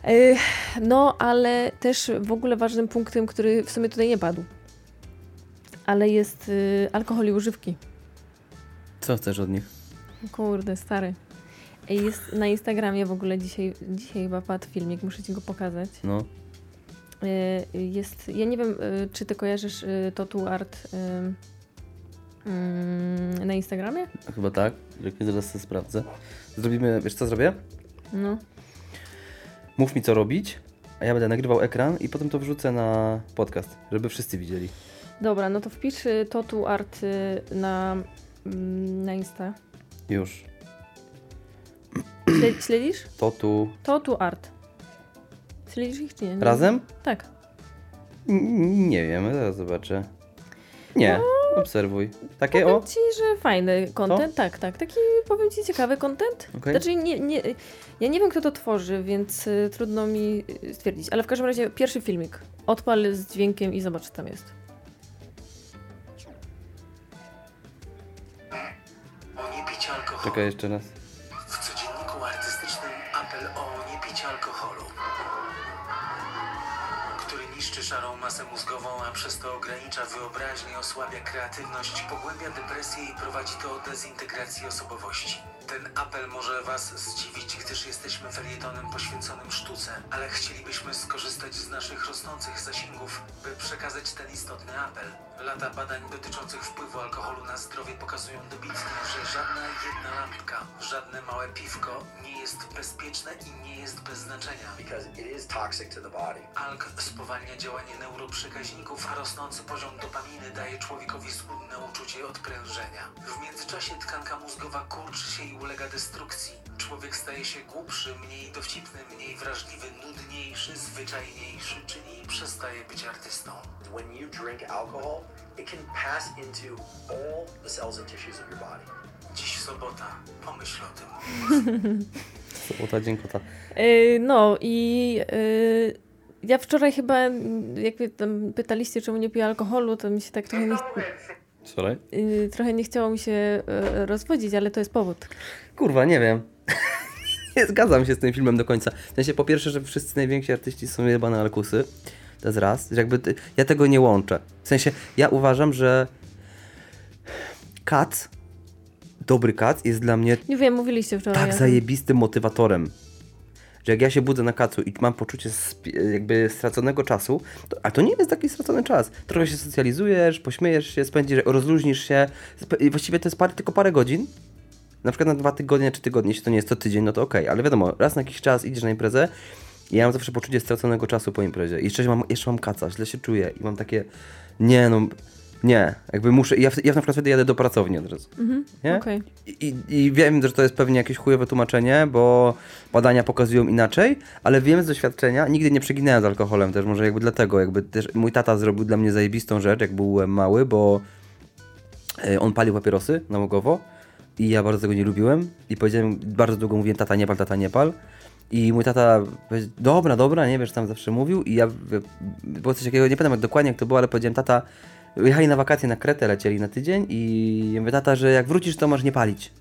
No, ale też w ogóle ważnym punktem, który w sumie tutaj nie padł, ale jest y, alkohol i używki. Co chcesz od nich? Kurde, stary. Jest na Instagramie w ogóle dzisiaj, dzisiaj chyba padł filmik, muszę ci go pokazać. No. Y, jest, ja nie wiem, y, czy ty kojarzysz y, Totu Art y, y, na Instagramie? Chyba tak, jak zaraz sobie sprawdzę. Zrobimy, wiesz co zrobię? No. Mów mi co robić, a ja będę nagrywał ekran i potem to wrzucę na podcast, żeby wszyscy widzieli. Dobra, no to wpisz y, Totu Art y, na, y, na Insta. Już. Śle- śledzisz? Totu... Totu Art. Śledzisz ich czy nie? nie? Razem? Tak. N- nie wiem, zaraz zobaczę. Nie, no, obserwuj. Takie powiem o? ci, że fajny content. Tak, tak. Taki, powiem ci, ciekawy content. Okay. Znaczy, nie, nie, ja nie wiem, kto to tworzy, więc y, trudno mi stwierdzić. Ale w każdym razie pierwszy filmik. Odpal z dźwiękiem i zobacz, co tam jest. O nie picie alkoholu. Czekaj jeszcze raz. W codzienniku artystycznym apel o nie picie alkoholu, który niszczy szarą masę mózgową, a przez to ogranicza wyobraźnię, osłabia kreatywność, pogłębia depresję i prowadzi do dezintegracji osobowości. Ten apel może Was zdziwić, gdyż jesteśmy felietonem poświęconym sztuce, ale chcielibyśmy skorzystać z naszych rosnących zasięgów, by przekazać ten istotny apel. Lata badań dotyczących wpływu alkoholu na zdrowie pokazują dobitnie, że żadna jedna lampka, żadne małe piwko nie jest bezpieczne i nie jest bez znaczenia. Because it is toxic to the body. Alk spowalnia działanie działanie neuroprzekaźników, a rosnący poziom dopaminy daje człowiekowi złudne uczucie odprężenia. W międzyczasie tkanka mózgowa kurczy się i ulega destrukcji. Człowiek staje się głupszy, mniej dowcipny, mniej wrażliwy, nudniejszy, zwyczajniejszy, czyli przestaje być artystą. When you drink alcohol, it can pass into all the cells and tissues of your body. Dziś sobota, pomyśl o tym. Sobota, dziękota. Yy, no i yy, ja wczoraj chyba, jak mnie tam pytaliście, czemu nie piję alkoholu, to mi się tak trochę nie, Wczoraj? yy, trochę nie chciało mi się yy, rozwodzić, ale to jest powód. Kurwa, nie wiem. Nie zgadzam się z tym filmem do końca. W sensie, po pierwsze, że wszyscy najwięksi artyści są jebane alkusy. To jest raz. Że jakby ty, ja tego nie łączę. W sensie, ja uważam, że Cats, dobry Cats jest dla mnie Nie wiem, mówiliście wczoraj. tak o tym. zajebistym motywatorem. Że jak ja się budzę na kacu i mam poczucie sp- jakby straconego czasu, to, a to nie jest taki stracony czas. Trochę się socjalizujesz, pośmiejesz się, spędzisz, rozluźnisz się. Sp- właściwie to jest parę, tylko parę godzin. Na przykład na dwa tygodnie czy tygodnie, jeśli to nie jest co tydzień, no to okej. Okay. Ale wiadomo, raz na jakiś czas idziesz na imprezę i ja mam zawsze poczucie straconego czasu po imprezie. I jeszcze mam, jeszcze mam kaca, źle się czuję i mam takie, nie no, nie, jakby muszę, ja, ja na przykład wtedy jadę do pracowni od razu. Mhm, Nie? okej. I, I, I wiem, że to jest pewnie jakieś chujowe tłumaczenie, bo badania pokazują inaczej, ale wiem z doświadczenia, nigdy nie przeginałem z alkoholem też, może jakby dlatego, jakby też mój tata zrobił dla mnie zajebistą rzecz, jak byłem mały, bo y, on palił papierosy nałogowo i ja bardzo tego nie lubiłem i powiedziałem, bardzo długo mówiłem, tata nie pal, tata nie pal. I mój tata powiedział, dobra, dobra, nie wiesz, tam zawsze mówił i ja, było coś takiego, nie pamiętam jak dokładnie jak to było, ale powiedziałem, tata, jechali na wakacje na Kretę, lecieli na tydzień i mówię, tata, że jak wrócisz, to masz nie palić.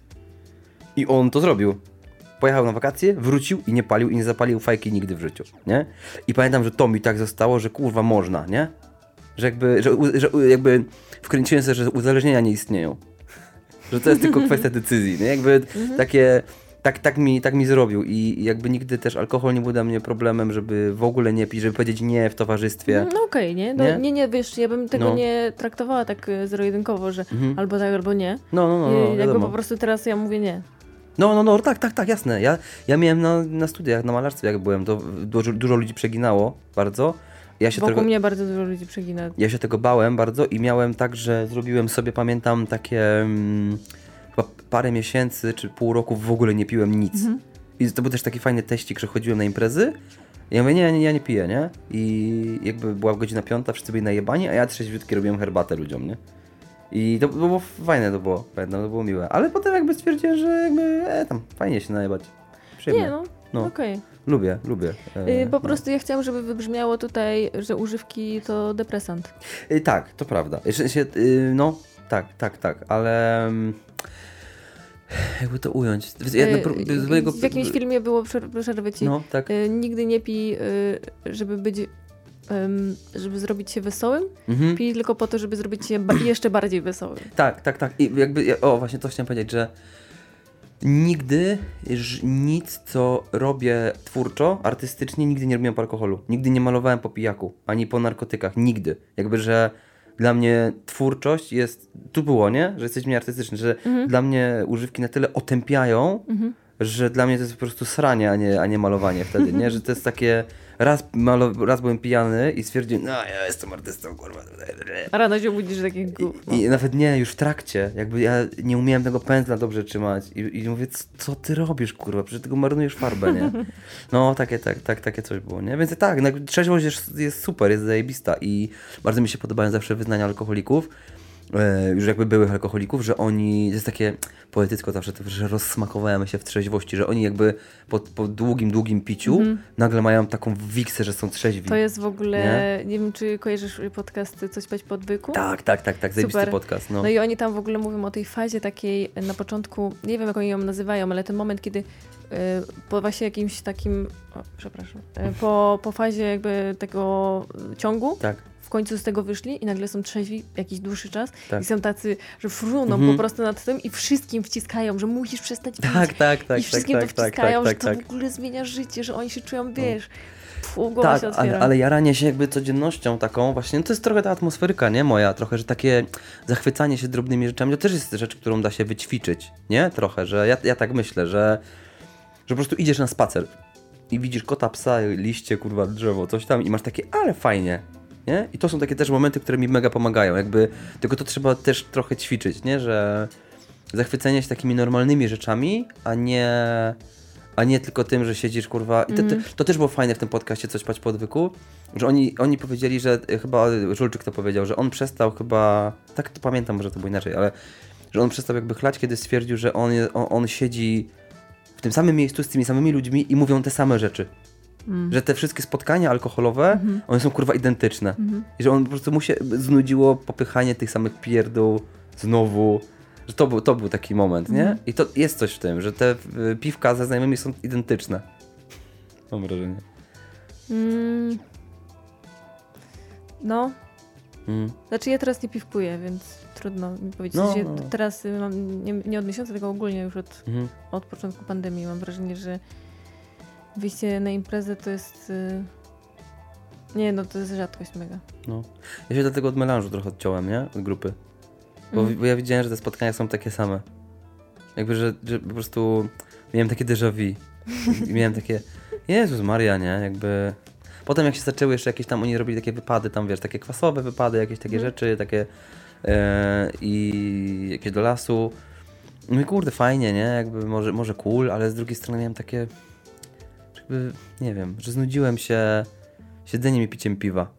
I on to zrobił. Pojechał na wakacje, wrócił i nie palił i nie zapalił fajki nigdy w życiu, nie? I pamiętam, że to mi tak zostało, że kurwa można, nie? Że jakby, że, że jakby wkręciłem sobie, że uzależnienia nie istnieją. Że to jest tylko kwestia decyzji, nie? Jakby mhm. takie... Tak, tak, mi, tak mi zrobił i jakby nigdy też alkohol nie był dla mnie problemem, żeby w ogóle nie pić, żeby powiedzieć nie w towarzystwie. No okej, okay, nie? No, nie? Nie, nie, wiesz, ja bym tego no. nie traktowała tak zero-jedynkowo, że mhm. albo tak, albo nie. No, no, no. no jakby wiadomo. po prostu teraz ja mówię nie. No, no, no, tak, tak, tak, jasne. Ja, ja miałem na, na studiach, na malarstwie jak byłem, to dużo, dużo ludzi przeginało bardzo. Ja się Wokół tego, mnie bardzo dużo ludzi przegina. Ja się tego bałem bardzo i miałem tak, że zrobiłem sobie, pamiętam, takie... Mm, chyba parę miesięcy czy pół roku w ogóle nie piłem nic. Mhm. I to był też taki fajny teścik, że chodziłem na imprezy. I ja mówię, nie, nie, ja nie piję, nie? I jakby była godzina piąta, wszyscy byli najebani, a ja trzeźwiutki robiłem herbatę ludziom, nie? I to było fajne, to było, pamiętam, to było miłe. Ale potem jakby stwierdziłem, że jakby, e, tam, fajnie się najebać. Przyjemnie. Nie, no, no. okej. Okay. Lubię, lubię. E, yy, po no. prostu ja chciałam, żeby wybrzmiało tutaj, że używki to depresant. Yy, tak, to prawda. Jeszcze się, yy, no, tak, tak, tak, ale... Jakby to ująć? Ja, yy, z mojego... W jakimś filmie było, przerwę ci, no, tak. yy, nigdy nie pij, yy, żeby być, yy, żeby zrobić się wesołym, mhm. pij tylko po to, żeby zrobić się ba- jeszcze bardziej wesołym. Tak, tak, tak. I jakby, o właśnie to chciałem powiedzieć, że nigdy nic, co robię twórczo, artystycznie, nigdy nie robiłem po alkoholu. Nigdy nie malowałem po pijaku, ani po narkotykach. Nigdy. Jakby, że dla mnie twórczość jest... Tu było, nie? Że jesteśmy artystyczni, że mhm. dla mnie używki na tyle otępiają, mhm. że dla mnie to jest po prostu sranie, a nie, a nie malowanie wtedy, nie? Że to jest takie... Raz, malo, raz byłem pijany i stwierdziłem, no ja jestem artystą, kurwa. A rano się budzisz takie gówno. I, I nawet nie, już w trakcie. Jakby ja nie umiałem tego pędzla dobrze trzymać. I, i mówię, co, co ty robisz, kurwa? Przecież tylko marnujesz farbę, nie? No, takie, tak, tak, takie coś było, nie? Więc tak, no, trzeźwość jest, jest super, jest zajebista i bardzo mi się podobają zawsze wyznania alkoholików. Już jakby byłych alkoholików, że oni, to jest takie poetycko zawsze, że rozsmakowałem się w trzeźwości, że oni jakby po, po długim, długim piciu mm-hmm. nagle mają taką wiksę, że są trzeźwi. To jest w ogóle, nie, nie wiem czy kojarzysz podcasty Coś Pać po odwyku? Tak, tak, tak, tak, zajebisty podcast. No. no i oni tam w ogóle mówią o tej fazie takiej na początku, nie wiem jak oni ją nazywają, ale ten moment, kiedy y, po właśnie jakimś takim, o, przepraszam, y, po, po fazie jakby tego ciągu, tak. w końcu z tego wyszli i nagle są trzeźwi jakiś dłuższy czas tak. i są tacy, że fruną mhm. po prostu nad tym i wszystkim wciskają, że musisz przestać pić. Tak, tak, tak. I wszystkim tak, to wciskają, tak, tak, że to tak. w ogóle zmienia życie, że oni się czują, wiesz, pfu, głowa tak, się otwiera. Ale, ale jaranie się jakby codziennością taką właśnie, no to jest trochę ta atmosferyka, nie moja, trochę, że takie zachwycanie się drobnymi rzeczami, to też jest rzecz, którą da się wyćwiczyć, nie? Trochę, że ja, ja tak myślę, że, że po prostu idziesz na spacer i widzisz kota, psa, liście, kurwa, drzewo, coś tam i masz takie, ale fajnie. nie? I to są takie też momenty, które mi mega pomagają, jakby, tylko to trzeba też trochę ćwiczyć, nie? Że zachwycenie się takimi normalnymi rzeczami, a nie, a nie tylko tym, że siedzisz, kurwa, i to, to, to też było fajne w tym podcaście Coś Pać po odwyku, że oni, oni powiedzieli, że chyba Żulczyk to powiedział, że on przestał chyba, tak to pamiętam, może to było inaczej, ale że on przestał jakby chlać, kiedy stwierdził, że on, on, on siedzi w tym samym miejscu z tymi samymi ludźmi i mówią te same rzeczy. Mm. Że te wszystkie spotkania alkoholowe, mm-hmm. one są kurwa identyczne. Mm-hmm. I że on po prostu mu się znudziło popychanie tych samych pierdół znowu. Że to był, to był taki moment, mm-hmm. nie? I to jest coś w tym, że te y, piwka ze znajomymi są identyczne. Mam wrażenie. Mm. No. Mm. Znaczy ja teraz nie piwkuję, więc trudno mi powiedzieć. No, że no. Teraz y, mam, nie, nie od miesiąca, tylko ogólnie już od, Mm-hmm. od początku pandemii mam wrażenie, że wyjście na imprezę to jest... Y... Nie, no to jest rzadkość mega. No. Ja się dlatego od melanżu trochę odciąłem, nie? Od grupy. Bo, mm. bo ja widziałem, że te spotkania są takie same. Jakby, że, że po prostu miałem takie déjà vu. I miałem takie, Jezus Maria, nie? Jakby... Potem jak się zaczęły jeszcze jakieś tam, oni robili takie wypady, tam wiesz, takie kwasowe wypady, jakieś takie mm. rzeczy, takie e, i jakieś do lasu. No i kurde, fajnie, nie? Jakby może, może cool, ale z drugiej strony miałem takie, jakby, nie wiem, że znudziłem się siedzeniem i piciem piwa.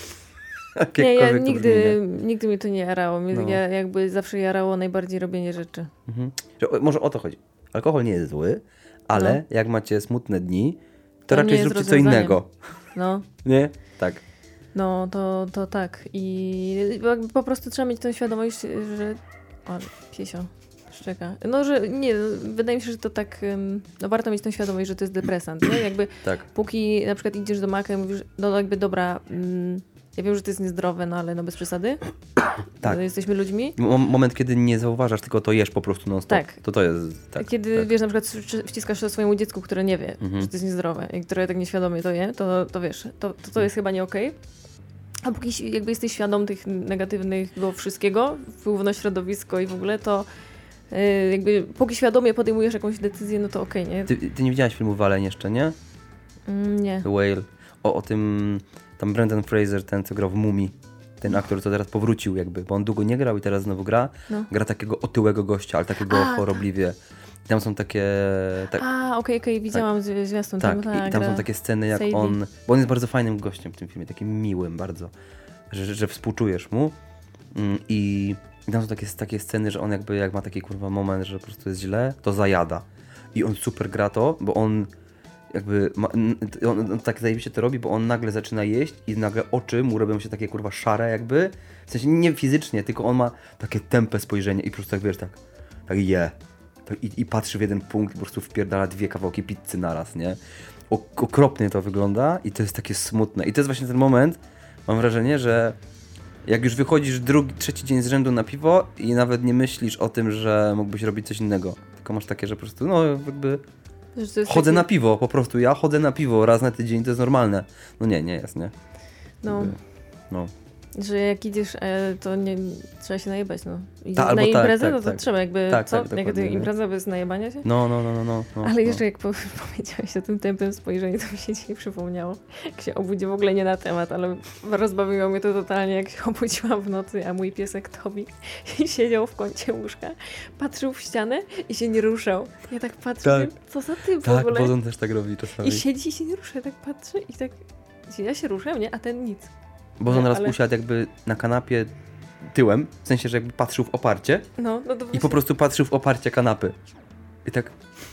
Nie, ja nigdy, nigdy mi to nie jarało. Mnie no. ja jakby zawsze jarało najbardziej robienie rzeczy. Mhm. Że, może o to chodzi. Alkohol nie jest zły, ale no. jak macie smutne dni, to, to raczej zróbcie co innego. No. Nie? Tak. No, to, to tak. I jakby po prostu trzeba mieć tą świadomość, że... O, piesio, szczeka. No, że nie, wydaje mi się, że to tak... No, warto mieć tą świadomość, że to jest depresant, nie? Jakby tak. Póki na przykład idziesz do Maka i mówisz, no jakby dobra... Mm, ja wiem, że to jest niezdrowe, no ale no bez przesady. Tak. No, jesteśmy ludźmi. M- moment, kiedy nie zauważasz, tylko to jesz po prostu non stop. Tak. To to jest... Tak, kiedy tak. wiesz, na przykład wciskasz to swojemu dziecku, które nie wie, mhm. że to jest niezdrowe i które tak nieświadomie to je, to, to wiesz, to, to, to jest chyba nie okej. Okay. A póki jakby jesteś świadom tych negatywnego wszystkiego, wpływu na środowisko i w ogóle, to yy, jakby póki świadomie podejmujesz jakąś decyzję, no to okej, okay, nie? Ty, ty nie widziałaś filmu Waleń jeszcze, nie? Mm, nie. The Whale. O, o tym... Tam Brendan Fraser, ten co grał w Mumii, ten aktor, co teraz powrócił jakby, bo on długo nie grał i teraz znowu gra. No. Gra takiego otyłego gościa, ale takiego A, chorobliwie. I tam są takie... Tak, A, okej, okay, okej, okay. widziałam tak, zwiastun. Tak, tam, i tam są takie sceny jak Sadie. on... Bo on jest bardzo fajnym gościem w tym filmie, takim miłym bardzo, że, że, że współczujesz mu. I, i tam są takie, takie sceny, że on jakby jak ma taki kurwa moment, że po prostu jest źle, to zajada. I on super gra to, bo on... jakby, ma, on, on tak zajebiście to robi, bo on nagle zaczyna jeść i nagle oczy mu robią się takie kurwa szare jakby, w sensie nie fizycznie, tylko on ma takie tępe spojrzenie i po prostu tak wiesz, tak, tak je tak, i, i patrzy w jeden punkt i po prostu wpierdala dwie kawałki pizzy naraz, nie? O, okropnie to wygląda i to jest takie smutne i to jest właśnie ten moment, mam wrażenie, że jak już wychodzisz drugi, trzeci dzień z rzędu na piwo i nawet nie myślisz o tym, że mógłbyś robić coś innego, tylko masz takie, że po prostu no jakby chodzę taki... na piwo, po prostu. Ja chodzę na piwo raz na tydzień, to jest normalne. No nie, nie jest, nie? No. No. Że jak idziesz, to nie, trzeba się najebać, no. I Ta, na imprezę, tak, no to tak, trzeba jakby, tak, co? tak, jak impreza bez najebania się? No, no, no, no. no, no Ale no. jeszcze jak po, powiedziałeś o tym tępym spojrzeniu, to mi się dzisiaj przypomniało. Jak się obudzi w ogóle nie na temat, ale rozbawiło mnie to totalnie, jak się obudziłam w nocy, a mój piesek Tobi siedział w kącie łóżka, patrzył w ścianę i się nie ruszał. Ja tak patrzę, tak. co za ty w tak, ogóle? Tak, Bozon też tak robi czasami. I siedzi i się nie rusza, ja tak patrzę i tak, ja się ruszam, nie? A ten nic. Bozon raz ale... usiadł jakby na kanapie tyłem, w sensie, że jakby patrzył w oparcie no, no to i po prostu patrzył w oparcie kanapy. I tak,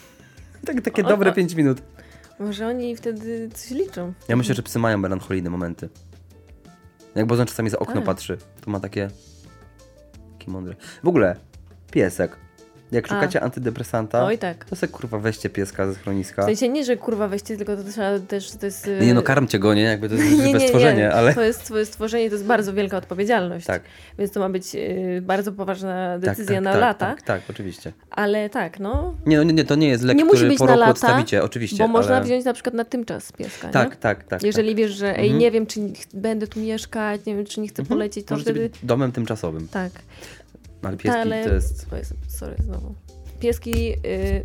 tak takie o, dobre o. pięć minut. Może oni wtedy coś liczą. Ja myślę, że psy mają melancholijne momenty. Jak Bozon czasami za okno tak. patrzy, to ma takie... Takie mądre. W ogóle, piesek. Jak szukacie A. antydepresanta, Oj, tak. to sobie kurwa weźcie pieska ze schroniska. W sensie nie, że kurwa weźcie, tylko to trzeba też, to jest... Nie, nie no karmcie go, nie? Jakby to jest żywe stworzenie, nie. ale... To jest twoje stworzenie, to jest bardzo wielka odpowiedzialność. Tak. Więc to ma być y, bardzo poważna decyzja tak, tak, na tak, lata. Tak, tak, oczywiście. Ale tak, no... Nie, no nie, nie, to nie jest lek, nie który musi być po na roku lata, odstawicie, oczywiście. Bo ale... można wziąć na przykład na tymczas pieska, Tak, nie? tak, tak. Jeżeli tak. wiesz, że ej, mhm. nie wiem, czy będę tu mieszkać, nie wiem, czy nie chcę mhm. polecieć, to Możecie wtedy... być domem tymczasowym. Tak. Ale pieski ale... to jest... O Jezu, sorry, znowu. Pieski... Y...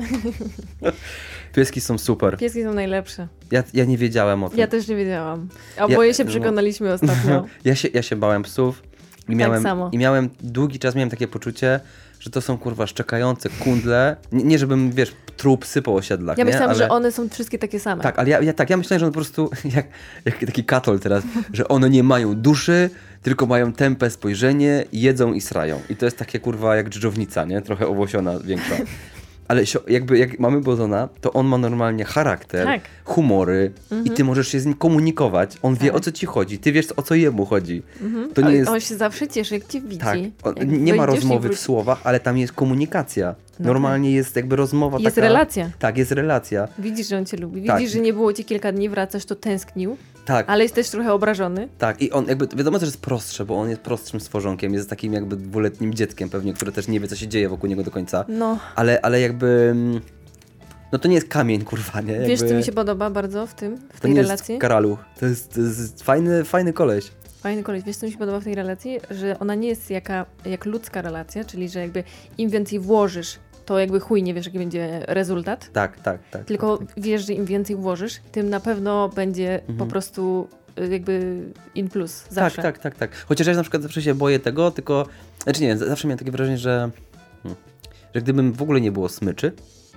Pieski są super. Pieski są najlepsze. Ja, ja nie wiedziałem o tym. Ja też nie wiedziałam. Oboje Ja- się przekonaliśmy ostatnio. Ja się, ja się bałem psów i miałem, samo. i miałem długi czas miałem takie poczucie, że to są kurwa szczekające kundle. Nie, nie żebym, wiesz, truł psy po osiedlach, Ja nie? myślałam, ale... że one są wszystkie takie same. Tak, ale ja, ja, tak, ja myślałem, że one po prostu, jak, jak taki katol teraz, że one nie mają duszy, tylko mają tępe spojrzenie, jedzą i srają. I to jest takie kurwa jak dżdżownica, nie? Trochę owłosiona, większa. Ale sio- jakby jak mamy Bozona, to on ma normalnie charakter, Tak. humory i ty możesz się z nim komunikować. On wie, Tak. o co ci chodzi, ty wiesz, o co jemu chodzi. To nie Ale jest... on się zawsze cieszy, jak cię widzi. Tak, on, Jak nie ma wyjdziesz i rozmowy w wrócisz. słowach, ale tam jest komunikacja. No Normalnie jest jakby rozmowa Jest taka... relacja. Tak, jest relacja. Widzisz, że on cię lubi. Tak. Widzisz, że nie było cię kilka dni, wracasz, to tęsknił. Tak. Ale jest też trochę obrażony. Tak, i on jakby, wiadomo, że jest prostsze, bo on jest prostszym stworzonkiem, jest takim jakby dwuletnim dzieckiem pewnie, które też nie wie, co się dzieje wokół niego do końca, No. ale, ale jakby, mm, no to nie jest kamień, kurwa, nie? Jakby, Wiesz, co mi się podoba bardzo w tym, w to tej nie relacji? jest karaluch, to jest, to jest fajny, fajny koleś. Fajny koleś. Wiesz, co mi się podoba w tej relacji? Że ona nie jest jaka, jak ludzka relacja, czyli że jakby im więcej włożysz, to jakby chuj nie wiesz, jaki będzie rezultat. Tak, tak, tak. Tylko wiesz, że im więcej włożysz, tym na pewno będzie Mhm. po prostu y, jakby in plus. Zawsze. Tak, tak, tak, tak. Chociaż ja na przykład zawsze się boję tego, tylko, znaczy nie, zawsze miałem takie wrażenie, że, hmm, że gdybym w ogóle nie było smyczy,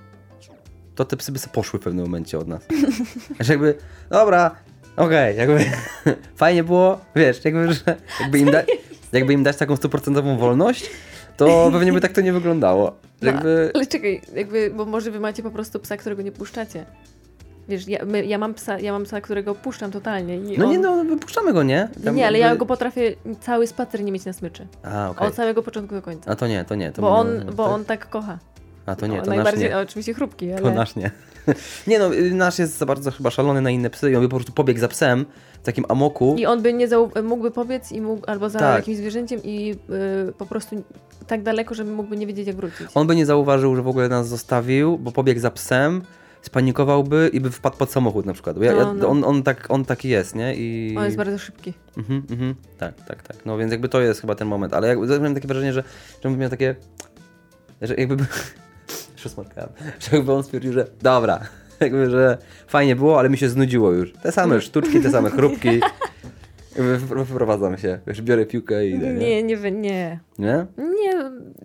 to te psy by sobie poszły w pewnym momencie od nas. Że jakby, dobra, okej, jakby fajnie było, wiesz, jakby, że jakby im, da, jakby im dać taką stuprocentową wolność, to pewnie by tak to nie wyglądało. Że No, jakby, ale czekaj, jakby, bo może wy macie po prostu psa, którego nie puszczacie. Wiesz, ja, my, ja, mam, psa, ja mam psa, którego puszczam totalnie. I no on... nie, no wypuszczamy go, nie? Tam Nie, ale jakby- ja go potrafię cały spacer nie mieć na smyczy. A, okej. Od samego początku do końca. A to nie, to nie. To Bo mnie- on, bo tak? on tak kocha. A to nie, No, to nasz najbardziej, nie. oczywiście chrupki, ale... To nasz nie. Nie no, y, nasz jest za bardzo chyba szalony na inne psy i on by po prostu pobiegł za psem w takim amoku. I on by nie zau... mógłby pobiec i mógł, albo za Tak. jakimś zwierzęciem i y, po prostu tak daleko, żeby mógłby nie wiedzieć, jak wrócić. On by nie zauważył, że w ogóle nas zostawił, bo pobiegł za psem, spanikowałby i by wpadł pod samochód na przykład. Bo ja, No, ja, no. on, on, tak, on taki jest, nie? I... On jest bardzo szybki. Mhm, mhm. Tak, tak, tak. No więc jakby to jest chyba ten moment. Ale jakby miałem takie wrażenie, że, że bym miał takie... Że jakby... Szosmatka. Że jakby on stwierdził, że dobra, jakby, że fajnie było, ale mi się znudziło już. Te same sztuczki, te same chrupki. Jakby wpro- Wprowadzam się. Wiesz, biorę piłkę i idę, nie? Nie, nie, wy- nie. Nie? Nie.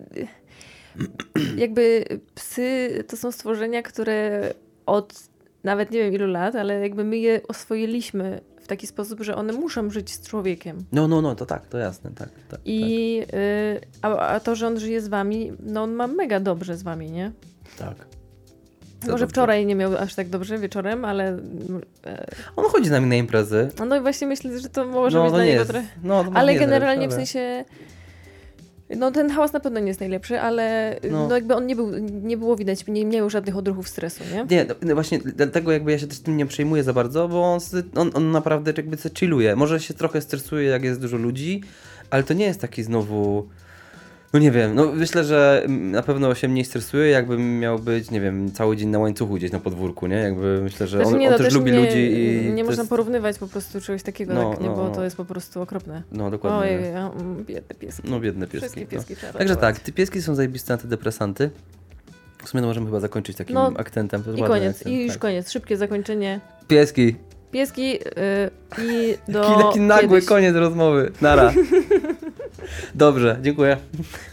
Jakby psy to są stworzenia, które od nawet nie wiem ilu lat, ale jakby my je oswoiliśmy w taki sposób, że one muszą żyć z człowiekiem. No, no, no, to tak, to jasne, tak. tak I y, a, a to, że on żyje z wami, no on ma mega dobrze z wami, nie? tak. tak. Może dobrze. wczoraj nie miał aż tak dobrze wieczorem, ale e, On chodzi z nami na imprezy. no i właśnie myślę, że to może no, być to dla nie niego jest, trochę... no, to może Ale nie jest generalnie w najlepsze, sensie... No ten hałas na pewno nie jest najlepszy, ale No. no, jakby on nie był, nie było widać, nie miał żadnych odruchów stresu, nie? ale- Nie, no, no właśnie dlatego jakby ja się też tym nie przejmuję za bardzo, bo on, s- on, on naprawdę jakby se chilluje. Może się trochę stresuje, jak jest dużo ludzi, ale to nie jest taki znowu... No nie wiem, no myślę, że na pewno się mniej stresuje, jakbym miał być, nie wiem, cały dzień na łańcuchu gdzieś na podwórku, nie? Jakby myślę, że Znaczy on, nie, on no, też lubi nie, ludzi i... Nie to można jest... porównywać po prostu czegoś takiego, No, tak, nie, no, bo no. to jest po prostu okropne. No dokładnie. Ojej, ja, mm, biedne pieski. No biedne pieski. Wszystkie pieski no. trzeba Także ratować. tak, ty pieski są zajebiste antydepresanty. W sumie no możemy chyba zakończyć takim No, akcentem. To jest I ładny koniec, akcent, i już tak. koniec, szybkie zakończenie. Pieski. Pieski yy, i do Taki, taki nagły kiedyś. koniec rozmowy. Nara. Dobrze, dziękuję.